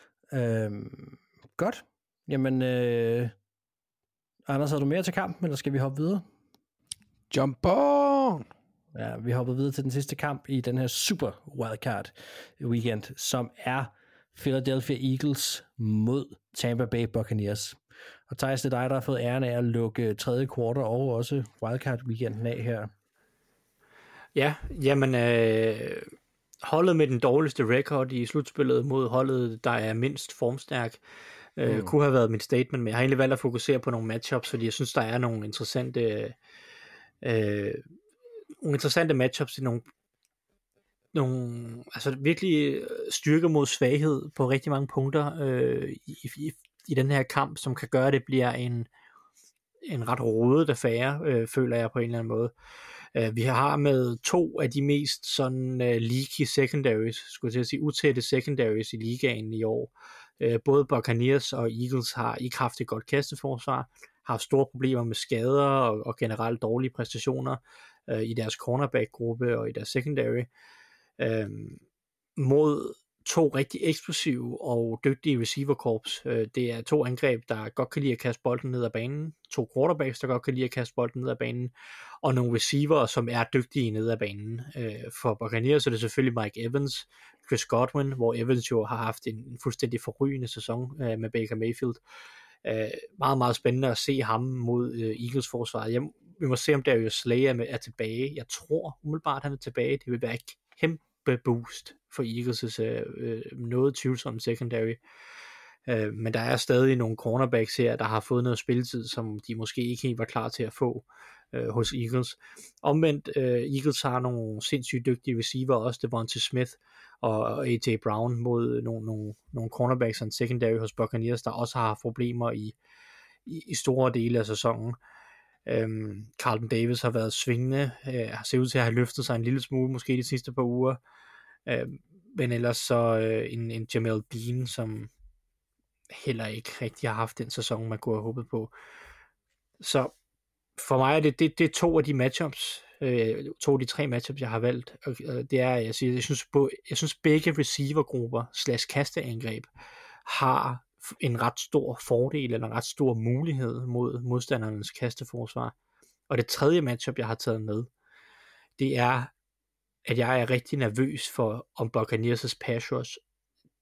Speaker 4: Godt. Jamen, Anders, har du mere til kampen, eller skal vi hoppe videre?
Speaker 5: Jump on!
Speaker 4: Ja, vi hopper videre til den sidste kamp i den her super wildcard weekend, som er Philadelphia Eagles mod Tampa Bay Buccaneers. Og Thijs, det er dig, der har fået æren af at lukke tredje kvartal og også wildcard weekenden af her.
Speaker 6: Ja, jamen holdet med den dårligste record i slutspillet mod holdet, der er mindst formstærk, kunne have været mit statement, men jeg har egentlig valgt at fokusere på nogle matchups, fordi jeg synes, der er nogle interessante matchups i nogle altså virkelig styrke mod svaghed på rigtig mange punkter i den her kamp, som kan gøre, at det bliver en ret rodet affære, føler jeg på en eller anden måde. Vi har med to af de mest sådan leaky secondaries, skulle jeg sige, utætte secondaries i ligaen i år. Både Buccaneers og Eagles har ikke haft et godt kasteforsvar, har store problemer med skader og generelt dårlige præstationer i deres cornerback-gruppe og i deres secondary. Mod to rigtig eksplosive og dygtige receiver-korps. Det er to angreb, der godt kan lide at kaste bolden ned ad banen, to quarterbacks, der godt kan lide at kaste bolden ned ad banen, og nogle receiver, som er dygtige ned ad banen. For Buccaneers er det selvfølgelig Mike Evans, Chris Godwin, hvor Evans jo har haft en fuldstændig forrygende sæson med Baker Mayfield. Meget, meget spændende at se ham mod Eagles forsvaret. Vi må se, om Darius Slay er tilbage. Jeg tror umiddelbart, han er tilbage. Det vil være et kæmpe boost for Eagles' noget tvivlsomme secondary. Men der er stadig nogle cornerbacks her, der har fået noget spilletid, som de måske ikke helt var klar til at få hos Eagles. Omvendt, Eagles har nogle sindssygt dygtige receiver, også Devontae Smith og A.J. Brown mod nogle cornerbacks og en secondary hos Buccaneers, der også har problemer i store dele af sæsonen. Carlton Davis har været svingende, har set ud til at have løftet sig en lille smule, måske de sidste par uger, men ellers så en Jamel Dean, som heller ikke rigtig har haft den sæson, man kunne have håbet på. Så for mig er det er to af de matchups, to af de tre matchups, jeg har valgt. Det er, jeg synes begge receivergrupper / kasteangreb har en ret stor fordel eller en ret stor mulighed mod modstandernes kasteforsvar. Og det tredje matchup, jeg har taget med, det er, at jeg er rigtig nervøs for, om Buccaneers' pass rush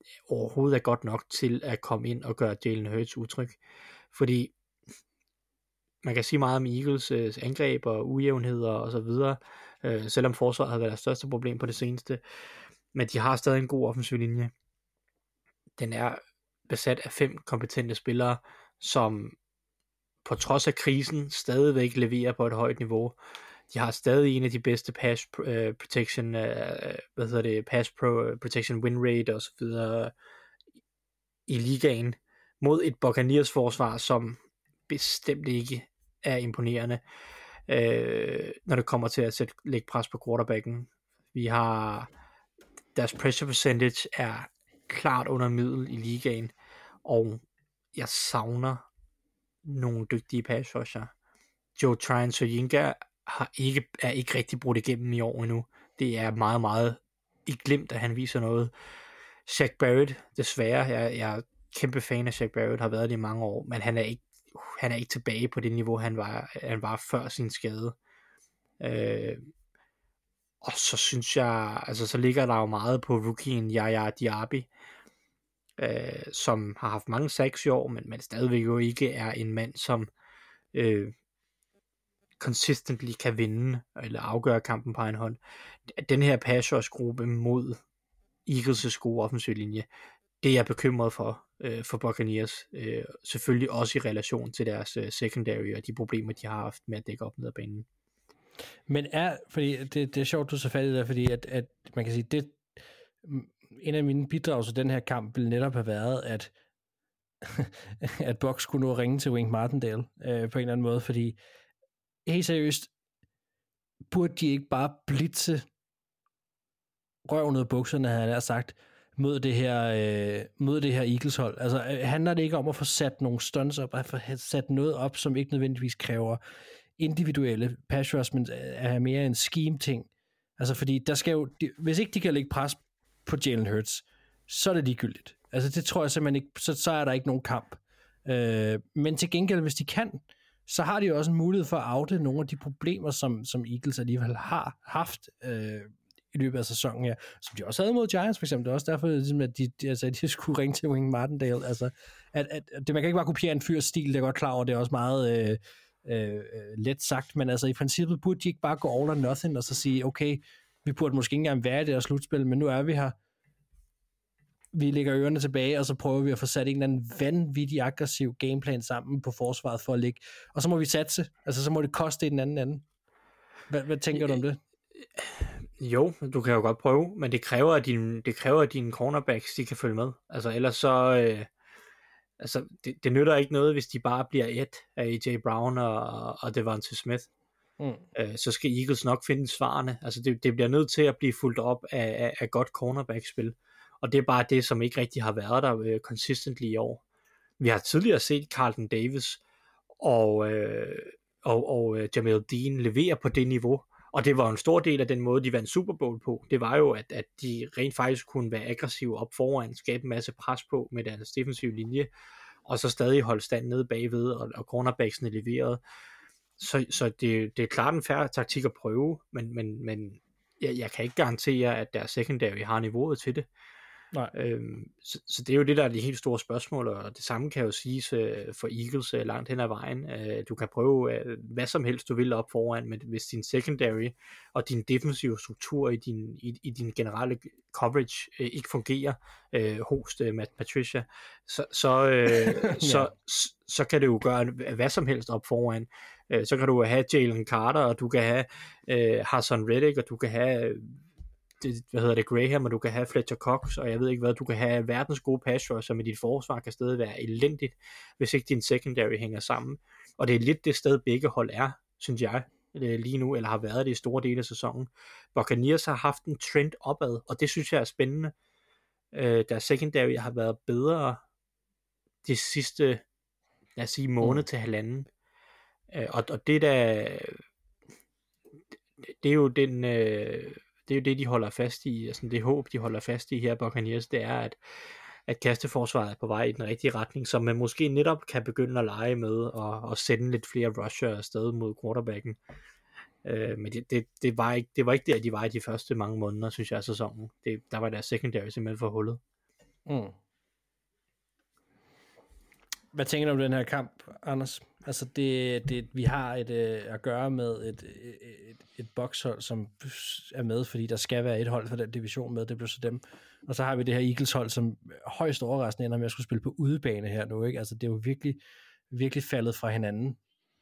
Speaker 6: overhovedet er godt nok til at komme ind og gøre Jalen Hurts utryg. Fordi man kan sige meget om Eagles angreb og ujævnheder og så videre, selvom forsvaret har været deres største problem på det seneste. Men de har stadig en god offensiv linje. Den er besat af 5 kompetente spillere, som på trods af krisen stadigvæk leverer på et højt niveau. De har stadig en af de bedste pass protection, protection win rate og så videre i ligaen mod et Buccaneers forsvar, som bestemt ikke er imponerende, når det kommer til at lægge pres på quarterbacken. Vi har deres pressure percentage er klart under middel i ligaen, og jeg savner nogle dygtige pass rusher. Joe Tryon-Soyinka er ikke rigtig brudt igennem i år endnu. Det er meget, meget ikke glemt, at han viser noget. Shaq Barrett, desværre, jeg er kæmpe fan af Shaq Barrett, har været det i mange år, men han er ikke tilbage på det niveau, han var før sin skade. Og så synes jeg, altså så ligger der jo meget på rookien Yaya Diaby, som har haft mange sacks i år, men stadigvæk jo ikke er en mand, som consistently kan vinde eller afgøre kampen på en hånd. Den her pass rush gruppe mod Eagles' gode offensiv linje, det er jeg bekymret for Buccaneers, selvfølgelig også i relation til deres secondary og de problemer, de har haft med at dække op ned ad banen.
Speaker 4: Men fordi det er sjovt, du så fat i det, fordi at man kan sige, det en af mine bidrag til den her kamp ville netop have været, at Bucs skulle nå at ringe til Wink Martindale på en eller anden måde, fordi helt seriøst, burde de ikke bare blitse røven ud af bukserne, havde han sagt, mod det her Eagles hold. Altså handler det ikke om at få sat nogle stunts op, at få sat noget op, som ikke nødvendigvis kræver individuelle pass rush, men er mere en scheme ting. Altså fordi der skal jo, hvis ikke de kan lægge pres på Jalen Hurts, så er det ligegyldigt. Altså det tror jeg simpelthen ikke, så er der ikke nogen kamp. Men til gengæld, hvis de kan, så har de jo også en mulighed for at oute nogle af de problemer, som Eagles alligevel har haft i løbet af sæsonen her, som de også havde mod Giants for eksempel. Det er også derfor, at de skulle ringe til Wink Martindale. Altså, det, man kan ikke bare kopiere en fyrs stil, det er godt klar over, det er også meget let sagt, men altså i princippet burde de ikke bare gå all or nothing og så sige, okay, vi burde måske ikke engang være i det her slutspil, men nu er vi her. Vi lægger ørerne tilbage, og så prøver vi at få sat en eller anden vanvittig aggressiv gameplan sammen på forsvaret for at ligge. Og så må vi satse. Altså, så må det koste i den anden ende. Hvad tænker du om det?
Speaker 6: Jo, du kan jo godt prøve, men det kræver, at dine cornerbacks, de kan følge med. Altså, ellers så... det nytter ikke noget, hvis de bare bliver et af AJ Brown og Devonta Smith. Så skal Eagles nok finde svarene. Altså, det bliver nødt til at blive fulgt op af godt cornerback-spil. Og det er bare det, som ikke rigtig har været der consistently i år. Vi har tidligere set Carlton Davis og Jamel Dean levere på det niveau, og det var en stor del af den måde, de vandt Super Bowl på. Det var jo, at de rent faktisk kunne være aggressive op foran, skabe en masse pres på med deres defensive linje, og så stadig holde stand nede bagved, og cornerbacksene leverede. Så det er klart en fair taktik at prøve, men jeg kan ikke garantere, at deres secondary har niveauet til det.
Speaker 4: Nej.
Speaker 6: Så det er jo det, der er de helt store spørgsmål, og det samme kan jo siges for Eagles langt hen ad vejen. Du kan prøve hvad som helst du vil op foran, men hvis din secondary og din defensive struktur i din generelle coverage ikke fungerer hos Matt Patricia, så kan du jo gøre hvad som helst op foran. Så kan du have Jalen Carter, og du kan have Hassan Reddick, og du kan have Graham, og du kan have Fletcher Cox, og jeg ved ikke hvad, du kan have verdens gode pass rusher, men dit forsvar kan stadig være elendigt, hvis ikke din secondary hænger sammen. Og det er lidt det sted, begge hold er, synes jeg, lige nu, eller har været det i store dele af sæsonen. Buccaneers har haft en trend opad, og det synes jeg er spændende. Deres secondary har været bedre de sidste, lad os sige, måned til halvanden. Og det er jo den... det er jo det, de holder fast i, altså det håb, de holder fast i her Buccaneers, det er, at kasteforsvaret er på vej i den rigtige retning, som man måske netop kan begynde at lege med, og sende lidt flere rusher afsted mod quarterbacken. Men det var ikke der, de var i de første mange måneder, synes jeg, af sæsonen. Der var deres secondary simpelthen for hullet.
Speaker 4: Mm. Hvad tænker du om den her kamp, Anders? Altså, vi har at gøre med et bokshold, som er med, fordi der skal være et hold for den division med, det blev så dem. Og så har vi det her Eagles-hold, som højst overraskende ender med at skulle spille på udebane her nu, ikke? Altså, det er jo virkelig, virkelig faldet fra hinanden.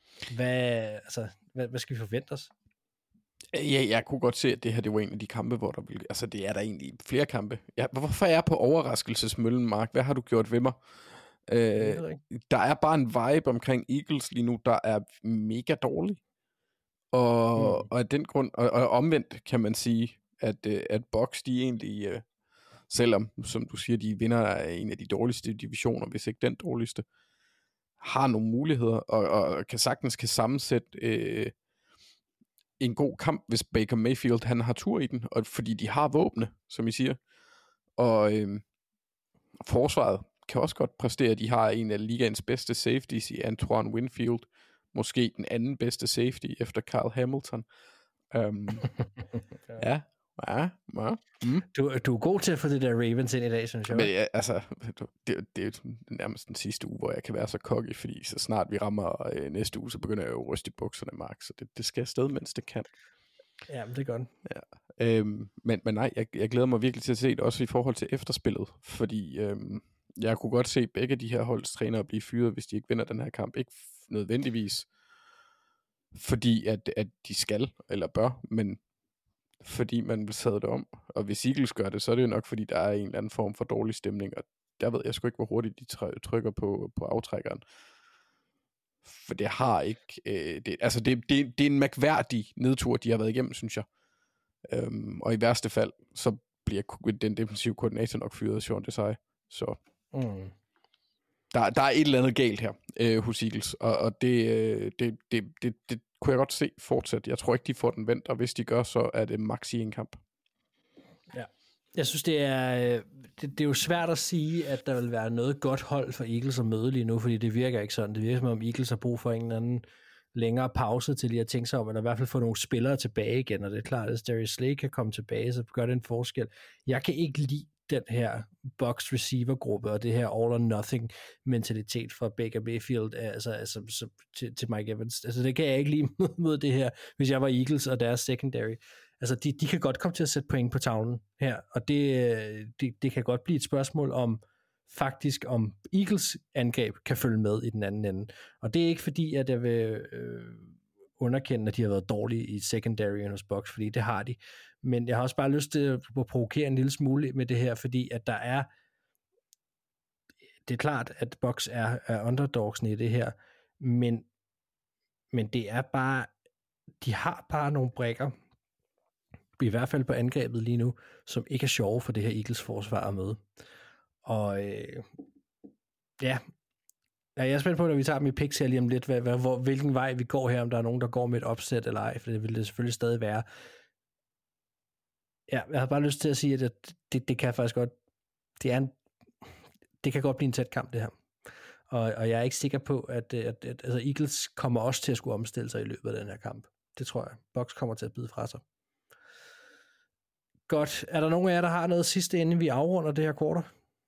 Speaker 4: Hvad skal vi forvente os?
Speaker 5: Ja, jeg kunne godt se, at det her det var en af de kampe, hvor der ville... Altså, det er der egentlig flere kampe. Ja, hvorfor er jeg på overraskelsesmøllen, Mark? Hvad har du gjort ved mig? Der er bare en vibe omkring Eagles lige nu, der er mega dårlig. Og af den grund... Og omvendt kan man sige, at Bucs, de egentlig... selvom, som du siger, de vinder af en af de dårligste divisioner, hvis ikke den dårligste, har nogle muligheder, og kan sagtens sammensætte en god kamp, hvis Baker Mayfield han har tur i den, og fordi de har våbne, som I siger. Og forsvaret kan også godt præstere. De har en af ligaens bedste safeties i Antoine Winfield, måske den anden bedste safety efter Kyle Hamilton. Ja.
Speaker 4: Du er god til at få det der Ravens ind i dag, synes jeg.
Speaker 5: Men ja, altså, det er nærmest den sidste uge, hvor jeg kan være så cocky, fordi så snart vi rammer næste uge, så begynder jeg jo at ryste i bukserne, Mark, så det skal afsted, mens det kan.
Speaker 4: Ja, men det er godt.
Speaker 5: Ja. Men nej, jeg glæder mig virkelig til at se det, også i forhold til efterspillet, fordi jeg kunne godt se begge de her holdstrænere blive fyret, hvis de ikke vinder den her kamp. Ikke nødvendigvis, fordi at de skal, eller bør, men fordi man vil sadle det om. Og hvis Eagles gør det, så er det jo nok, fordi der er en eller anden form for dårlig stemning, og der ved jeg sgu ikke, hvor hurtigt de trykker på aftrækkeren. For det har ikke... det er en mærkværdig nedtur, de har været igennem, synes jeg. Og i værste fald, så bliver den defensive koordinator nok fyret af Sean Desai. Så der er et eller andet galt her hos Eagles, og det kunne jeg godt se fortsat. Jeg tror ikke, de får den vendt, og hvis de gør, så er det max i en kamp.
Speaker 4: Ja. Jeg synes, det er jo svært at sige, at der vil være noget godt hold for Eagles at møde lige nu, fordi det virker ikke sådan. Det virker som om Eagles har brug for en eller anden længere pause til lige at tænke sig om, eller i hvert fald få nogle spillere tilbage igen, og det er klart, at Darius Slay kan komme tilbage, så gør det en forskel. Jeg kan ikke lide den her box receiver-gruppe, og det her all or nothing mentalitet fra Baker Mayfield, altså til Mike Evans. Altså det kan jeg ikke lide mod det her, hvis jeg var Eagles og deres secondary. Altså de kan godt komme til at sætte point på tavlen her, og det kan godt blive et spørgsmål om Eagles angreb kan følge med i den anden ende. Og det er ikke fordi, at jeg vil underkende, at de har været dårlige i secondary hos Bucs, fordi det har de. Men jeg har også bare lyst til at provokere en lille smule med det her, fordi at det er klart, at Bucs er underdogsne i det her, men det er bare, de har bare nogle brikker, i hvert fald på angrebet lige nu, som ikke er sjove for det her Eagles forsvar at møde. Og jeg er spændt på, når vi tager dem i picks her lige om lidt, hvilken vej vi går her, om der er nogen, der går med et opsæt eller ej, for det vil det selvfølgelig stadig være. Ja, jeg har bare lyst til at sige, at det kan faktisk godt, det kan godt blive en tæt kamp, det her. Og jeg er ikke sikker på, at altså Eagles kommer også til at skulle omstille sig i løbet af den her kamp. Det tror jeg. Bucs kommer til at bide fra sig. Godt. Er der nogen af jer, der har noget sidste, inden vi afrunder det her quarter?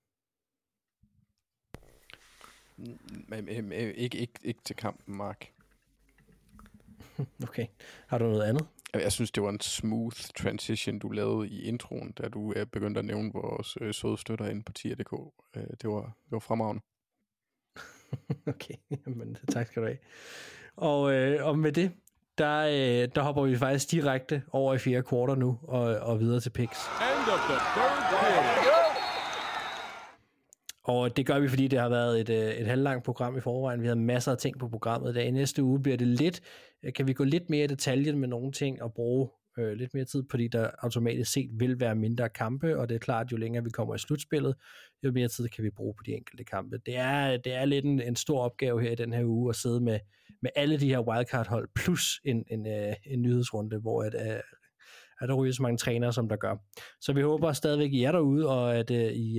Speaker 5: Ikke til kampen, Mark.
Speaker 4: Okay. Har du noget andet?
Speaker 5: Jeg synes, det var en smooth transition, du lavede i introen, da du begyndte at nævne vores søde støtter inde på tier.dk. Det var fremragende.
Speaker 4: Okay, men tak skal du have. Og med det, der hopper vi faktisk direkte over i 4. kvarter nu, og videre til picks.
Speaker 2: End of the third quarter.
Speaker 4: Og det gør vi, fordi det har været et halvlangt program i forvejen. Vi havde masser af ting på programmet i dag. I næste uge bliver det kan vi gå lidt mere i detaljen med nogle ting og bruge lidt mere tid, fordi der automatisk set vil være mindre kampe, og det er klart, at jo længere vi kommer i slutspillet, jo mere tid kan vi bruge på de enkelte kampe. Det er lidt en stor opgave her i den her uge at sidde med alle de her wildcard-hold, plus en nyhedsrunde, hvor der ryger så mange trænere, som der gør. Så vi håber stadigvæk, I er derude, og at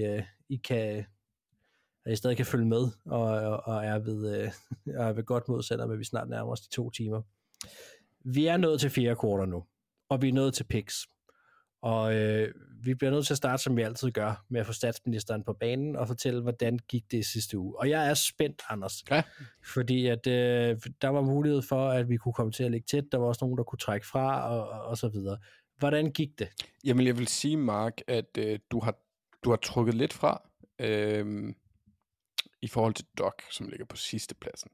Speaker 4: I stadig kan følge med, og er ved godt mod, selvom vi snart nærmer os de 2 timer. Vi er nået til 4. kvarter nu, og vi er nået til picks. Og vi bliver nødt til at starte, som vi altid gør, med at få statsministeren på banen og fortælle, hvordan gik det sidste uge. Og jeg er spændt, Anders.
Speaker 5: Ja.
Speaker 4: Fordi at der var mulighed for, at vi kunne komme til at ligge tæt. Der var også nogen, der kunne trække fra og så videre. Hvordan gik det?
Speaker 5: Jamen, jeg vil sige, Mark, at du har trukket lidt fra i forhold til Doc, som ligger på sidste pladsen.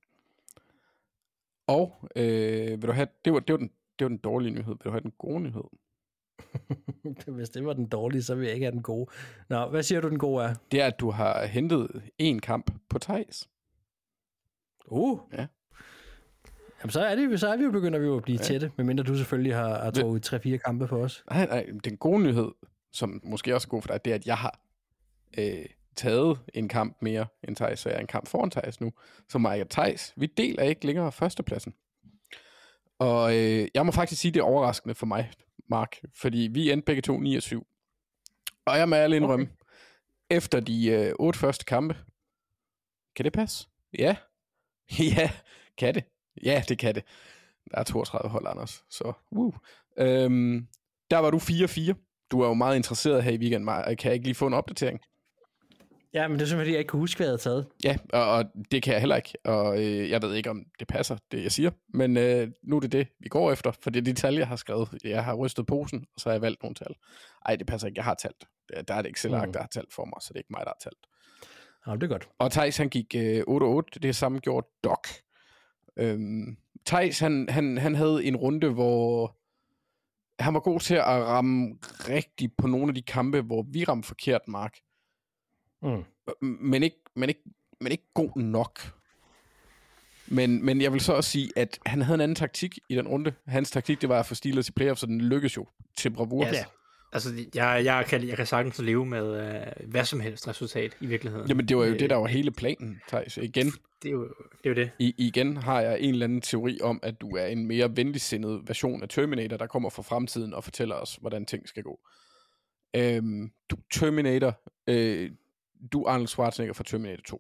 Speaker 5: Og vil du have, det var den dårlige nyhed. Vil du have den gode nyhed?
Speaker 4: Hvis det var den dårlige, så vil jeg ikke have den gode. Nå, hvad siger du, den gode er?
Speaker 5: Det er, at du har hentet en kamp på Theis.
Speaker 4: Ja. Jamen, så er vi jo begyndt at blive tætte, medmindre du selvfølgelig har trukket 3-4 kampe på os.
Speaker 5: Nej, den gode nyhed, som måske også er god for dig, det er, at jeg har taget en kamp mere end Theis, så jeg er en kamp foran Theis nu. Så mig og Theis, vi deler ikke længere førstepladsen. Og jeg må faktisk sige, det er overraskende for mig, Mark, fordi vi endte begge to 9-7. Og jeg må ærlig indrømme, efter de 8 første kampe, kan det passe? Ja. Ja, kan det? Ja, det kan det. Der er 32 hold, Anders. Så, der var du 4-4. Du er jo meget interesseret her i weekenden, Mark. Kan jeg ikke lige få en opdatering?
Speaker 4: Ja, men det er simpelthen, jeg ikke kunne huske, hvad jeg havde taget.
Speaker 5: Ja, og det kan jeg heller ikke. Og jeg ved ikke, om det passer, det jeg siger. Men nu er det, vi går efter. For det er de tal, jeg har skrevet. Jeg har rystet posen, og så har jeg valgt nogle tal. Ej, det passer ikke. Jeg har talt. Der er det Excel-ark, der har talt for mig, så det er ikke mig, der har talt.
Speaker 4: Ja, det er godt.
Speaker 5: Og Theis, han gik 8-8. Det er samme gjort Doc. Theis, han havde en runde, hvor han var god til at ramme rigtigt på nogle af de kampe, hvor vi ramte forkert, Mark. Men ikke god nok. Men jeg vil så også sige, at han havde en anden taktik i den runde. Hans taktik, det var at få Steelers i playoff, så den lykkedes jo til bravur.
Speaker 6: Ja, altså jeg kan sagtens leve med hvad som helst resultat i virkeligheden.
Speaker 5: Jamen det var jo det, der var hele planen, Theis. Igen.
Speaker 6: Det er jo det.
Speaker 5: Igen har jeg en eller anden teori om, at du er en mere venligsindet version af Terminator, der kommer fra fremtiden og fortæller os, hvordan ting skal gå. Du Terminator, du er Arnold Schwarzenegger fra Terminator 2.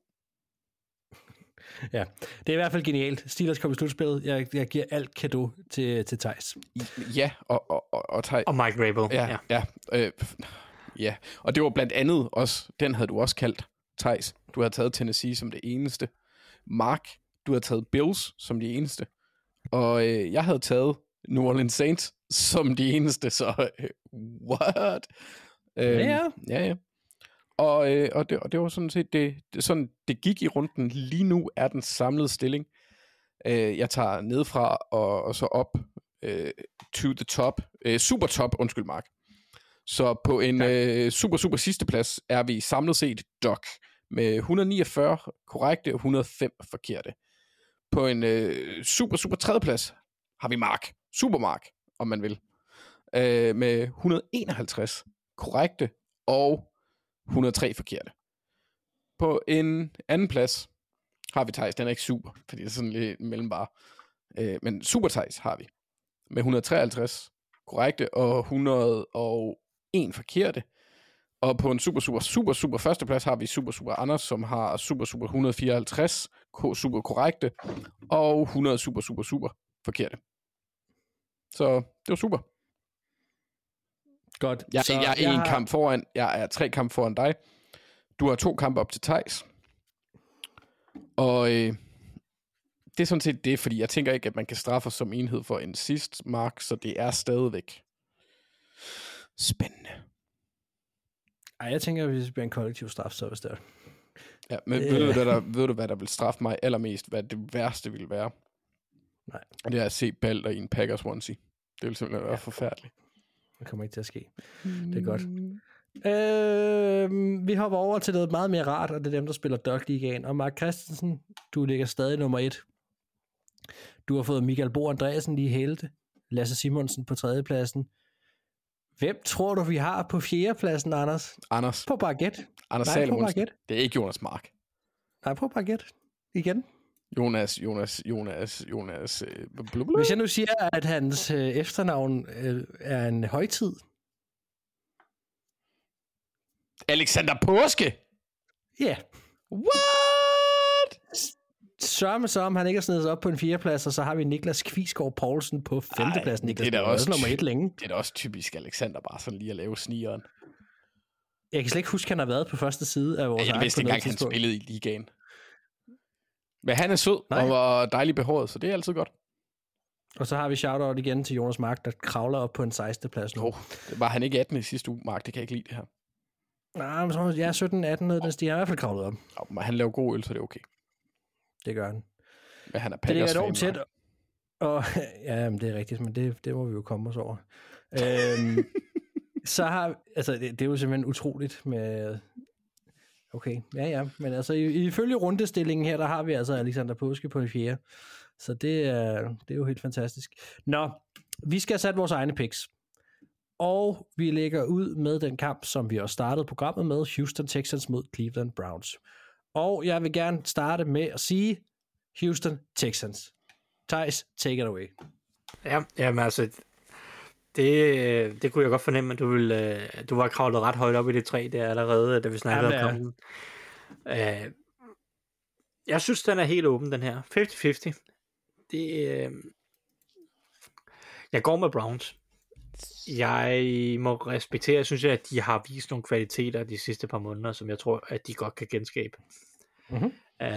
Speaker 4: Ja, det er i hvert fald genialt. Steelers kom i slutspillet. Jeg giver alt cadeau til Theis.
Speaker 5: Ja, og Theis.
Speaker 6: Og Mike Vrabel.
Speaker 5: Ja, og det var blandt andet også, den havde du også kaldt, Theis. Du havde taget Tennessee som det eneste. Mark, du havde taget Bills som det eneste. Og jeg havde taget New Orleans Saints som det eneste, så what? Ja. Og det var sådan set det gik i runden. Lige nu er den samlede stilling. Jeg tager nedefra og så op to the top. Super top, undskyld Mark. Så på en super sidste plads er vi samlet set Doc med 149 korrekte og 105 forkerte. På en super tredje plads har vi Mark. Supermark, om man vil. Med 151 korrekte og 103 forkerte. På en anden plads har vi Theis. Den er ikke super, fordi det er sådan lidt mellembar. Men Super Theis har vi. Med 153 korrekte og 101 forkerte. Og på en super første plads har vi super Anders, som har super 154 super korrekte og 100 super forkerte. Så det var super.
Speaker 4: Godt.
Speaker 5: Jeg er en kamp foran. Jeg er 3 kampe foran dig. Du har 2 kampe op til Theis. Og det er sådan set det, fordi jeg tænker ikke, at man kan straffe os som enhed for en sidst mark, så det er stadigvæk spændende.
Speaker 4: Ej, jeg tænker, at det bliver en kollektiv straf, så hvis det er.
Speaker 5: Ja, men ved du, hvad der vil straffe mig allermest? Hvad det værste vil være?
Speaker 4: Nej.
Speaker 5: Det er at se Balder i en Packers onesie. Det vil simpelthen være forfærdeligt.
Speaker 4: Det kommer ikke til at ske. Det er godt. Vi hopper over til noget meget mere rart, og det er dem, der spiller Dog Ligaen. Og Mark Christensen, du ligger stadig nummer 1. Du har fået Michael Bo Andreasen lige hælte. Lasse Simonsen på 3. pladsen. Hvem tror du, vi har på 4. pladsen, Anders? På Barget.
Speaker 5: Anders Salomonsen. Det er ikke Jonas Mark.
Speaker 4: Nej, på Barget. Igen.
Speaker 5: Jonas.
Speaker 4: Hvis jeg nu siger, at hans efternavn er en højtid.
Speaker 5: Alexander Påske?
Speaker 4: Ja. Yeah.
Speaker 5: What?
Speaker 4: sørme så, om han ikke har snedet sig op på en 4. plads, og så har vi Niklas Kvisgaard Poulsen på 5. pladsen. Niklas,
Speaker 5: det er da også
Speaker 4: nummer 1 længe.
Speaker 5: Det er da også typisk Alexander bare sådan lige at lave snigeren.
Speaker 4: Jeg kan slet ikke huske, at han har været på første side af vores
Speaker 5: Jeg vidste ikke engang, han spillede i ligaen. Men han er sød og var dejlig behåret, så det er altid godt.
Speaker 4: Og så har vi shout-out igen til Jonas Mark, der kravler op på en 16. plads nu.
Speaker 5: Det var han ikke 18 i sidste uge, Mark. Det kan jeg ikke lide det her.
Speaker 4: Nej, men så jeg er 17-18 noget, den stiger i hvert fald kravlet op.
Speaker 5: Ja, men han laver god øl, så det er okay.
Speaker 4: Det gør han.
Speaker 5: Men han er
Speaker 4: det ligger
Speaker 5: Packers
Speaker 4: enormt tæt. Og, ja, men det er rigtigt, men det må vi jo komme os over. Så har, altså det er jo simpelthen utroligt med, okay, ja, men altså ifølge rundestillingen her, der har vi altså Alexander Påske på en 4. Så det er jo helt fantastisk. Nå, vi skal have sat vores egne picks. Og vi lægger ud med den kamp, som vi også startede programmet med, Houston Texans mod Cleveland Browns. Og jeg vil gerne starte med at sige Houston Texans. Thijs, take it away.
Speaker 6: Ja, men altså, det kunne jeg godt fornemme, at du var kravlet ret højt op i det 3 der allerede, da vi snakkede om kampen. Jeg synes, den er helt åben, den her. 50-50. Jeg går med Browns. Jeg må respektere, jeg synes, at de har vist nogle kvaliteter de sidste par måneder, som jeg tror, at de godt kan genskabe.
Speaker 4: Mm-hmm.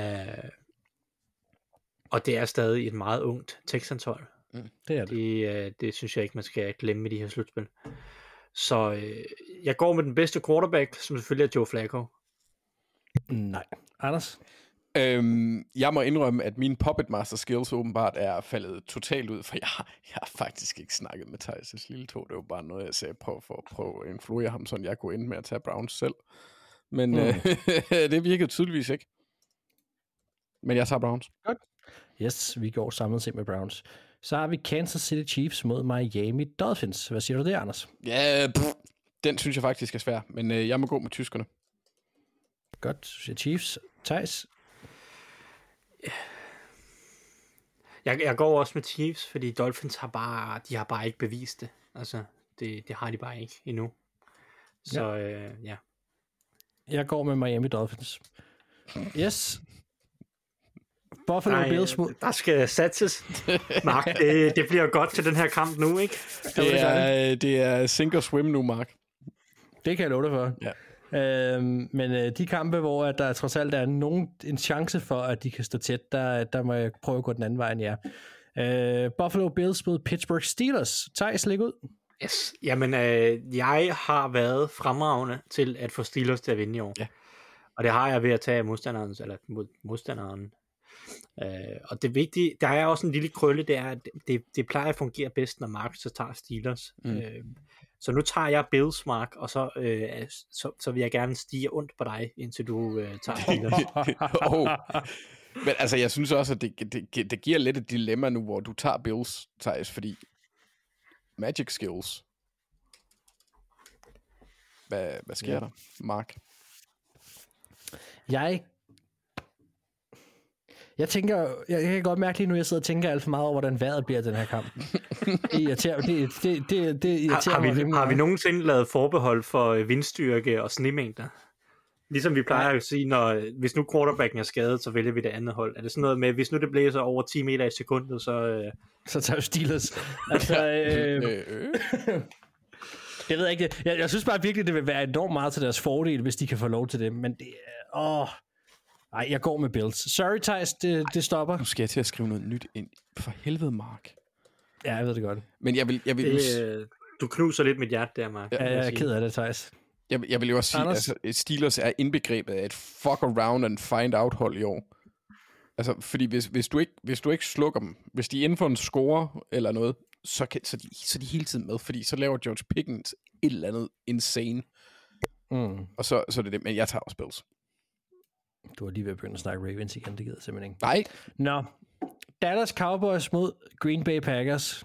Speaker 6: Og det er stadig et meget ungt Texans hold.
Speaker 4: Det er det.
Speaker 6: Det synes jeg ikke, man skal glemme i de her slutspil. Så jeg går med den bedste quarterback, som selvfølgelig er Joe Flacco.
Speaker 4: Nej. Anders?
Speaker 5: Jeg må indrømme, at mine Puppet Master skills åbenbart er faldet totalt ud, for jeg har faktisk ikke snakket med Thijs' lille tog. Det var bare noget, jeg sagde for at prøve at influere ham, sådan jeg kunne ende med at tage Browns selv. Men det virkede tydeligvis ikke. Men jeg tager Browns.
Speaker 4: Godt. Yes, vi går samlet set med Browns. Så har vi Kansas City Chiefs mod Miami Dolphins. Hvad siger du der, Anders?
Speaker 5: Ja, den synes jeg faktisk er svær, men jeg må gå med tyskerne.
Speaker 4: Godt, så siger Chiefs. Thijs?
Speaker 6: Jeg går også med Chiefs, fordi Dolphins har bare ikke bevist det. Altså, det har de bare ikke endnu. Så ja.
Speaker 4: Jeg går med Miami Dolphins. Yes. Buffalo Bills mod...
Speaker 6: Der skal satses. Mark, det bliver godt til den her kamp nu, ikke?
Speaker 5: Det er sink or swim nu, Mark.
Speaker 4: Det kan jeg love dig for.
Speaker 5: Ja.
Speaker 4: Men de kampe, hvor der trods alt er en chance for, at de kan stå tæt, der må jeg prøve at gå den anden vej end jer. Buffalo Bills mod Pittsburgh Steelers. Thijs, læg ud.
Speaker 6: Yes. Jamen, jeg har været fremragende til at få Steelers til at vinde i år. Ja. Og det har jeg ved at tage modstanderen. Og det vigtige, der er også en lille krølle, det er, at det plejer at fungere bedst, når Mark så tager Steelers. Så nu tager jeg Bills, Mark, og så vil jeg gerne stige ondt på dig, indtil du tager Steelers.
Speaker 5: Men altså, jeg synes også, at det giver lidt et dilemma nu, hvor du tager Bills, Thijs, fordi Magic Skills. Hvad sker der, Mark?
Speaker 4: Jeg tænker, jeg kan godt mærke lige nu, jeg sidder og tænker alt for meget over, hvordan vejret bliver den her kamp. Det irriterer
Speaker 6: har vi nogensinde lavet forbehold for vindstyrke og snemængder? Ligesom vi plejer at sige, hvis nu quarterbacken er skadet, så vælger vi det andet hold. Er det sådan noget med, hvis nu det blæser over 10 meter i sekundet, så
Speaker 4: tager Steelers. Altså, jeg ved ikke, jeg synes bare virkelig, det vil være enormt meget til deres fordel, hvis de kan få lov til det, men det nej, jeg går med Bills. Sorry, Thijs, det stopper.
Speaker 5: Nu skal jeg til at skrive noget nyt ind. For helvede, Mark.
Speaker 4: Ja, jeg ved det godt.
Speaker 5: Men jeg vil
Speaker 6: du knuser lidt mit hjerte der, Mark.
Speaker 4: Ja, jeg er ked af det, Thijs.
Speaker 5: Jeg vil jo også sige, at Steelers er indbegrebet af et fuck around and find out hold i år. Altså, fordi hvis du ikke slukker dem, hvis de er inden for en score eller noget, så er de hele tiden med, fordi så laver George Pickens et eller andet insane. Og så er det det, men jeg tager også Bills.
Speaker 4: Du var lige ved at begynde at snakke Ravens igen, det gider simpelthen ikke.
Speaker 5: Nej.
Speaker 4: Nå, Dallas Cowboys mod Green Bay Packers.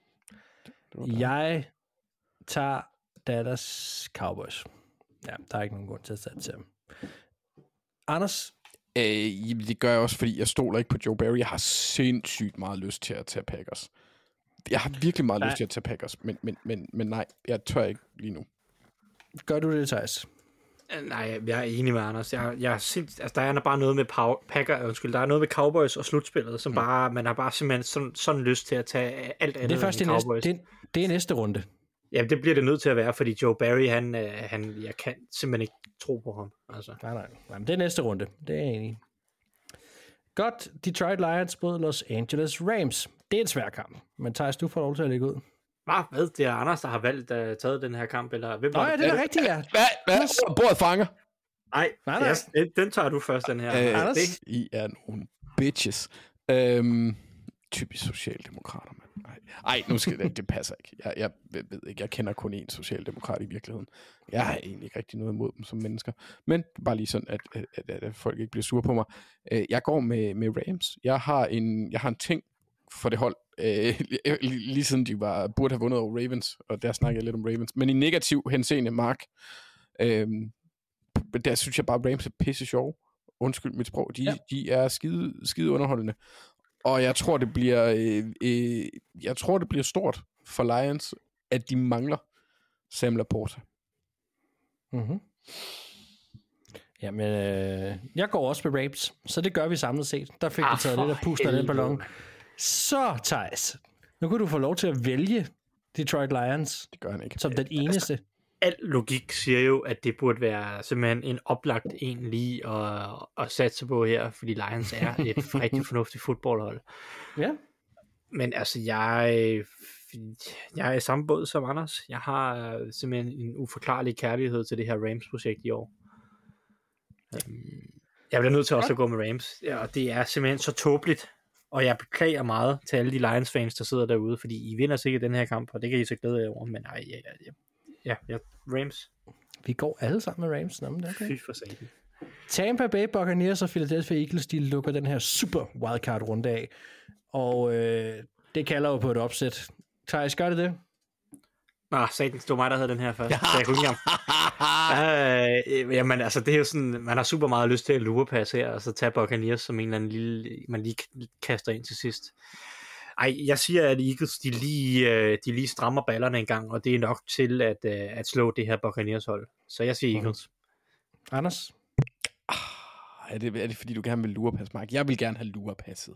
Speaker 4: Jeg tager Dallas Cowboys. Ja, der er ikke nogen grund til at sætte til dem. Anders?
Speaker 5: Det gør jeg også, fordi jeg stoler ikke på Joe Barry. Jeg har sindssygt meget lyst til at tage Packers. Jeg har virkelig meget lyst til at tage Packers, men nej, jeg tør ikke lige nu.
Speaker 4: Gør du det, Thijs?
Speaker 6: Nej, jeg er enig med Anders. Der er bare noget med der er noget med Cowboys og slutspillet, som bare, man har bare simpelthen sådan lyst til at tage alt andet.
Speaker 4: Det er først
Speaker 6: Cowboys.
Speaker 4: Det er næste runde.
Speaker 6: Ja, det bliver det nødt til at være, fordi Joe Barry, jeg kan simpelthen ikke tro på ham. Altså.
Speaker 4: Nej. Men det er næste runde. Det er jeg enig i. Godt. Detroit Lions mod Los Angeles Rams. Det er en svær kamp. Men Thijs, du får lov til at lægge ud.
Speaker 6: Hvad? Det er Anders, der har valgt at taget den her kamp, eller hvem var
Speaker 4: det er rigtigt, ja.
Speaker 5: Hvad? Bordet fanger.
Speaker 6: Nej. Den tager du først, den her.
Speaker 4: Anders?
Speaker 5: I er nogle bitches. Typisk socialdemokrater, mand. Ej, nu skal det passer ikke. Jeg ved ikke, jeg kender kun én socialdemokrat i virkeligheden. Jeg har egentlig ikke rigtig noget imod dem som mennesker. Men bare lige sådan, at folk ikke bliver sure på mig. Jeg går med Rams. Jeg har en ting for det hold, lige siden de burde have vundet over Ravens, og der snakker jeg lidt om Ravens. Men i negativ henseende, Mark, der synes jeg bare, at Rams er pisse sjov. Undskyld mit sprog. De er skide underholdende. Og jeg tror, det bliver stort for Lions, at de mangler Sam Laporta.
Speaker 4: Mhm. Jamen, jeg går også med Rams, så det gør vi samlet set. Der fik vi taget lidt af pust af den ballon. Så, Thijs, nu kan du få lov til at vælge Detroit Lions.
Speaker 5: Det gør han ikke.
Speaker 4: Som den eneste.
Speaker 6: Altså, al logik siger jo, at det burde være simpelthen en oplagt en lige at satse på her, fordi Lions er et rigtig fornuftigt fodboldhold.
Speaker 4: Ja.
Speaker 6: Men altså, jeg er i samme båd som Anders. Jeg har simpelthen en uforklarlig kærlighed til det her Rams-projekt i år. Jeg bliver nødt til også at gå med Rams, og det er simpelthen så tåbeligt. Og jeg beklager meget til alle de Lions-fans, der sidder derude, fordi I vinder sikkert den her kamp, og det kan I så glæde jer over, men ja, Rams.
Speaker 4: Vi går alle sammen med Rams. Nå, men okay.
Speaker 6: Fy for satan.
Speaker 4: Tampa Bay Buccaneers og Philadelphia Eagles, de lukker den her super wildcard-runde af, og det kalder jo på et opsæt. Thijs, gør det?
Speaker 6: Satan, det var mig, der havde den her først. Så jeg kunne ikke jamen, altså, det er jo sådan, man har super meget lyst til at lurepasse her, og så tage Buccaneers som en eller anden lille, man lige kaster ind til sidst. Ej, jeg siger, at Eagles, de lige strammer ballerne en gang, og det er nok til at slå det her Buccaneers hold. Så jeg siger Eagles.
Speaker 4: Anders?
Speaker 5: Er det fordi, du gerne vil lurepasse, Mark? Jeg vil gerne have lurepasset.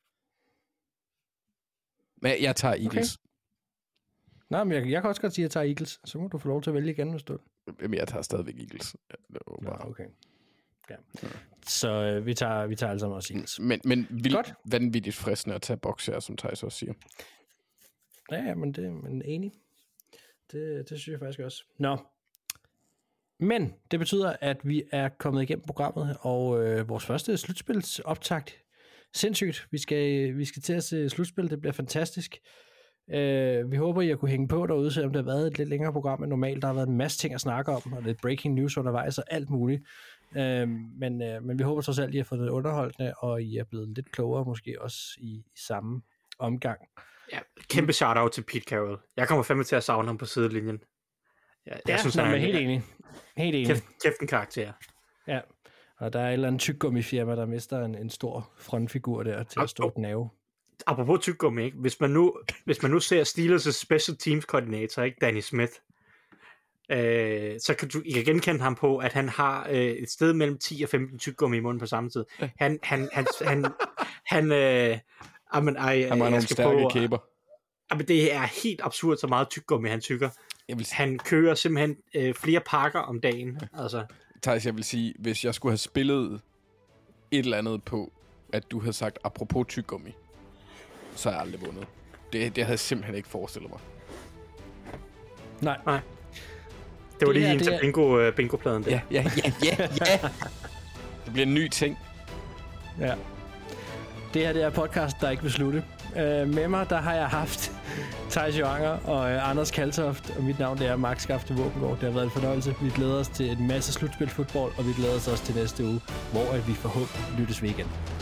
Speaker 5: Men jeg tager Eagles. Okay.
Speaker 4: Nej, men jeg kan også godt sige, at jeg tager Eagles. Så må du få lov til at vælge igen, hvis du...
Speaker 5: Jamen, jeg tager stadigvæk Eagles.
Speaker 4: Okay. Ja. Så vi tager alle sammen også Eagles.
Speaker 5: Men vanvittigt fristende at tage bokser, som Thijs også siger.
Speaker 4: Ja, men enig. Det synes jeg faktisk også. Nå. Men det betyder, at vi er kommet igennem programmet, og vores første slutspilsoptakt. Sindssygt. Vi skal til at se slutspil. Det bliver fantastisk. Vi håber, I har kunne hænge på derude, selvom det har været et lidt længere program end normalt. Der har været en masse ting at snakke om, og lidt breaking news undervejs og alt muligt. Men vi håber trods alt, at I har fået det underholdende, og I er blevet lidt klogere måske også i samme omgang. Ja,
Speaker 6: kæmpe shout-out til Pete Carroll. Jeg kommer fandme til at savne ham på sidelinjen. Jeg synes, han er
Speaker 4: helt enig. Helt enig.
Speaker 6: Kæft en karakter.
Speaker 4: Ja, og der er et eller andet tykgummifirma, der mister en stor frontfigur der til at stå et nerve.
Speaker 6: Apropos tyggegummi, ikke? Hvis man nu ser Steelers' special teams koordinator, ikke, Danny Smith, så kan du ikke genkende ham på, at han har et sted mellem 10 og 15 tyggegummi i munden på samme tid. Han
Speaker 5: var nogle stærke kæber.
Speaker 6: Men det er helt absurd, så meget tyggegummi han tygger. Han kører simpelthen flere pakker om dagen. Altså.
Speaker 5: Thijs, jeg vil sige, hvis jeg skulle have spillet et eller andet på, at du havde sagt, apropos tyggegummi, så har jeg aldrig vundet. Det havde jeg simpelthen ikke forestillet mig.
Speaker 4: Nej.
Speaker 6: Det var lige en til bingo-pladen der.
Speaker 5: Ja. Det bliver en ny ting.
Speaker 4: Ja. Det her, det er podcast, der ikke vil slutte. Med mig, der har jeg haft Thijs Joanger og Anders Kaltoft, og mit navn det er Max Skafte Våbengård. Det har været en fornøjelse. Vi glæder os til en masse slutspilsfodbold, og vi glæder os også til næste uge, hvor vi forhåbentlig lyttes ved igen.